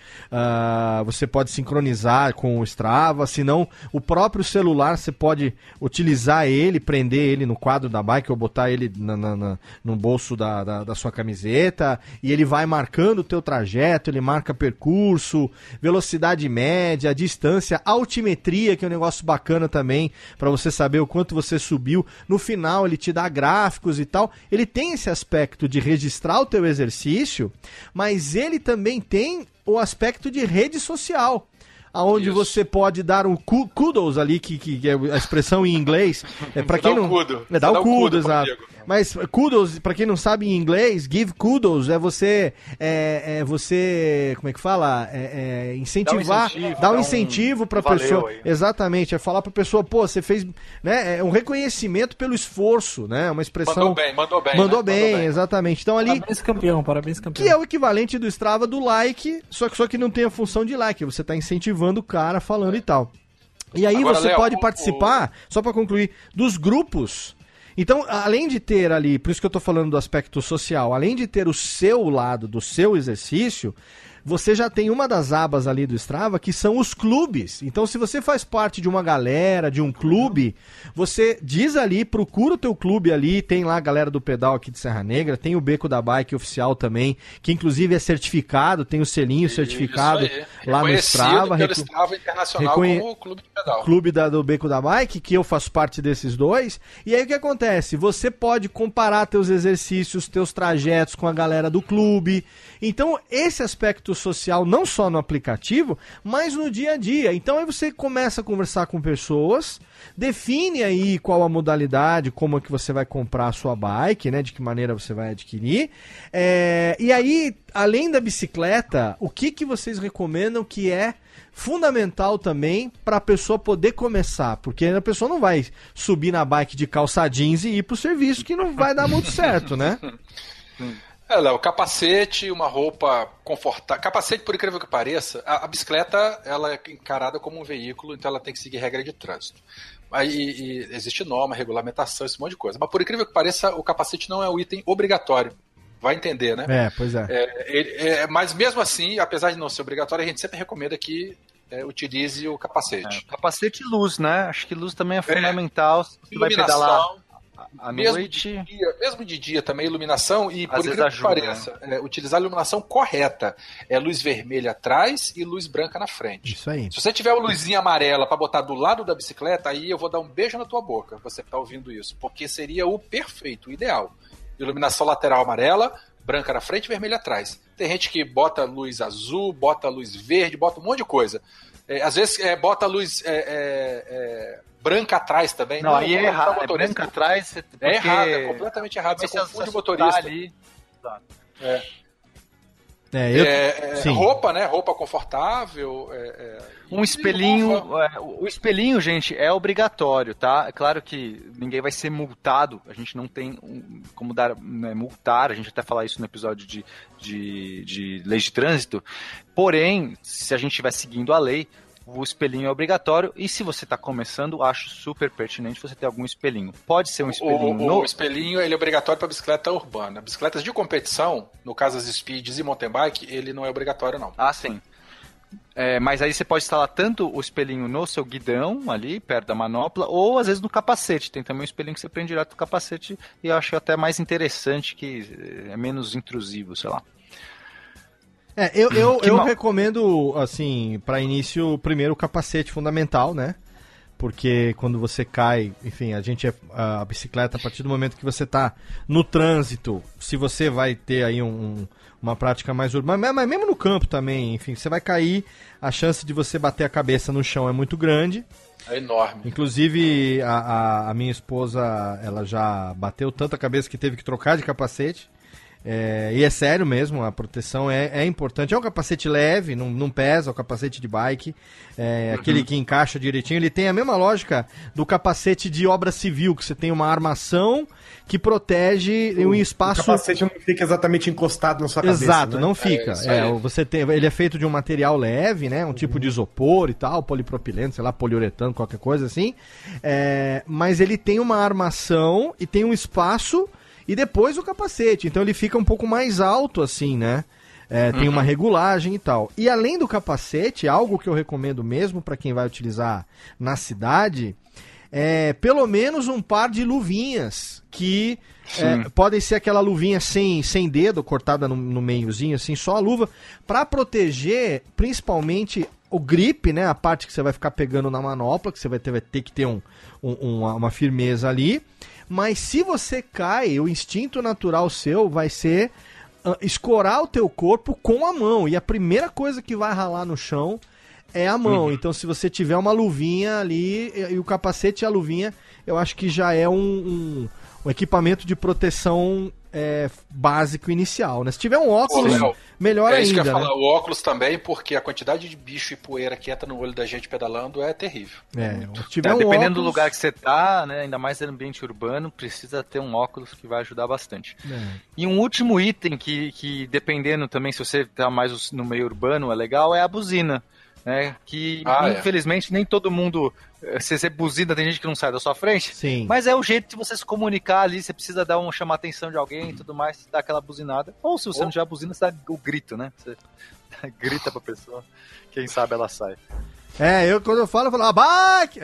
uh, você pode sincronizar com o Strava. Se não, o próprio celular, você pode utilizar ele, prender ele no quadro da bike ou botar ele na, na, na, no bolso da, da, da sua camiseta, e ele vai marcando o teu trajeto, ele marca percurso, velocidade média, distância, altimetria, que é um negócio bacana também, para você saber o quanto você subiu. No final, ele te dá gráficos e tal. Ele tem esse aspecto de registrar o teu exercício, mas ele também tem o aspecto de rede social, aonde Isso. você pode dar um ku- kudos ali, que, que é a expressão em inglês. É, para quem Dá o não kudo. É, dá Você o dá o kudo, kudo pro exato. amigo. Mas kudos, pra quem não sabe em inglês, give kudos é você, é, é você, como é que fala? É, é incentivar, incentivo, dar um dá um incentivo pra valeu pessoa. aí. Exatamente, é falar pra pessoa, pô, você fez, né? É um reconhecimento pelo esforço, né? Uma expressão. Mandou bem, mandou bem. Mandou né? bem, exatamente. Então ali, Parabéns, campeão, parabéns, campeão. que é o equivalente do Strava do like, só que, só que não tem a função de like, você tá incentivando o cara falando e tal. E aí Agora, você Léo, pode o- participar, só pra concluir, dos grupos. Então, além de ter ali, por isso que eu tô falando do aspecto social, além de ter o seu lado do seu exercício, você já tem uma das abas ali do Strava que são os clubes. Então, se você faz parte de uma galera, de um clube, você diz ali, procura o teu clube ali, tem lá a galera do pedal aqui de Serra Negra, tem o Beco da Bike oficial também, que inclusive é certificado, tem o selinho certificado Isso aí. lá no Reconhecido Strava. pelo reco- Strava Internacional reconhe- como Clube de Pedal. Clube da, do Beco da Bike, que eu faço parte desses dois. E aí o que acontece? Você pode comparar teus exercícios, teus trajetos com a galera do clube. Então, esse aspecto social, não só no aplicativo, mas no dia a dia. Então, aí você começa a conversar com pessoas, define aí qual a modalidade, como é que você vai comprar a sua bike, né? De que maneira você vai adquirir. É, e aí, além da bicicleta, o que, que vocês recomendam que é fundamental também para a pessoa poder começar? Porque a pessoa não vai subir na bike de calça jeans e ir pro serviço, que não vai dar muito certo, né? É, Léo, capacete, uma roupa confortável. Capacete, por incrível que pareça, a, a bicicleta ela é encarada como um veículo, então ela tem que seguir regra de trânsito. Aí e existe norma, regulamentação, esse monte de coisa. Mas por incrível que pareça, o capacete não é um item obrigatório. Vai entender, né? É, pois é. É, ele- é, mas mesmo assim, apesar de não ser obrigatório, a gente sempre recomenda que é, utilize o capacete. Capacete e luz, né? Acho que luz também é fundamental. Se você vai pedalar Iluminação, à mesmo noite. de dia, mesmo de dia também, iluminação, e Às por vezes incrível que ajuda, pareça, é, utilizar a iluminação correta. É luz vermelha atrás e luz branca na frente. Isso aí. Se você tiver uma luzinha amarela para botar do lado da bicicleta, aí eu vou dar um beijo na tua boca, você que tá ouvindo isso, porque seria o perfeito, o ideal. Iluminação lateral amarela, branca na frente e vermelha atrás. Tem gente que bota luz azul, bota luz verde, bota um monte de coisa. É, às vezes é, bota luz é, é, é, branca atrás também. Não, aí é vou botar errado. É motorista. branca atrás. você- É porque errado, é completamente errado. Você começa a confunde o assustar motorista. ali. É. É, eu... É, é, Sim. roupa, né? Roupa confortável. é, é, Um e espelhinho, luva. é, o espelhinho, gente, é obrigatório, tá? É claro que ninguém vai ser multado, a gente não tem um- como dar, né, multar, a gente até falar isso no episódio de, de, de leis de trânsito, porém, se a gente estiver seguindo a lei, o espelhinho é obrigatório, e se você está começando, acho super pertinente você ter algum espelhinho. Pode ser um espelhinho O, no... o espelhinho ele é obrigatório para bicicleta urbana. Bicicletas de competição, no caso as speeds e mountain bike, ele não é obrigatório não. Ah, sim. É, mas aí você pode instalar tanto o espelhinho no seu guidão, ali, perto da manopla, ou às vezes no capacete. Tem também um espelhinho que você prende direto no capacete, e eu acho até mais interessante, que é menos intrusivo, sei lá. É, eu, eu, Que eu mal. recomendo, assim, para início, primeiro o capacete fundamental, né? Porque quando você cai, enfim, a gente é a bicicleta, a partir do momento que você tá no trânsito, se você vai ter aí um, uma prática mais urbana, mas mesmo no campo também, enfim, você vai cair, a chance de você bater a cabeça no chão é muito grande. É enorme. Inclusive, a, a, a minha esposa, ela já bateu tanto a cabeça que teve que trocar de capacete. É, e é sério mesmo, a proteção é, é importante. É um capacete leve, não, não pesa, é o capacete de bike. É, Uhum. aquele que encaixa direitinho. Ele tem a mesma lógica do capacete de obra civil, que você tem uma armação que protege um espaço. O capacete não fica exatamente encostado na sua cabeça. Exato, né? não fica. É, isso É, aí. você tem, ele é feito de um material leve, né? Um tipo Uhum. de isopor e tal, polipropileno, sei lá, poliuretano, qualquer coisa assim. É, mas ele tem uma armação e tem um espaço e depois o capacete. Então ele fica um pouco mais alto, assim, né? É, tem uma regulagem e tal. E além do capacete, algo que eu recomendo mesmo para quem vai utilizar na cidade, é pelo menos um par de luvinhas que é, podem ser aquela luvinha sem, sem dedo, cortada no, no meiozinho, assim, só a luva, para proteger principalmente o grip, né? A parte que você vai ficar pegando na manopla, que você vai ter, vai ter que ter um, um, uma, uma firmeza ali. Mas se você cai, o instinto natural seu vai ser uh, escorar o teu corpo com a mão. E a primeira coisa que vai ralar no chão é a mão. Uhum. Então, se você tiver uma luvinha ali, e, e o capacete e a luvinha, eu acho que já é um, um, um equipamento de proteção é, básico inicial, né? Se tiver um óculos, Ô, Léo, melhor é isso ainda, que eu ia né? falar, o óculos também, porque a quantidade de bicho e poeira que entra no olho da gente pedalando é terrível. É, se tiver É, um dependendo óculos... do lugar que você tá, né, ainda mais no ambiente urbano, precisa ter um óculos que vai ajudar bastante. É. E um último item que, que dependendo também, se você tá mais no meio urbano, é legal, é a buzina. Né, que Ah, infelizmente é. nem todo mundo, se você buzina, tem gente que não sai da sua frente. Sim. Mas é o jeito de você se comunicar ali, você precisa dar um, chamar a atenção de alguém e tudo mais, dar aquela buzinada. Ou se você Ou- não tiver buzina, você dá o grito, né? Você grita pra pessoa, quem sabe ela sai. É, eu quando eu falo, eu falo, ah, bike!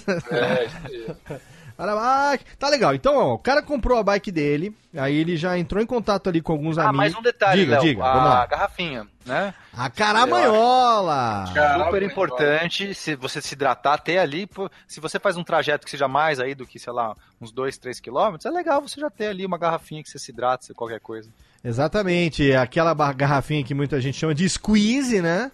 É, isso aí. Para a bike. Tá legal. Então, ó, o cara comprou a bike dele, aí ele já entrou em contato ali com alguns Ah, amigos. mais um detalhe, diga, Léo, diga, a vamos lá. garrafinha, né? A caramanhola! Caramba, Super hein, importante, se você se hidratar, ter ali, pô, se você faz um trajeto que seja mais aí do que, sei lá, uns dois, três quilômetros, é legal você já ter ali uma garrafinha que você se hidrata, se qualquer coisa. Exatamente, aquela bar- garrafinha que muita gente chama de squeeze, né?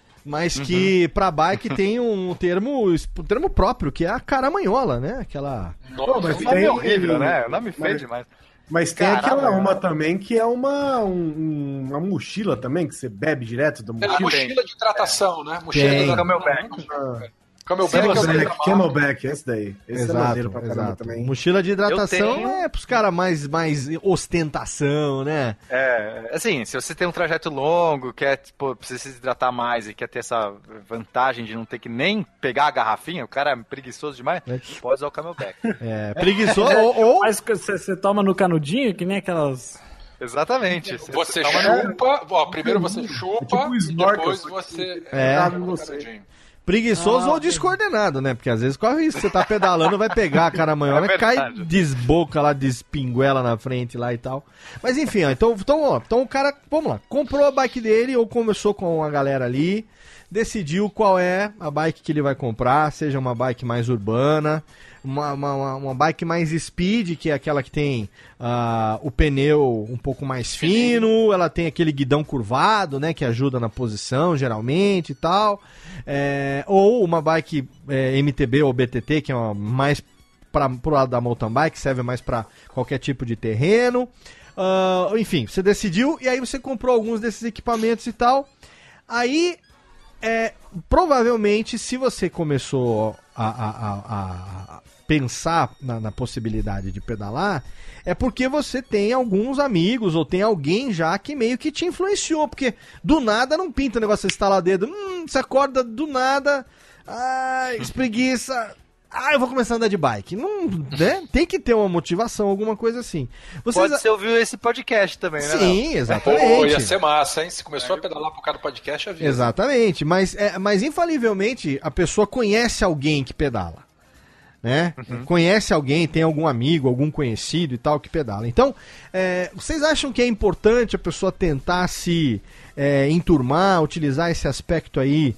Mas que pra bike tem um termo, um termo próprio, que é a caramanhola, né? Aquela... Nossa, mas O mas nome tem- é horrível, né? O nome feio mas- demais. Mas tem Caramba, aquela uma mano. também que é uma, um- uma mochila também, que você bebe direto da é a mochila. mochila de hidratação, né? Mochila Tem. da Camelback. Ah, Camelback é o Camelback, Camelback, esse daí. Esse é Exato, maneiro pra caramba exato. também. Mochila de hidratação Eu tenho- é pros caras mais, mais ostentação, né? É, assim, se você tem um trajeto longo, quer, tipo, precisa se hidratar mais e quer ter essa vantagem de não ter que nem pegar a garrafinha, o cara é preguiçoso demais, É. pode usar o Camelback. É, preguiçoso ou... ou- Mas você você toma no canudinho, que nem aquelas... Exatamente. Você toma na- chupa, ó, primeiro você chupa tipo um e snorkel, depois só que você... É. Cabe em você. Preguiçoso Ah, ou descoordenado, né? Porque às vezes corre isso, você tá pedalando, vai pegar a caramanhola, É cai, verdade. desboca lá, despinguela na frente lá e tal. Mas enfim, ó, então, então, ó, então o cara, vamos lá, comprou a bike dele ou começou com a galera ali, decidiu qual é a bike que ele vai comprar, seja uma bike mais urbana, uma, uma, uma- uma bike mais speed, que é aquela que tem ah, o pneu um pouco mais fino, ela tem aquele guidão curvado, né, que ajuda na posição, geralmente, e tal. É, ou uma bike é, M T B ou B T T, que é uma mais para pro lado da mountain bike, serve mais para qualquer tipo de terreno. Ah, enfim, você decidiu e aí você comprou alguns desses equipamentos e tal. Aí, é, provavelmente, se você começou a, a, a, a pensar na, na possibilidade de pedalar, é porque você tem alguns amigos ou tem alguém já que meio que te influenciou, porque do nada não pinta o negócio de estalar dedo, hum, você acorda do nada, ai, espreguiça, ah, eu vou começar a andar de bike. Não, né? Tem que ter uma motivação, alguma coisa assim. Vocês... Pode ser ouvir esse podcast também, né? Sim, exatamente. Pô, ia ser massa, hein? Se começou a pedalar por causa do podcast, avisa. Exatamente, mas, é, mas infalivelmente a pessoa conhece alguém que pedala. Né? Uhum. Conhece alguém, tem algum amigo, algum conhecido e tal que pedala. Então, é, vocês acham que é importante a pessoa tentar se é, enturmar, utilizar esse aspecto aí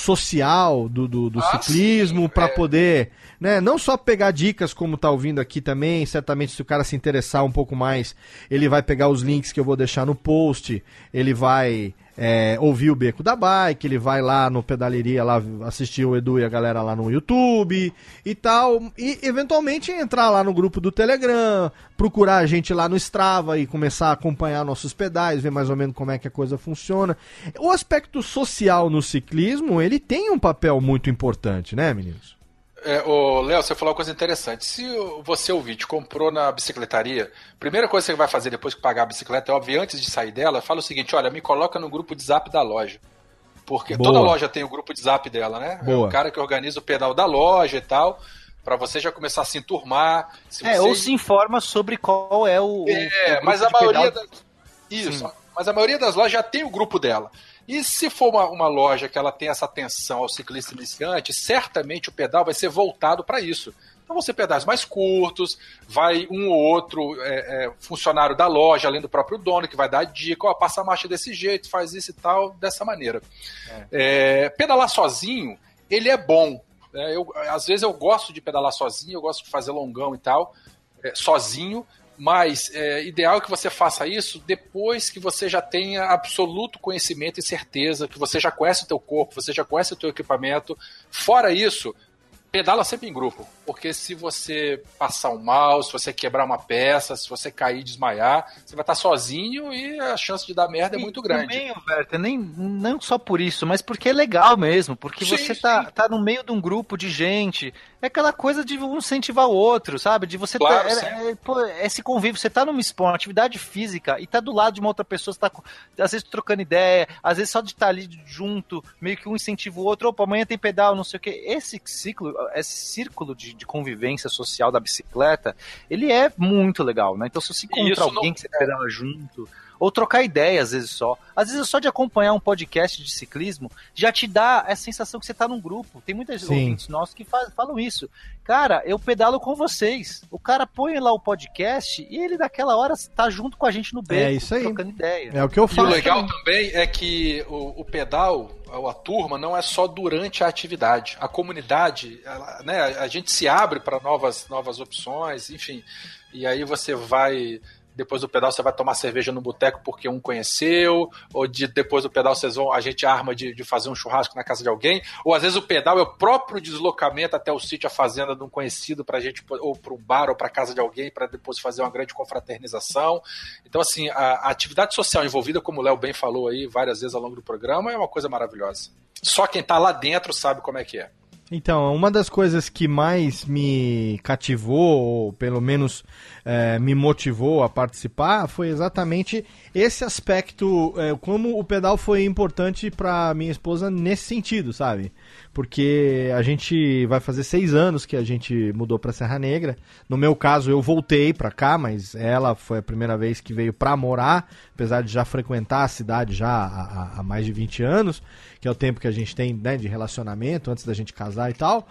social do, do, do ah, ciclismo para é. poder, né, não só pegar dicas como tá ouvindo aqui também, certamente se o cara se interessar um pouco mais, ele vai pegar os links que eu vou deixar no post, ele vai... É, ouvir o Beco da Bike, ele vai lá no Pedaleria lá assistir o Edu e a galera lá no YouTube e tal, e eventualmente entrar lá no grupo do Telegram, procurar a gente lá no Strava e começar a acompanhar nossos pedais, ver mais ou menos como é que a coisa funciona. O aspecto social no ciclismo, ele tem um papel muito importante, né, meninos? É, ô, Léo, você falou uma coisa interessante. Se você, ouvinte, comprou na bicicletaria, a primeira coisa que você vai fazer depois que pagar a bicicleta, é óbvio, antes de sair dela, fala o seguinte, olha, me coloca no grupo de zap da loja. Porque Boa. Toda loja tem o grupo de zap dela, né? Boa. É o cara que organiza o pedal da loja e tal, pra você já começar a se enturmar. Se é, você... ou se informa sobre qual é o... É, o mas a maioria... pedal... Das... Isso, Sim. mas a maioria das lojas já tem o grupo dela. E se for uma, uma loja que ela tem essa atenção ao ciclista iniciante, certamente o pedal vai ser voltado para isso. Então vão ser pedais mais curtos, vai um ou outro é, é, funcionário da loja, além do próprio dono, que vai dar dica, ó, passa a marcha desse jeito, faz isso e tal, dessa maneira. É. É, pedalar sozinho, ele é bom. É, eu, às vezes eu gosto de pedalar sozinho, eu gosto de fazer longão e tal, é, sozinho, mas é ideal que você faça isso depois que você já tenha absoluto conhecimento e certeza, que você já conhece o teu corpo, você já conhece o teu equipamento. Fora isso, pedala sempre em grupo, porque se você passar um mal, se você quebrar uma peça, se você cair e desmaiar, você vai estar sozinho e a chance de dar merda é muito grande. Também, Alberto, nem não só por isso, mas porque é legal mesmo, porque sim, você tá, tá no meio de um grupo de gente, é aquela coisa de um incentivar o outro, sabe? De você claro, tá, é, é, pô, esse convívio, você tá num esporte, uma atividade física, e tá do lado de uma outra pessoa, você tá às vezes trocando ideia, às vezes só de estar ali junto, meio que um incentiva o outro, opa, amanhã tem pedal, não sei o que. Esse ciclo, esse círculo de, de convivência social da bicicleta, ele é muito legal, né? Então se você encontra alguém não... que você pedala junto, ou trocar ideia às vezes só, às vezes só de acompanhar um podcast de ciclismo, já te dá a sensação que você tá num grupo. Tem muitas Sim. ouvintes nossos que faz, falam isso. Cara, eu pedalo com vocês. O cara põe lá o podcast e ele daquela hora tá junto com a gente no beco, é isso aí. Trocando ideia. É o que eu faço. E o legal também é que o, o pedal, a turma, não é só durante a atividade. A comunidade, ela, né, a gente se abre para novas, novas opções, enfim. E aí você vai... Depois do pedal você vai tomar cerveja no boteco porque um conheceu, ou de, depois do pedal vocês vão, a gente arma de, de fazer um churrasco na casa de alguém, ou às vezes o pedal é o próprio deslocamento até o sítio, a fazenda de um conhecido, pra gente, ou para um bar ou para casa de alguém, para depois fazer uma grande confraternização. Então assim, a, a atividade social envolvida, como o Léo bem falou aí várias vezes ao longo do programa, é uma coisa maravilhosa. Só quem tá lá dentro sabe como é que é. Então, uma das coisas que mais me cativou, ou pelo menos é, me motivou a participar, foi exatamente esse aspecto, é, como o pedal foi importante para minha esposa nesse sentido, sabe? Porque a gente vai fazer seis anos que a gente mudou para Serra Negra. No meu caso, eu voltei para cá, mas ela foi a primeira vez que veio para morar, apesar de já frequentar a cidade já há, há mais de vinte anos, que é o tempo que a gente tem, né, de relacionamento, antes da gente casar e tal.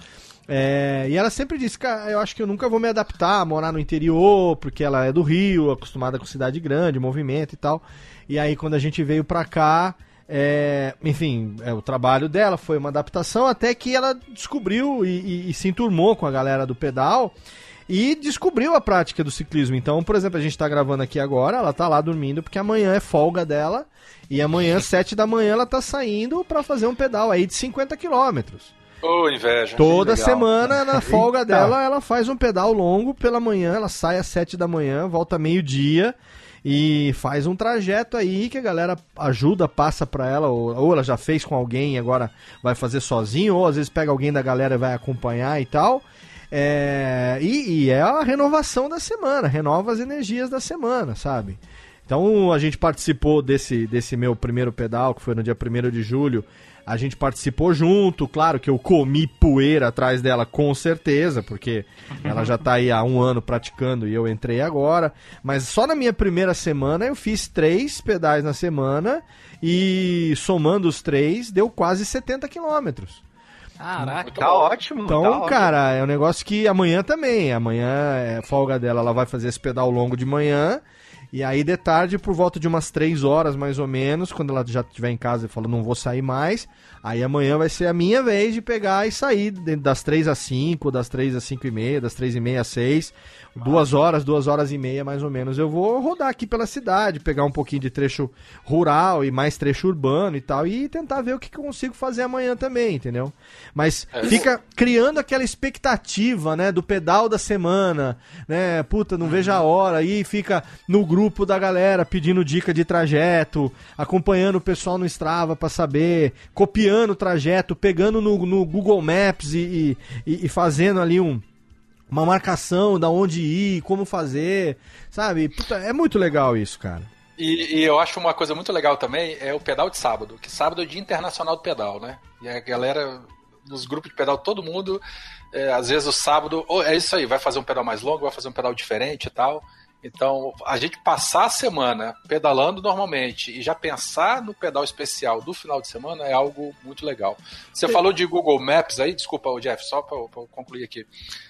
É, e ela sempre disse, cara, eu acho que eu nunca vou me adaptar a morar no interior, porque ela é do Rio, acostumada com cidade grande, movimento e tal. E aí quando a gente veio pra cá, é, enfim, é, o trabalho dela foi uma adaptação, até que ela descobriu e, e, e se enturmou com a galera do pedal e descobriu a prática do ciclismo. Então, por exemplo, a gente tá gravando aqui agora, ela tá lá dormindo porque amanhã é folga dela, e amanhã, sete da manhã, ela tá saindo pra fazer um pedal aí de cinquenta quilômetros. Ô, inveja. Toda Que legal. semana, na folga Eita. dela, ela faz um pedal longo pela manhã, ela sai às sete da manhã, volta meio-dia e faz um trajeto aí que a galera ajuda, passa pra ela, ou, ou ela já fez com alguém e agora vai fazer sozinho, ou às vezes pega alguém da galera e vai acompanhar e tal. É, e, e é a renovação da semana, renova as energias da semana, sabe? Então a gente participou desse, desse meu primeiro pedal, que foi no dia primeiro de julho. A gente participou junto, claro que eu comi poeira atrás dela com certeza, porque ela já tá aí há um ano praticando e eu entrei agora. Mas só na minha primeira semana eu fiz três pedais na semana e somando os três deu quase setenta quilômetros. Caraca, Tá ótimo. Então, tá ótimo. cara, é um negócio que amanhã também, amanhã é folga dela, ela vai fazer esse pedal longo de manhã. E aí de tarde, por volta de umas três horas mais ou menos, quando ela já estiver em casa e fala, não vou sair mais, aí amanhã vai ser a minha vez de pegar e sair das três às cinco, das três às cinco e meia, das três e meia às seis, duas horas, duas horas e meia mais ou menos. Eu vou rodar aqui pela cidade, pegar um pouquinho de trecho rural e mais trecho urbano e tal, e tentar ver o que que eu consigo fazer amanhã também, entendeu? Mas É. fica criando aquela expectativa, né, do pedal da semana, né, puta, não vejo a hora, aí fica no grupo da galera pedindo dica de trajeto, acompanhando o pessoal no Strava pra saber, copiando o trajeto, pegando no, no Google Maps e, e, e fazendo ali um, uma marcação da onde ir, como fazer, sabe? Puta, é muito legal isso, cara. E, e eu acho uma coisa muito legal também é o pedal de sábado, que sábado é o Dia Internacional do Pedal, né? E a galera, nos grupos de pedal, todo mundo, é, às vezes o sábado, oh, é isso aí, vai fazer um pedal mais longo, vai fazer um pedal diferente e tal. Então, a gente passar a semana pedalando normalmente e já pensar no pedal especial do final de semana é algo muito legal. Você falou de Google Maps aí, desculpa, Jeff, só para concluir aqui.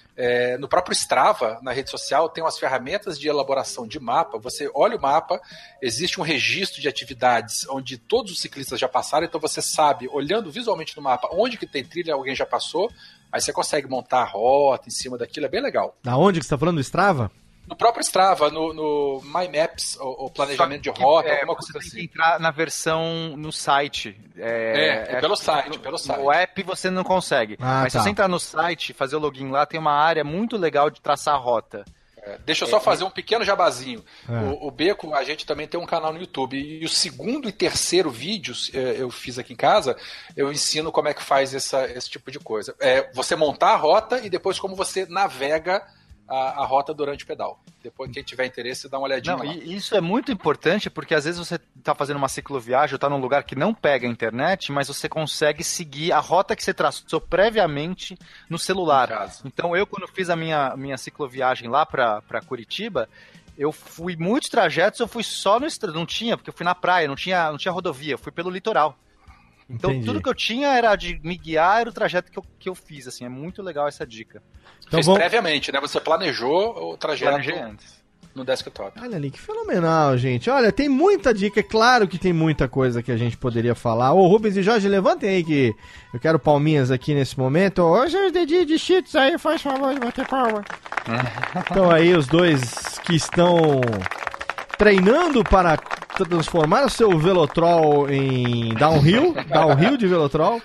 É, no próprio Strava, na rede social, tem umas ferramentas de elaboração de mapa. Você olha o mapa, existe um registro de atividades onde todos os ciclistas já passaram, então você sabe, olhando visualmente no mapa, onde que tem trilha, alguém já passou, aí você consegue montar a rota em cima daquilo, é bem legal. Da onde que você tá falando, do Strava? No próprio Strava, no, no My Maps, o, o planejamento de Só que, rota, é, alguma você coisa tem assim. que entrar na versão no site. É, é pelo site, no, pelo site. O app você não consegue. Ah, mas tá. se você entrar no site, fazer o login lá, tem uma área muito legal de traçar a rota. É, deixa eu só fazer um pequeno jabazinho. É. O, o Beco, a gente também tem um canal no YouTube. E o segundo e terceiro vídeos é, eu fiz aqui em casa, eu ensino como é que faz essa, esse tipo de coisa. É, você montar a rota e depois como você navega a, a rota durante o pedal. Depois, quem tiver interesse, dá uma olhadinha Não, lá. e isso é muito importante porque às vezes você está fazendo uma cicloviagem ou está num lugar que não pega a internet, mas você consegue seguir a rota que você traçou previamente no celular. Em casa. Então eu, quando fiz a minha, minha cicloviagem lá para Curitiba, eu fui muitos trajetos, eu fui só no estra- não tinha, porque eu fui na praia, não tinha, não tinha rodovia, eu fui pelo litoral. Então Entendi. tudo que eu tinha era de me guiar, era o trajeto que eu, que eu fiz, assim, é muito legal essa dica. Então Fez vamos- previamente, né? Você planejou o trajeto Planejei antes. no desktop. Olha ali, que fenomenal, gente. Olha, tem muita dica, é claro que tem muita coisa que a gente poderia falar. Ô, Rubens e Jorge, levantem aí que eu quero palminhas aqui nesse momento. Hoje os dedinhos de cheats aí, faz favor de bater palma. Então aí os dois que estão treinando para transformar o seu Velotrol em downhill, downhill de Velotrol.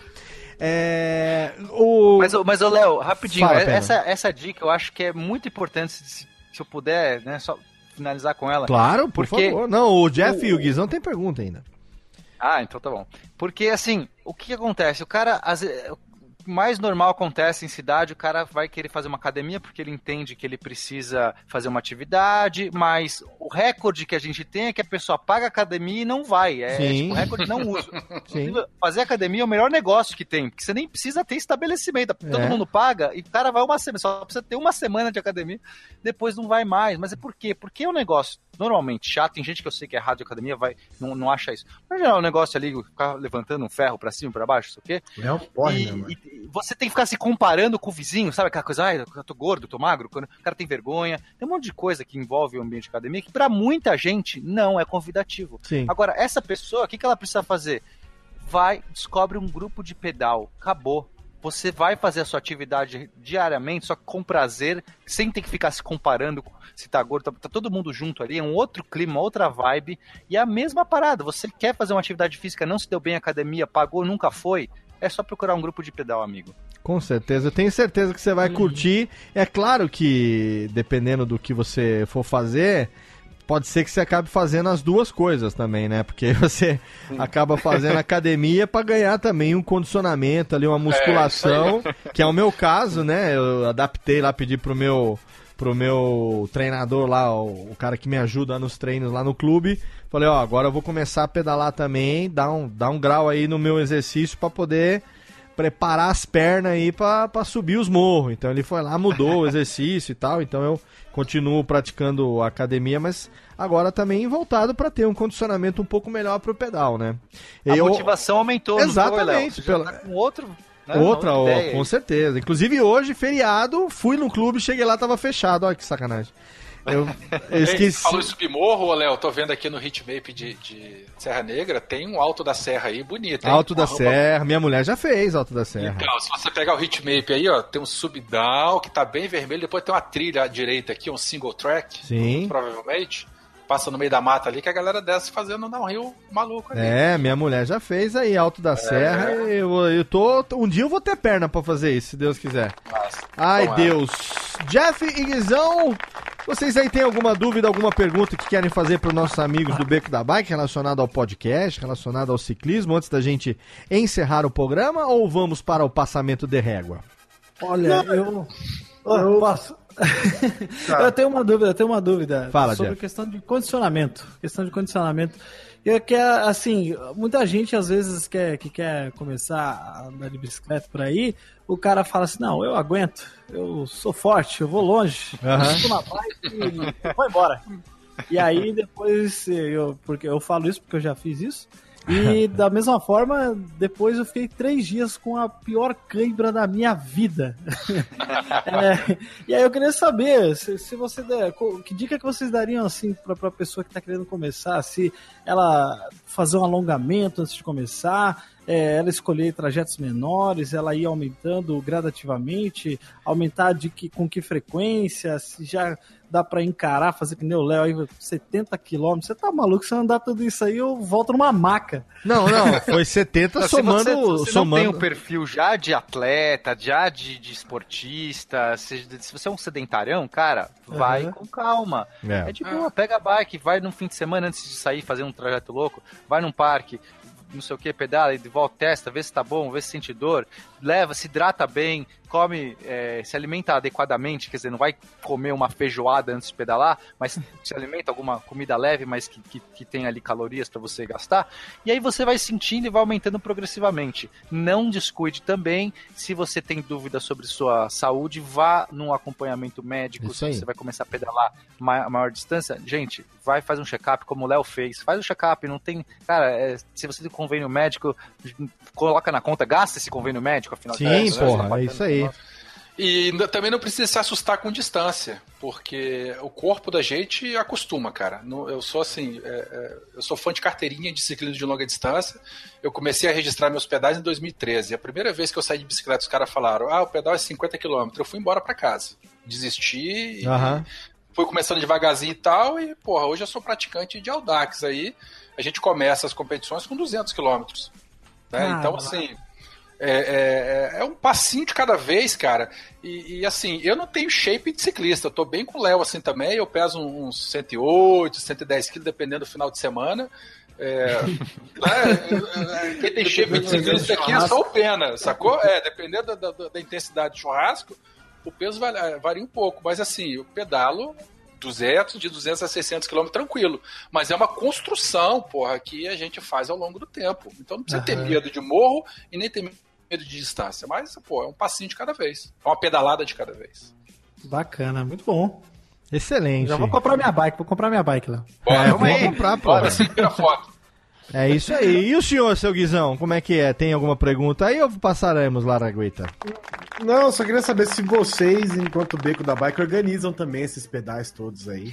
É, o... Mas, ô- mas ô, Léo, rapidinho, Fala, é- Pena. essa, essa dica eu acho que é muito importante, se, se eu puder, né, só finalizar com ela. Claro, por Porque favor. Não, o Jeff o- e o Guizão tem pergunta ainda. Ah, então tá bom. Porque, assim, o que, que acontece? O cara, às vezes, o mais normal acontece em cidade, o cara vai querer fazer uma academia porque ele entende que ele precisa fazer uma atividade, mas o recorde que a gente tem é que a pessoa paga a academia e não vai. É Sim. tipo, recorde não usa. Sim. Fazer academia é o melhor negócio que tem, porque você nem precisa ter estabelecimento. Todo É. mundo paga e o cara vai uma semana, só precisa ter uma semana de academia, depois não vai mais. Mas é por quê? Porque é um negócio normalmente chato, tem gente que eu sei que é rádio academia, vai, não, não acha isso. Mas é um negócio ali, ficar levantando um ferro pra cima, pra baixo, não sei o quê. É um porre, né, E, mano? e você tem que ficar se comparando com o vizinho, sabe aquela coisa, ah, eu tô gordo, tô magro, quando o cara tem vergonha. Tem um monte de coisa que envolve o ambiente de academia que pra muita gente não é convidativo. Sim. Agora, essa pessoa, o que, que ela precisa fazer? Vai, descobre um grupo de pedal, acabou. Você vai fazer a sua atividade diariamente, só com prazer, sem ter que ficar se comparando com se tá gordo, tá, tá todo mundo junto ali, é um outro clima, outra vibe, e é a mesma parada. Você quer fazer uma atividade física, não se deu bem à academia, pagou, nunca foi, é só procurar um grupo de pedal, amigo. Com certeza, eu tenho certeza que você vai curtir. É claro que, dependendo do que você for fazer, pode ser que você acabe fazendo as duas coisas também, né? Porque você acaba fazendo academia para ganhar também um condicionamento ali, uma musculação, é, que é o meu caso, né? Eu adaptei lá, pedi pro meu, pro meu treinador lá, o, o cara que me ajuda nos treinos lá no clube. Falei, ó, agora eu vou começar a pedalar também, dar um, dar um grau aí no meu exercício para poder preparar as pernas aí pra, pra subir os morros. Então ele foi lá, mudou o exercício e tal. Então eu continuo praticando academia, mas agora também voltado para ter um condicionamento um pouco melhor pro pedal, né? A eu... motivação aumentou. Exatamente. Não foi, Léo? Você já tá com outro... Né? Outra, ó, ideia, com certeza. Inclusive hoje, feriado, fui no clube, cheguei lá, tava fechado. Olha que sacanagem. Eu, eu esqueci. Você falou em submorro, Léo, tô vendo aqui no Hitmap de, de Serra Negra, tem um Alto da Serra aí bonito, hein? Alto da Uma Serra, roupa... minha mulher já fez Alto da Serra. Então, se você pegar o Hitmap aí, ó, tem um subdown que tá bem vermelho, depois tem uma trilha à direita aqui, um single track, sim, provavelmente, passa no meio da mata ali, que a galera desce fazendo um downhill maluco ali. É, minha mulher já fez aí Alto da é. Serra, eu, eu tô, um dia eu vou ter perna pra fazer isso, se Deus quiser. Nossa, ai, bom, Deus. É. Jeff e Guizão, vocês aí têm alguma dúvida, alguma pergunta que querem fazer para os nossos amigos do Beco da Bike relacionado ao podcast, relacionado ao ciclismo, antes da gente encerrar o programa, ou vamos para o passamento de régua? Olha, Não, eu... eu posso... Tá. Eu tenho uma dúvida, eu tenho uma dúvida Fala, sobre Jeff. questão de condicionamento, questão de condicionamento. Eu quero, assim, muita gente às vezes quer, que quer começar a andar de bicicleta por aí, o cara fala assim, não, eu aguento, eu sou forte, eu vou longe, uhum. eu estou na bike e vou embora. E aí depois, eu, porque eu falo isso porque eu já fiz isso, e da mesma forma, depois eu fiquei três dias com a pior cãibra da minha vida. É, e aí eu queria saber, se, se você der, que dica que vocês dariam assim para a pessoa que está querendo começar, se ela fazer um alongamento antes de começar, é, ela escolher trajetos menores, ela ir aumentando gradativamente, aumentar de que, com que frequência, se já dá pra encarar, fazer que nem o Léo aí, setenta quilômetros. Você tá maluco? Se eu andar tudo isso aí, eu volto numa maca. Não, não, foi setenta somando... Se você, você somando... não tem um perfil já de atleta, já de, de esportista, se, se você é um sedentarião, cara, vai uhum. com calma. É. é de boa, pega a bike, vai num fim de semana antes de sair, fazer um trajeto louco, vai num parque, não sei o que, pedala e de volta, testa, vê se tá bom, vê se sente dor, leva, se hidrata bem, come, é, se alimenta adequadamente, quer dizer, não vai comer uma feijoada antes de pedalar, mas se alimenta alguma comida leve, mas que, que, que tem ali calorias para você gastar, e aí você vai sentindo e vai aumentando progressivamente. Não descuide também, se você tem dúvida sobre sua saúde, vá num acompanhamento médico, se você vai começar a pedalar a maior distância, gente, vai fazer um check-up como o Léo fez, faz o check-up, não tem, cara, é, se você tem convênio médico, coloca na conta, gasta esse convênio médico, afinal de contas. Sim, porra, né? É isso aí. E também não precisa se assustar com distância, porque o corpo da gente acostuma, cara. Eu sou assim, é, é, eu sou fã de carteirinha de ciclismo de longa distância. Eu comecei a registrar meus pedais em dois mil e treze. A primeira vez que eu saí de bicicleta, os caras falaram, ah, o pedal é cinquenta quilômetros. Eu fui embora pra casa. Desisti e uhum. fui começando devagarzinho e tal. E, porra, hoje eu sou praticante de Audax. Aí a gente começa as competições com duzentos quilômetros. Né? Ah, então, assim... É, é, é um passinho de cada vez, cara. E, e assim, eu não tenho shape de ciclista. Eu tô bem com o Léo assim também. Eu peso uns cento e oito, cento e dez quilos, dependendo do final de semana. É, é, quem tem shape de ciclista aqui é só o pena, sacou? É, dependendo da, da, da intensidade do churrasco, o peso varia, varia um pouco. Mas assim, eu pedalo duzentos, de duzentos a seiscentos quilômetros tranquilo. Mas é uma construção, porra, que a gente faz ao longo do tempo. Então não precisa uhum. ter medo de morro e nem ter medo de distância, mas, pô, é um passinho de cada vez. É uma pedalada de cada vez. Bacana, muito bom. Excelente. Já vou comprar minha bike, vou comprar minha bike lá. Bora, é, vamos aí. comprar, pô. Bora, sim, tira foto. É isso aí. E o senhor, seu Guizão, como é que é? Tem alguma pergunta aí ou passaremos lá, Raguita? Não, só queria saber se vocês, enquanto Beco da Bike, organizam também esses pedais todos aí.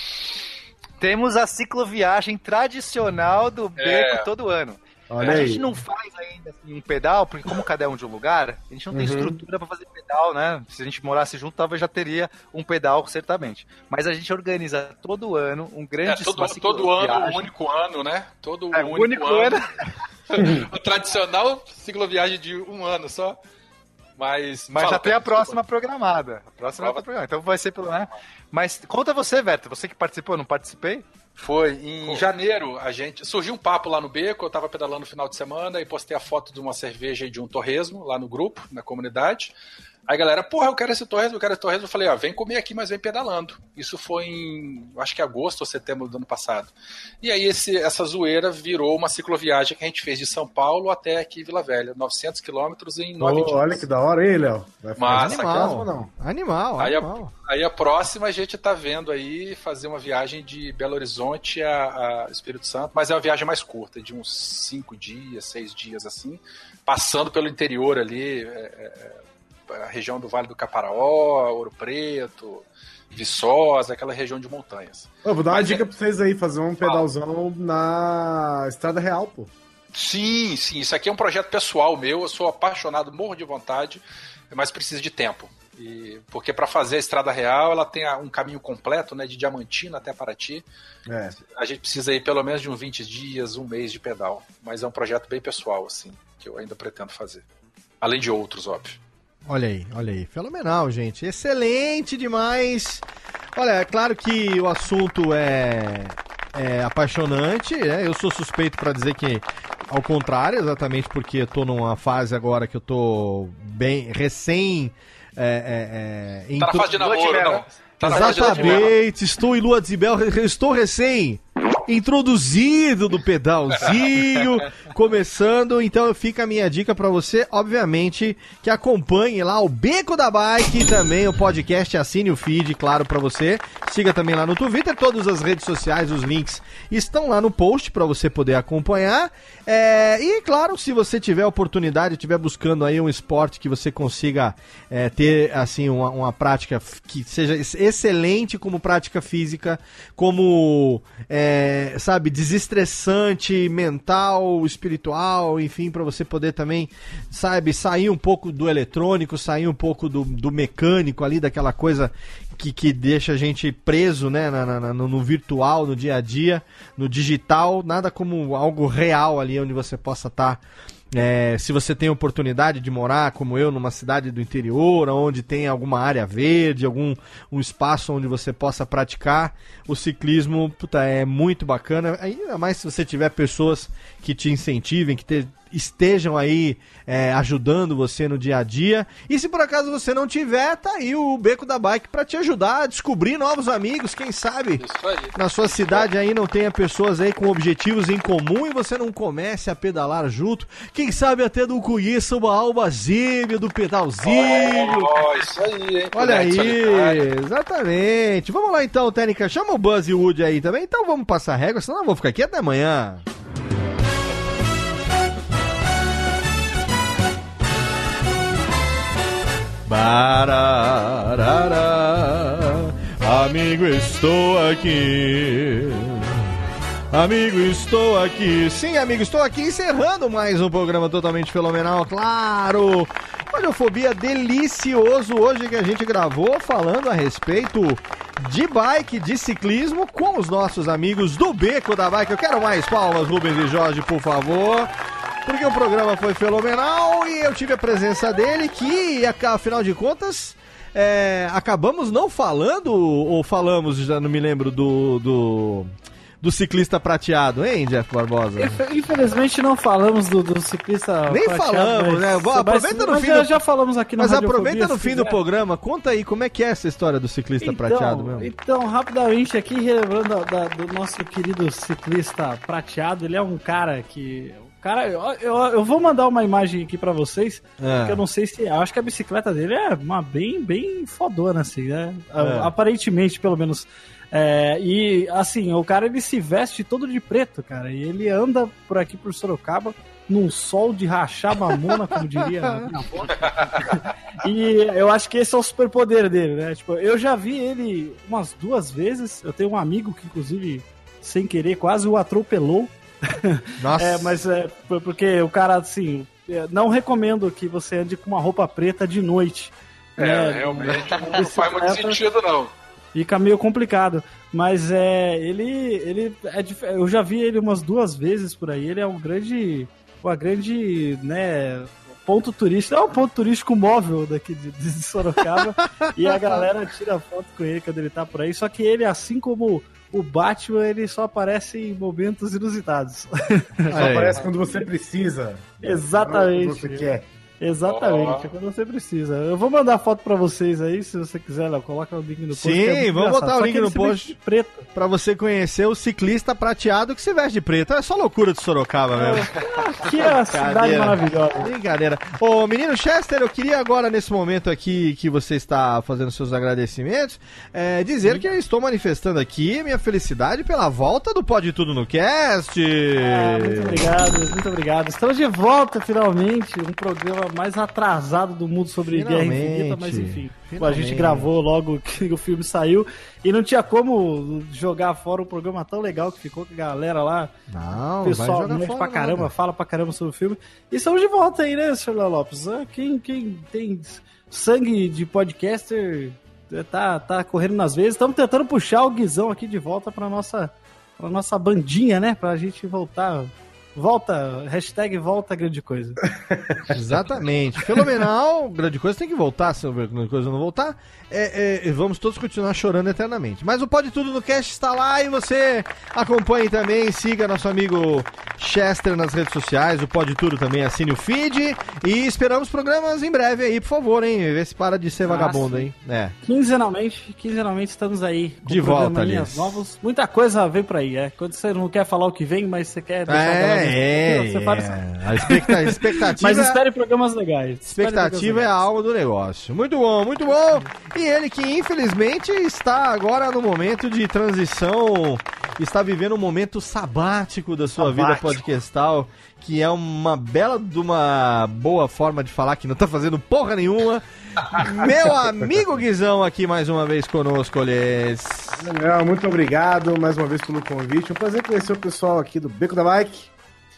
Temos a cicloviagem tradicional do Beco é. todo ano. Olha a aí. gente não faz ainda assim, um pedal, porque como cada um de um lugar, a gente não tem uhum. estrutura pra fazer pedal, né? Se a gente morasse junto, talvez já teria um pedal, certamente. Mas a gente organiza todo ano um grande... É, todo, todo ano, um único ano, né? Todo é, único, único ano. ano. O tradicional cicloviagem de um ano só. Mas, mas Fala, já tem a Pedro, próxima desculpa. programada. A próxima Prova- tá programada. Então vai ser pelo, né? Mas conta você, Verta. Você que participou, eu não participei? Foi. Em janeiro, a gente. Surgiu um papo lá no Beco, eu tava pedalando no final de semana e postei a foto de uma cerveja e de um torresmo lá no grupo, na comunidade. Aí, galera, porra, eu quero esse torresmo, eu quero esse torresmo. Eu falei, ó, vem comer aqui, mas vem pedalando. Isso foi em, acho que agosto ou setembro do ano passado. E aí, esse, essa zoeira virou uma cicloviagem que a gente fez de São Paulo até aqui Vila Velha. novecentos quilômetros em nove Oh, dias. olha que da hora, hein, Léo? Vai Massa, fazer Animal. casa ou não? Animal, Aí a, animal. aí a próxima a gente tá vendo aí fazer uma viagem de Belo Horizonte a, a Espírito Santo, mas é uma viagem mais curta, de uns cinco dias, seis dias assim, passando pelo interior ali, é, é, a região do Vale do Caparaó, Ouro Preto, Viçosa, aquela região de montanhas. Eu vou dar uma Mas dica é- pra vocês aí, fazer um pedalzão na Estrada Real, pô. Sim, sim, isso aqui é um projeto pessoal meu, eu sou apaixonado, morro de vontade, mas preciso de tempo. E, porque para fazer a Estrada Real, ela tem a- um caminho completo, né, de Diamantina até Paraty. É. A gente precisa ir pelo menos de uns vinte dias, um mês de pedal. Mas é um projeto bem pessoal, assim, que eu ainda pretendo fazer. Além de outros, óbvio. Olha aí, olha aí. Fenomenal, gente. Excelente demais. Olha, é claro que o assunto é, é apaixonante, né? Eu sou suspeito pra dizer que, ao contrário, exatamente porque eu tô numa fase agora que eu tô bem recém... É, é, é, Tá na intro- fase de namoro, não? Tá na fase de namoro. Exatamente, estou em lua de mel, estou recém introduzido do pedalzinho, começando, então fica a minha dica pra você, obviamente, que acompanhe lá o Beco da Bike e também o podcast, assine o feed, claro, pra você, siga também lá no Twitter, todas as redes sociais, os links estão lá no post pra você poder acompanhar, é, e claro, se você tiver oportunidade, estiver buscando aí um esporte que você consiga é, ter, assim, uma, uma prática que seja excelente como prática física, como, é, sabe, desestressante, mental, espiritual, enfim, para você poder também, sabe, sair um pouco do eletrônico, sair um pouco do, do mecânico ali, daquela coisa que, que deixa a gente preso, né, na, na, no, no virtual, no dia a dia, no digital, nada como algo real ali onde você possa estar. É, se você tem oportunidade de morar, como eu, numa cidade do interior, onde tem alguma área verde, algum um espaço onde você possa praticar o ciclismo, puta, é muito bacana. Ainda mais se você tiver pessoas que te incentivem, que te, estejam aí é, ajudando você no dia a dia. E se por acaso você não tiver, tá aí o Beco da Bike para te ajudar a descobrir novos amigos. Quem sabe Isso aí. na sua cidade aí não tenha pessoas aí com objetivos em comum e você não comece a pedalar junto. Quem sabe até não conheça uma alma gêmea do pedalzinho. Ó, isso aí, hein? Olha aí, Conecta solidária. exatamente. Vamos lá então, Técnica, chama o Buzz e o Woody aí também. Então vamos passar a régua, senão eu vou ficar aqui até amanhã. Bararara, amigo, estou aqui. Amigo, estou aqui. Sim, amigo, estou aqui encerrando mais um programa totalmente fenomenal, claro. Radiofobia delicioso hoje que a gente gravou falando a respeito de bike, de ciclismo com os nossos amigos do Beco da Bike. Eu quero mais palmas, Rubens e Jorge, por favor. Porque o programa foi fenomenal e eu tive a presença dele que, afinal de contas, é, acabamos não falando, ou falamos, já não me lembro, do... do... do ciclista prateado, hein, Jeff Barbosa? Infelizmente não falamos do, do ciclista Nem prateado. falamos, mas, né? Vou- aproveita mas, no mas fim já, do- já falamos aqui no Mas Radiofobia, aproveita no se fim do quiser. programa, conta aí como é que é essa história do ciclista prateado mesmo. Então, rapidamente aqui, relembrando da- da- do nosso querido ciclista prateado, ele é um cara que... o Cara, eu, eu, eu vou mandar uma imagem aqui pra vocês, É. porque eu não sei se... Eu acho que a bicicleta dele é uma bem, bem fodona, assim, né? É. Aparentemente, pelo menos. É, e, assim, o cara, ele se veste todo de preto, cara, e ele anda por aqui, por Sorocaba, num sol de rachar mamona, como diria a minha avó. E eu acho que esse é o superpoder dele, né? Tipo, eu já vi ele umas duas vezes. Eu tenho um amigo que, inclusive, sem querer, quase o atropelou. Nossa. É, mas é foi porque o cara, assim, é, não recomendo que você ande com uma roupa preta de noite. É, né? realmente não Bicicleta faz muito sentido, não. Fica meio complicado. Mas é. Ele. ele é, dif- eu já vi ele umas duas vezes por aí. Ele é um grande. Uma grande, né? ponto turístico, é um ponto turístico móvel daqui de, de Sorocaba, e a galera tira foto com ele quando ele tá por aí, só que ele, assim como o Batman, ele só aparece em momentos inusitados. Só é. aparece quando você precisa. Exatamente. Quando você quer. Exatamente, oh. é quando você precisa. Eu vou mandar foto pra vocês aí, se você quiser, Léo, coloca o link no post. Sim, é vamos botar o link no post preto. Pra você conhecer o ciclista prateado que se veste de preto. É só loucura de Sorocaba mesmo. Aqui é a cidade maravilhosa. Brincadeira. Ô, menino Chester, eu queria agora, nesse momento aqui que você está fazendo seus agradecimentos, é, dizer Sim. que eu estou manifestando aqui minha felicidade pela volta do Pode Tudo no Cast. Ah, muito obrigado, muito obrigado. Estamos de volta, finalmente, um programa mais atrasado do mundo sobre Finalmente. Guerra Infinita, mas enfim. Pô, a gente gravou logo que o filme saiu e não tinha como jogar fora um programa tão legal que ficou com a galera lá. Não, o pessoal mexe pra caramba, nada. fala pra caramba sobre o filme. E estamos de volta aí, né, senhor Léo Lopes? Quem, quem tem sangue de podcaster tá, tá correndo nas vezes. Estamos tentando puxar o Guizão aqui de volta pra nossa, pra nossa bandinha, né? Pra gente voltar... Volta, hashtag volta grande coisa. Exatamente. Fenomenal, grande coisa tem que voltar, se a grande coisa não voltar. É, é, vamos todos continuar chorando eternamente. Mas o Pode Tudo no Cast está lá e você acompanhe também, siga nosso amigo Chester nas redes sociais, o Pode Tudo também, assine o feed e esperamos programas em breve aí, por favor, hein? Vê se para de ser Nossa. vagabundo, hein? É. Quinzenalmente, quinzenalmente estamos aí. Com de volta, aliás. Novos. Muita coisa vem por aí, é. Quando você não quer falar o que vem, mas você quer deixar é. É, você é. Fala... a expecta- expectativa. Mas espere programas legais. Expectativa é a alma do negócio. Muito bom, muito bom. E ele que infelizmente está agora no momento de transição, está vivendo um momento sabático da sua sabático. vida podcastal, que é uma bela de uma boa forma de falar que não tá fazendo porra nenhuma. Meu amigo Guizão aqui mais uma vez conosco, Olhês. Legal, muito obrigado mais uma vez pelo convite. Um prazer conhecer o pessoal aqui do Beco da Bike.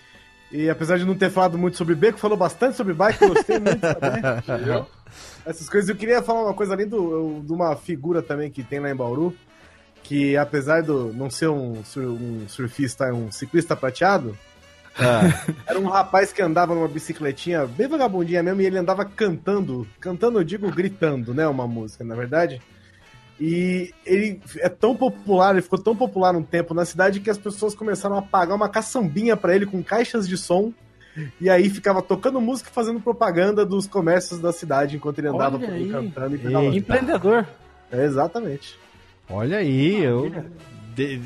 E apesar de não ter falado muito sobre Beco, falou bastante sobre bike, eu gostei muito também. Essas coisas. Eu queria falar uma coisa além do, de uma figura também que tem lá em Bauru, que apesar de não ser um, um surfista, um ciclista prateado, ah. era um rapaz que andava numa bicicletinha bem vagabundinha mesmo, e ele andava cantando, cantando eu digo gritando, né, uma música, na verdade. E ele é tão popular, ele ficou tão popular um tempo na cidade que as pessoas começaram a pagar uma caçambinha pra ele com caixas de som, e aí ficava tocando música e fazendo propaganda dos comércios da cidade enquanto ele andava por aí cantando e pedalando. Empreendedor. É, exatamente. Olha aí, eu... De, de,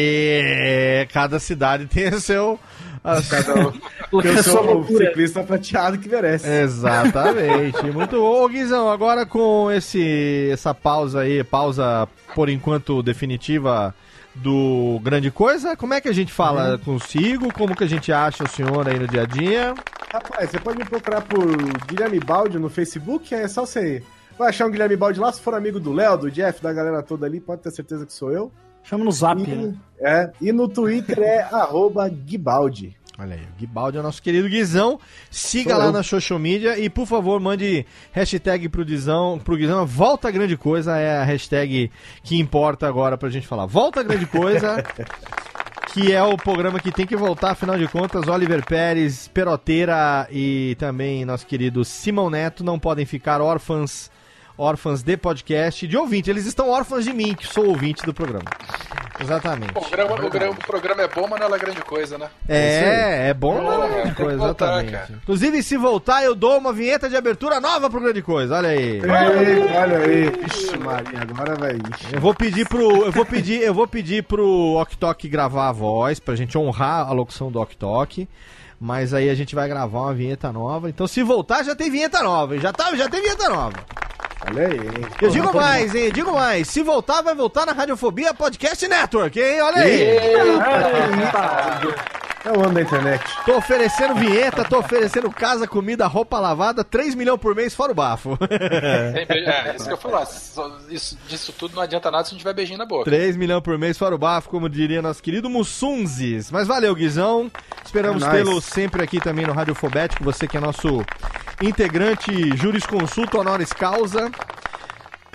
de, cada cidade tem o seu... Cada um, tem o seu ciclista prateado que merece. Exatamente. Muito bom. Ô, Guizão, agora com esse, essa pausa aí, pausa por enquanto definitiva do Grande Coisa, como é que a gente fala uhum. consigo? Como que a gente acha o senhor aí no dia a dia? Rapaz, você pode me procurar por Guilherme Baldi no Facebook, é só você vai achar um Guilherme Baldi lá, se for amigo do Léo, do Jeff, da galera toda ali, pode ter certeza que sou eu. Chama no Zap, e, né? É, e no Twitter é arroba Guibaldi. Olha aí, o Guibaldi é o nosso querido Guizão. Siga Sou lá eu. na social media e, por favor, mande hashtag pro Guizão. Pro Guizão, volta grande coisa é a hashtag que importa agora pra gente falar. Volta grande coisa, que é o programa que tem que voltar, afinal de contas, Oliver Pérez, Peroteira e também nosso querido Simão Neto não podem ficar órfãos, órfãos de podcast, de ouvinte. Eles estão órfãos de mim, que sou ouvinte do programa. Exatamente. O programa, o, programa, o programa é bom, mas não é grande coisa, né? É, é bom, mas não é grande coisa, exatamente. Voltar, inclusive, se voltar, eu dou uma vinheta de abertura nova pro Grande Coisa, olha aí. Ei, olha aí. Ixi, Maria, agora vai. Eu vou pedir pro, eu vou pedir, eu vou pedir pro Oktok gravar a voz, pra gente honrar a locução do Oktok. Mas aí a gente vai gravar uma vinheta nova. Então, se voltar, já tem vinheta nova. Já, tá, já tem vinheta nova. Olha aí. Eu digo mais, hein? Digo mais. Se voltar, vai voltar na Radiofobia Podcast Network, hein? Olha aí. É o ano da internet. Tô oferecendo vinheta, tô oferecendo casa, comida, roupa lavada, três milhões por mês fora o bafo. É, isso que eu falar. Isso, disso tudo não adianta nada se não tiver beijinho na boca. três milhões por mês fora o bafo, como diria nosso querido Mussunzes. Mas valeu, Guizão. Esperamos é tê-lo sempre aqui também no Radiofobético. Você que é nosso integrante jurisconsulto honoris causa.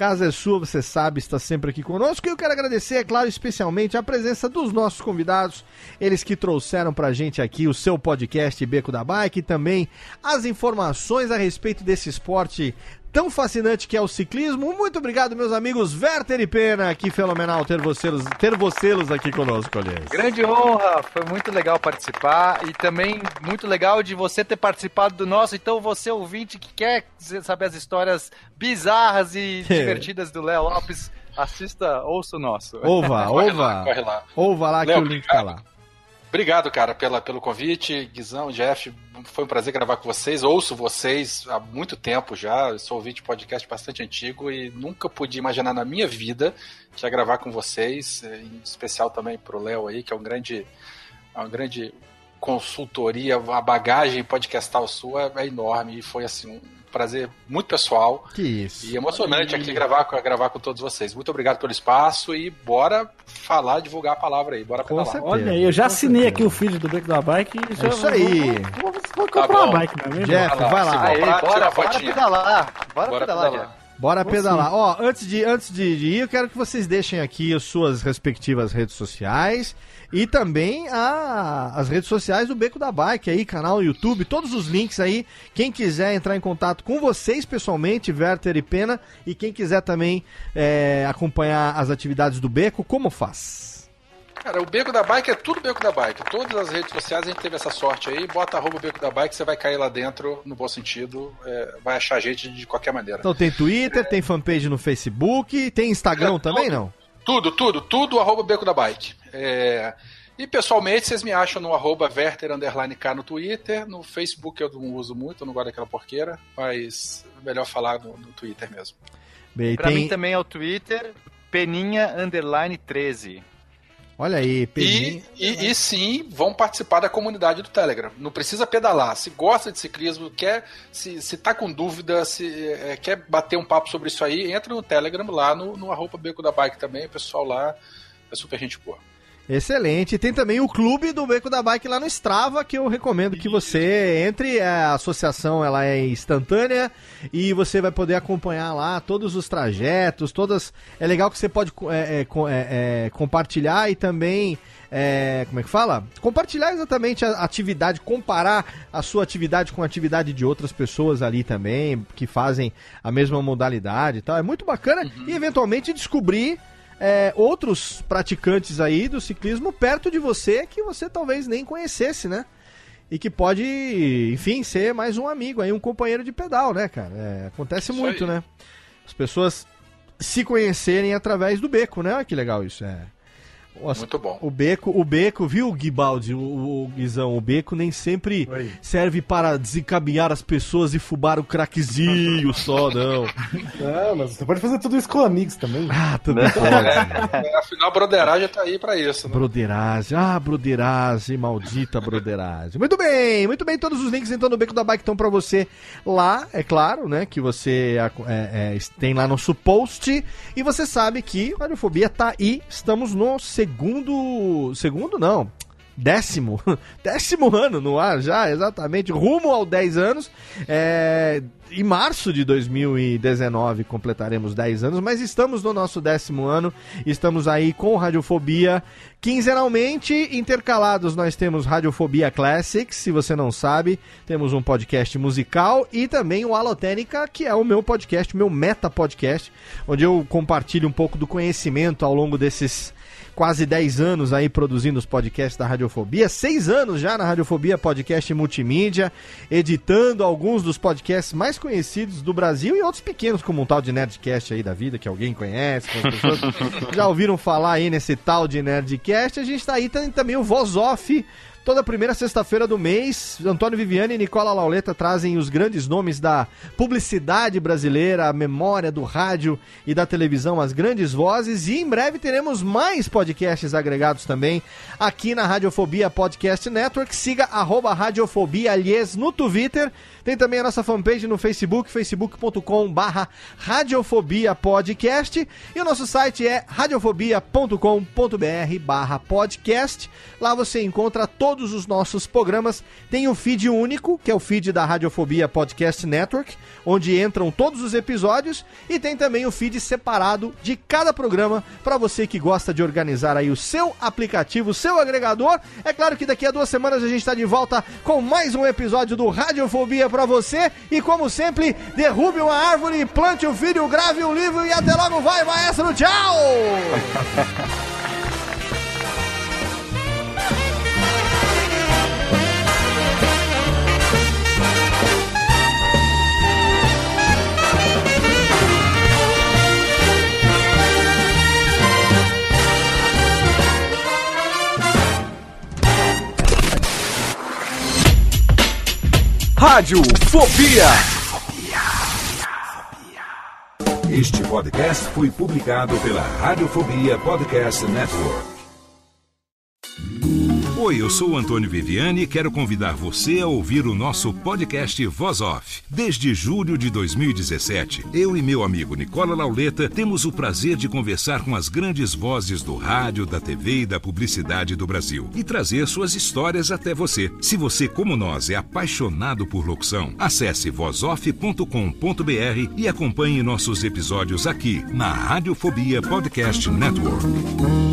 casa é sua, você sabe, está sempre aqui conosco. E eu quero agradecer, é claro, especialmente a presença dos nossos convidados, eles que trouxeram pra gente aqui o seu podcast Beco da Bike e também as informações a respeito desse esporte tão fascinante que é o ciclismo. Muito obrigado, meus amigos Werther e Pena, que fenomenal ter vocês, ter vocês aqui conosco, aliás. Grande honra, foi muito legal participar e também muito legal de você ter participado do nosso. Então você, ouvinte, que quer saber as histórias bizarras e divertidas do Léo Lopes, assista, ouça o nosso. Ouva, Corre ouva, lá, corre lá. ouva lá Léo, que o link tá lá. Obrigado, cara, pela, pelo convite. Guizão, Jeff, foi um prazer gravar com vocês. Ouço vocês há muito tempo já. Eu sou ouvinte de podcast bastante antigo e nunca pude imaginar na minha vida já gravar com vocês. Em especial também pro Léo aí, que é um grande, uma grande consultoria. A bagagem podcastal sua é enorme e foi assim um prazer muito pessoal. Que isso. E emocionante aqui gravar, gravar com todos vocês. Muito obrigado pelo espaço e bora falar, divulgar a palavra aí. Bora pedalar. Olha aí, eu já assinei aqui o feed do Beco da Bike e já É isso aí. Vou, vou, vou comprar Tá uma bike, não é mesmo? Jeff, vai lá. Aí, Bora, bora, tira a bora fotinha. pedalar. Bora, Bora pedalar, pedalar. Jeff. Bora pedalar. Ó, antes de, antes de, de ir, eu quero que vocês deixem aqui as suas respectivas redes sociais e também a, as redes sociais do Beco da Bike aí, canal no YouTube, todos os links aí. Quem quiser entrar em contato com vocês pessoalmente, Werther e Pena, e quem quiser também é, acompanhar as atividades do Beco, como faz? Cara, o Beco da Bike é tudo Beco da Bike. Todas as redes sociais a gente teve essa sorte aí. Bota arroba Beco da Bike, você vai cair lá dentro, no bom sentido. É, vai achar a gente de qualquer maneira. Então tem Twitter, tem fanpage no Facebook, tem Instagram É, também, tudo. não? Tudo, tudo, tudo arroba Beco da Bike. É, e pessoalmente vocês me acham no arroba Werther underline K no Twitter. No Facebook eu não uso muito, eu não gosto daquela porqueira, mas é melhor falar no, no Twitter mesmo. Bem, Pra tem... mim também é o Twitter, Peninha underline treze. Olha aí, Peninha. E, e, e sim, vão participar da comunidade do Telegram. Não precisa pedalar. Se gosta de ciclismo, quer, se, se tá com dúvida, se é, quer bater um papo sobre isso aí, entra no Telegram lá no, no arroba Beco da Bike também. O pessoal lá é super gente boa. Excelente. E tem também o clube do Beco da Bike lá no Strava, que eu recomendo que você entre. A associação ela é instantânea e você vai poder acompanhar lá todos os trajetos, todas. É legal que você pode é, é, é, compartilhar e também. É, como é que fala? Compartilhar exatamente a atividade, comparar a sua atividade com a atividade de outras pessoas ali também, que fazem a mesma modalidade e tal. É muito bacana. Uhum. E eventualmente descobrir. É, outros praticantes aí do ciclismo perto de você que você talvez nem conhecesse, né? E que pode, enfim, ser mais um amigo aí, um companheiro de pedal, né, cara? É, acontece isso muito, aí. Né? As pessoas se conhecerem através do beco, né? Olha que legal isso, é. Nossa, muito bom. O beco, o beco, viu, Guibaldi, o, o Guizão, o beco nem sempre Oi. serve para desencaminhar as pessoas e fubar o craquezinho só, não. Não, mas você pode fazer tudo isso com amigos também. Ah, também pode. É, afinal, a broderagem tá aí pra isso, né? Broderagem, ah, broderagem, maldita broderagem. Muito bem, muito bem, todos os links então no Beco da Bike estão pra você lá, é claro, né, que você é, é, tem lá no nosso post, e você sabe que Radiofobia tá aí, estamos no segundo, segundo não, décimo, décimo ano no ar já, exatamente, rumo ao dez anos, é, em março de dois mil e dezenove completaremos dez anos, mas estamos no nosso décimo ano, estamos aí com Radiofobia, quinzenalmente intercalados nós temos Radiofobia Classics, se você não sabe, temos um podcast musical e também o Alotênica, que é o meu podcast, o meu meta podcast, onde eu compartilho um pouco do conhecimento ao longo desses quase dez anos aí produzindo os podcasts da Radiofobia, seis anos já na Radiofobia Podcast Multimídia, editando alguns dos podcasts mais conhecidos do Brasil e outros pequenos, como um tal de Nerdcast aí da vida, que alguém conhece, que as pessoas já ouviram falar aí nesse tal de Nerdcast. A gente tá aí, tem também o Voz Off, toda primeira sexta-feira do mês. Antônio Viviani e Nicola Lauleta trazem os grandes nomes da publicidade brasileira, a memória do rádio e da televisão, as grandes vozes. E em breve teremos mais podcasts agregados também aqui na Radiofobia Podcast Network. Siga arroba Radiofobia, aliás, no Twitter. Tem também a nossa fanpage no Facebook, facebook ponto com barra Radiofobia Podcast. E o nosso site é radiofobia ponto com ponto br barra podcast. Lá você encontra todo todos os nossos programas têm um feed único, que é o feed da Radiofobia Podcast Network, onde entram todos os episódios, e tem também o feed separado de cada programa para você que gosta de organizar aí o seu aplicativo, o seu agregador. É claro que daqui a duas semanas a gente está de volta com mais um episódio do Radiofobia para você, e como sempre, derrube uma árvore, plante um filho, grave um livro e até logo, vai maestro, tchau! Radiofobia. Este podcast foi publicado pela Radiofobia Podcast Network. Oi, eu sou o Antônio Viviani e quero convidar você a ouvir o nosso podcast Voz Off. Desde julho de dois mil e dezessete, eu e meu amigo Nicola Lauleta temos o prazer de conversar com as grandes vozes do rádio, da T V e da publicidade do Brasil e trazer suas histórias até você. Se você, como nós, é apaixonado por locução, acesse voz off ponto com ponto b r e acompanhe nossos episódios aqui na Radiofobia Podcast Network.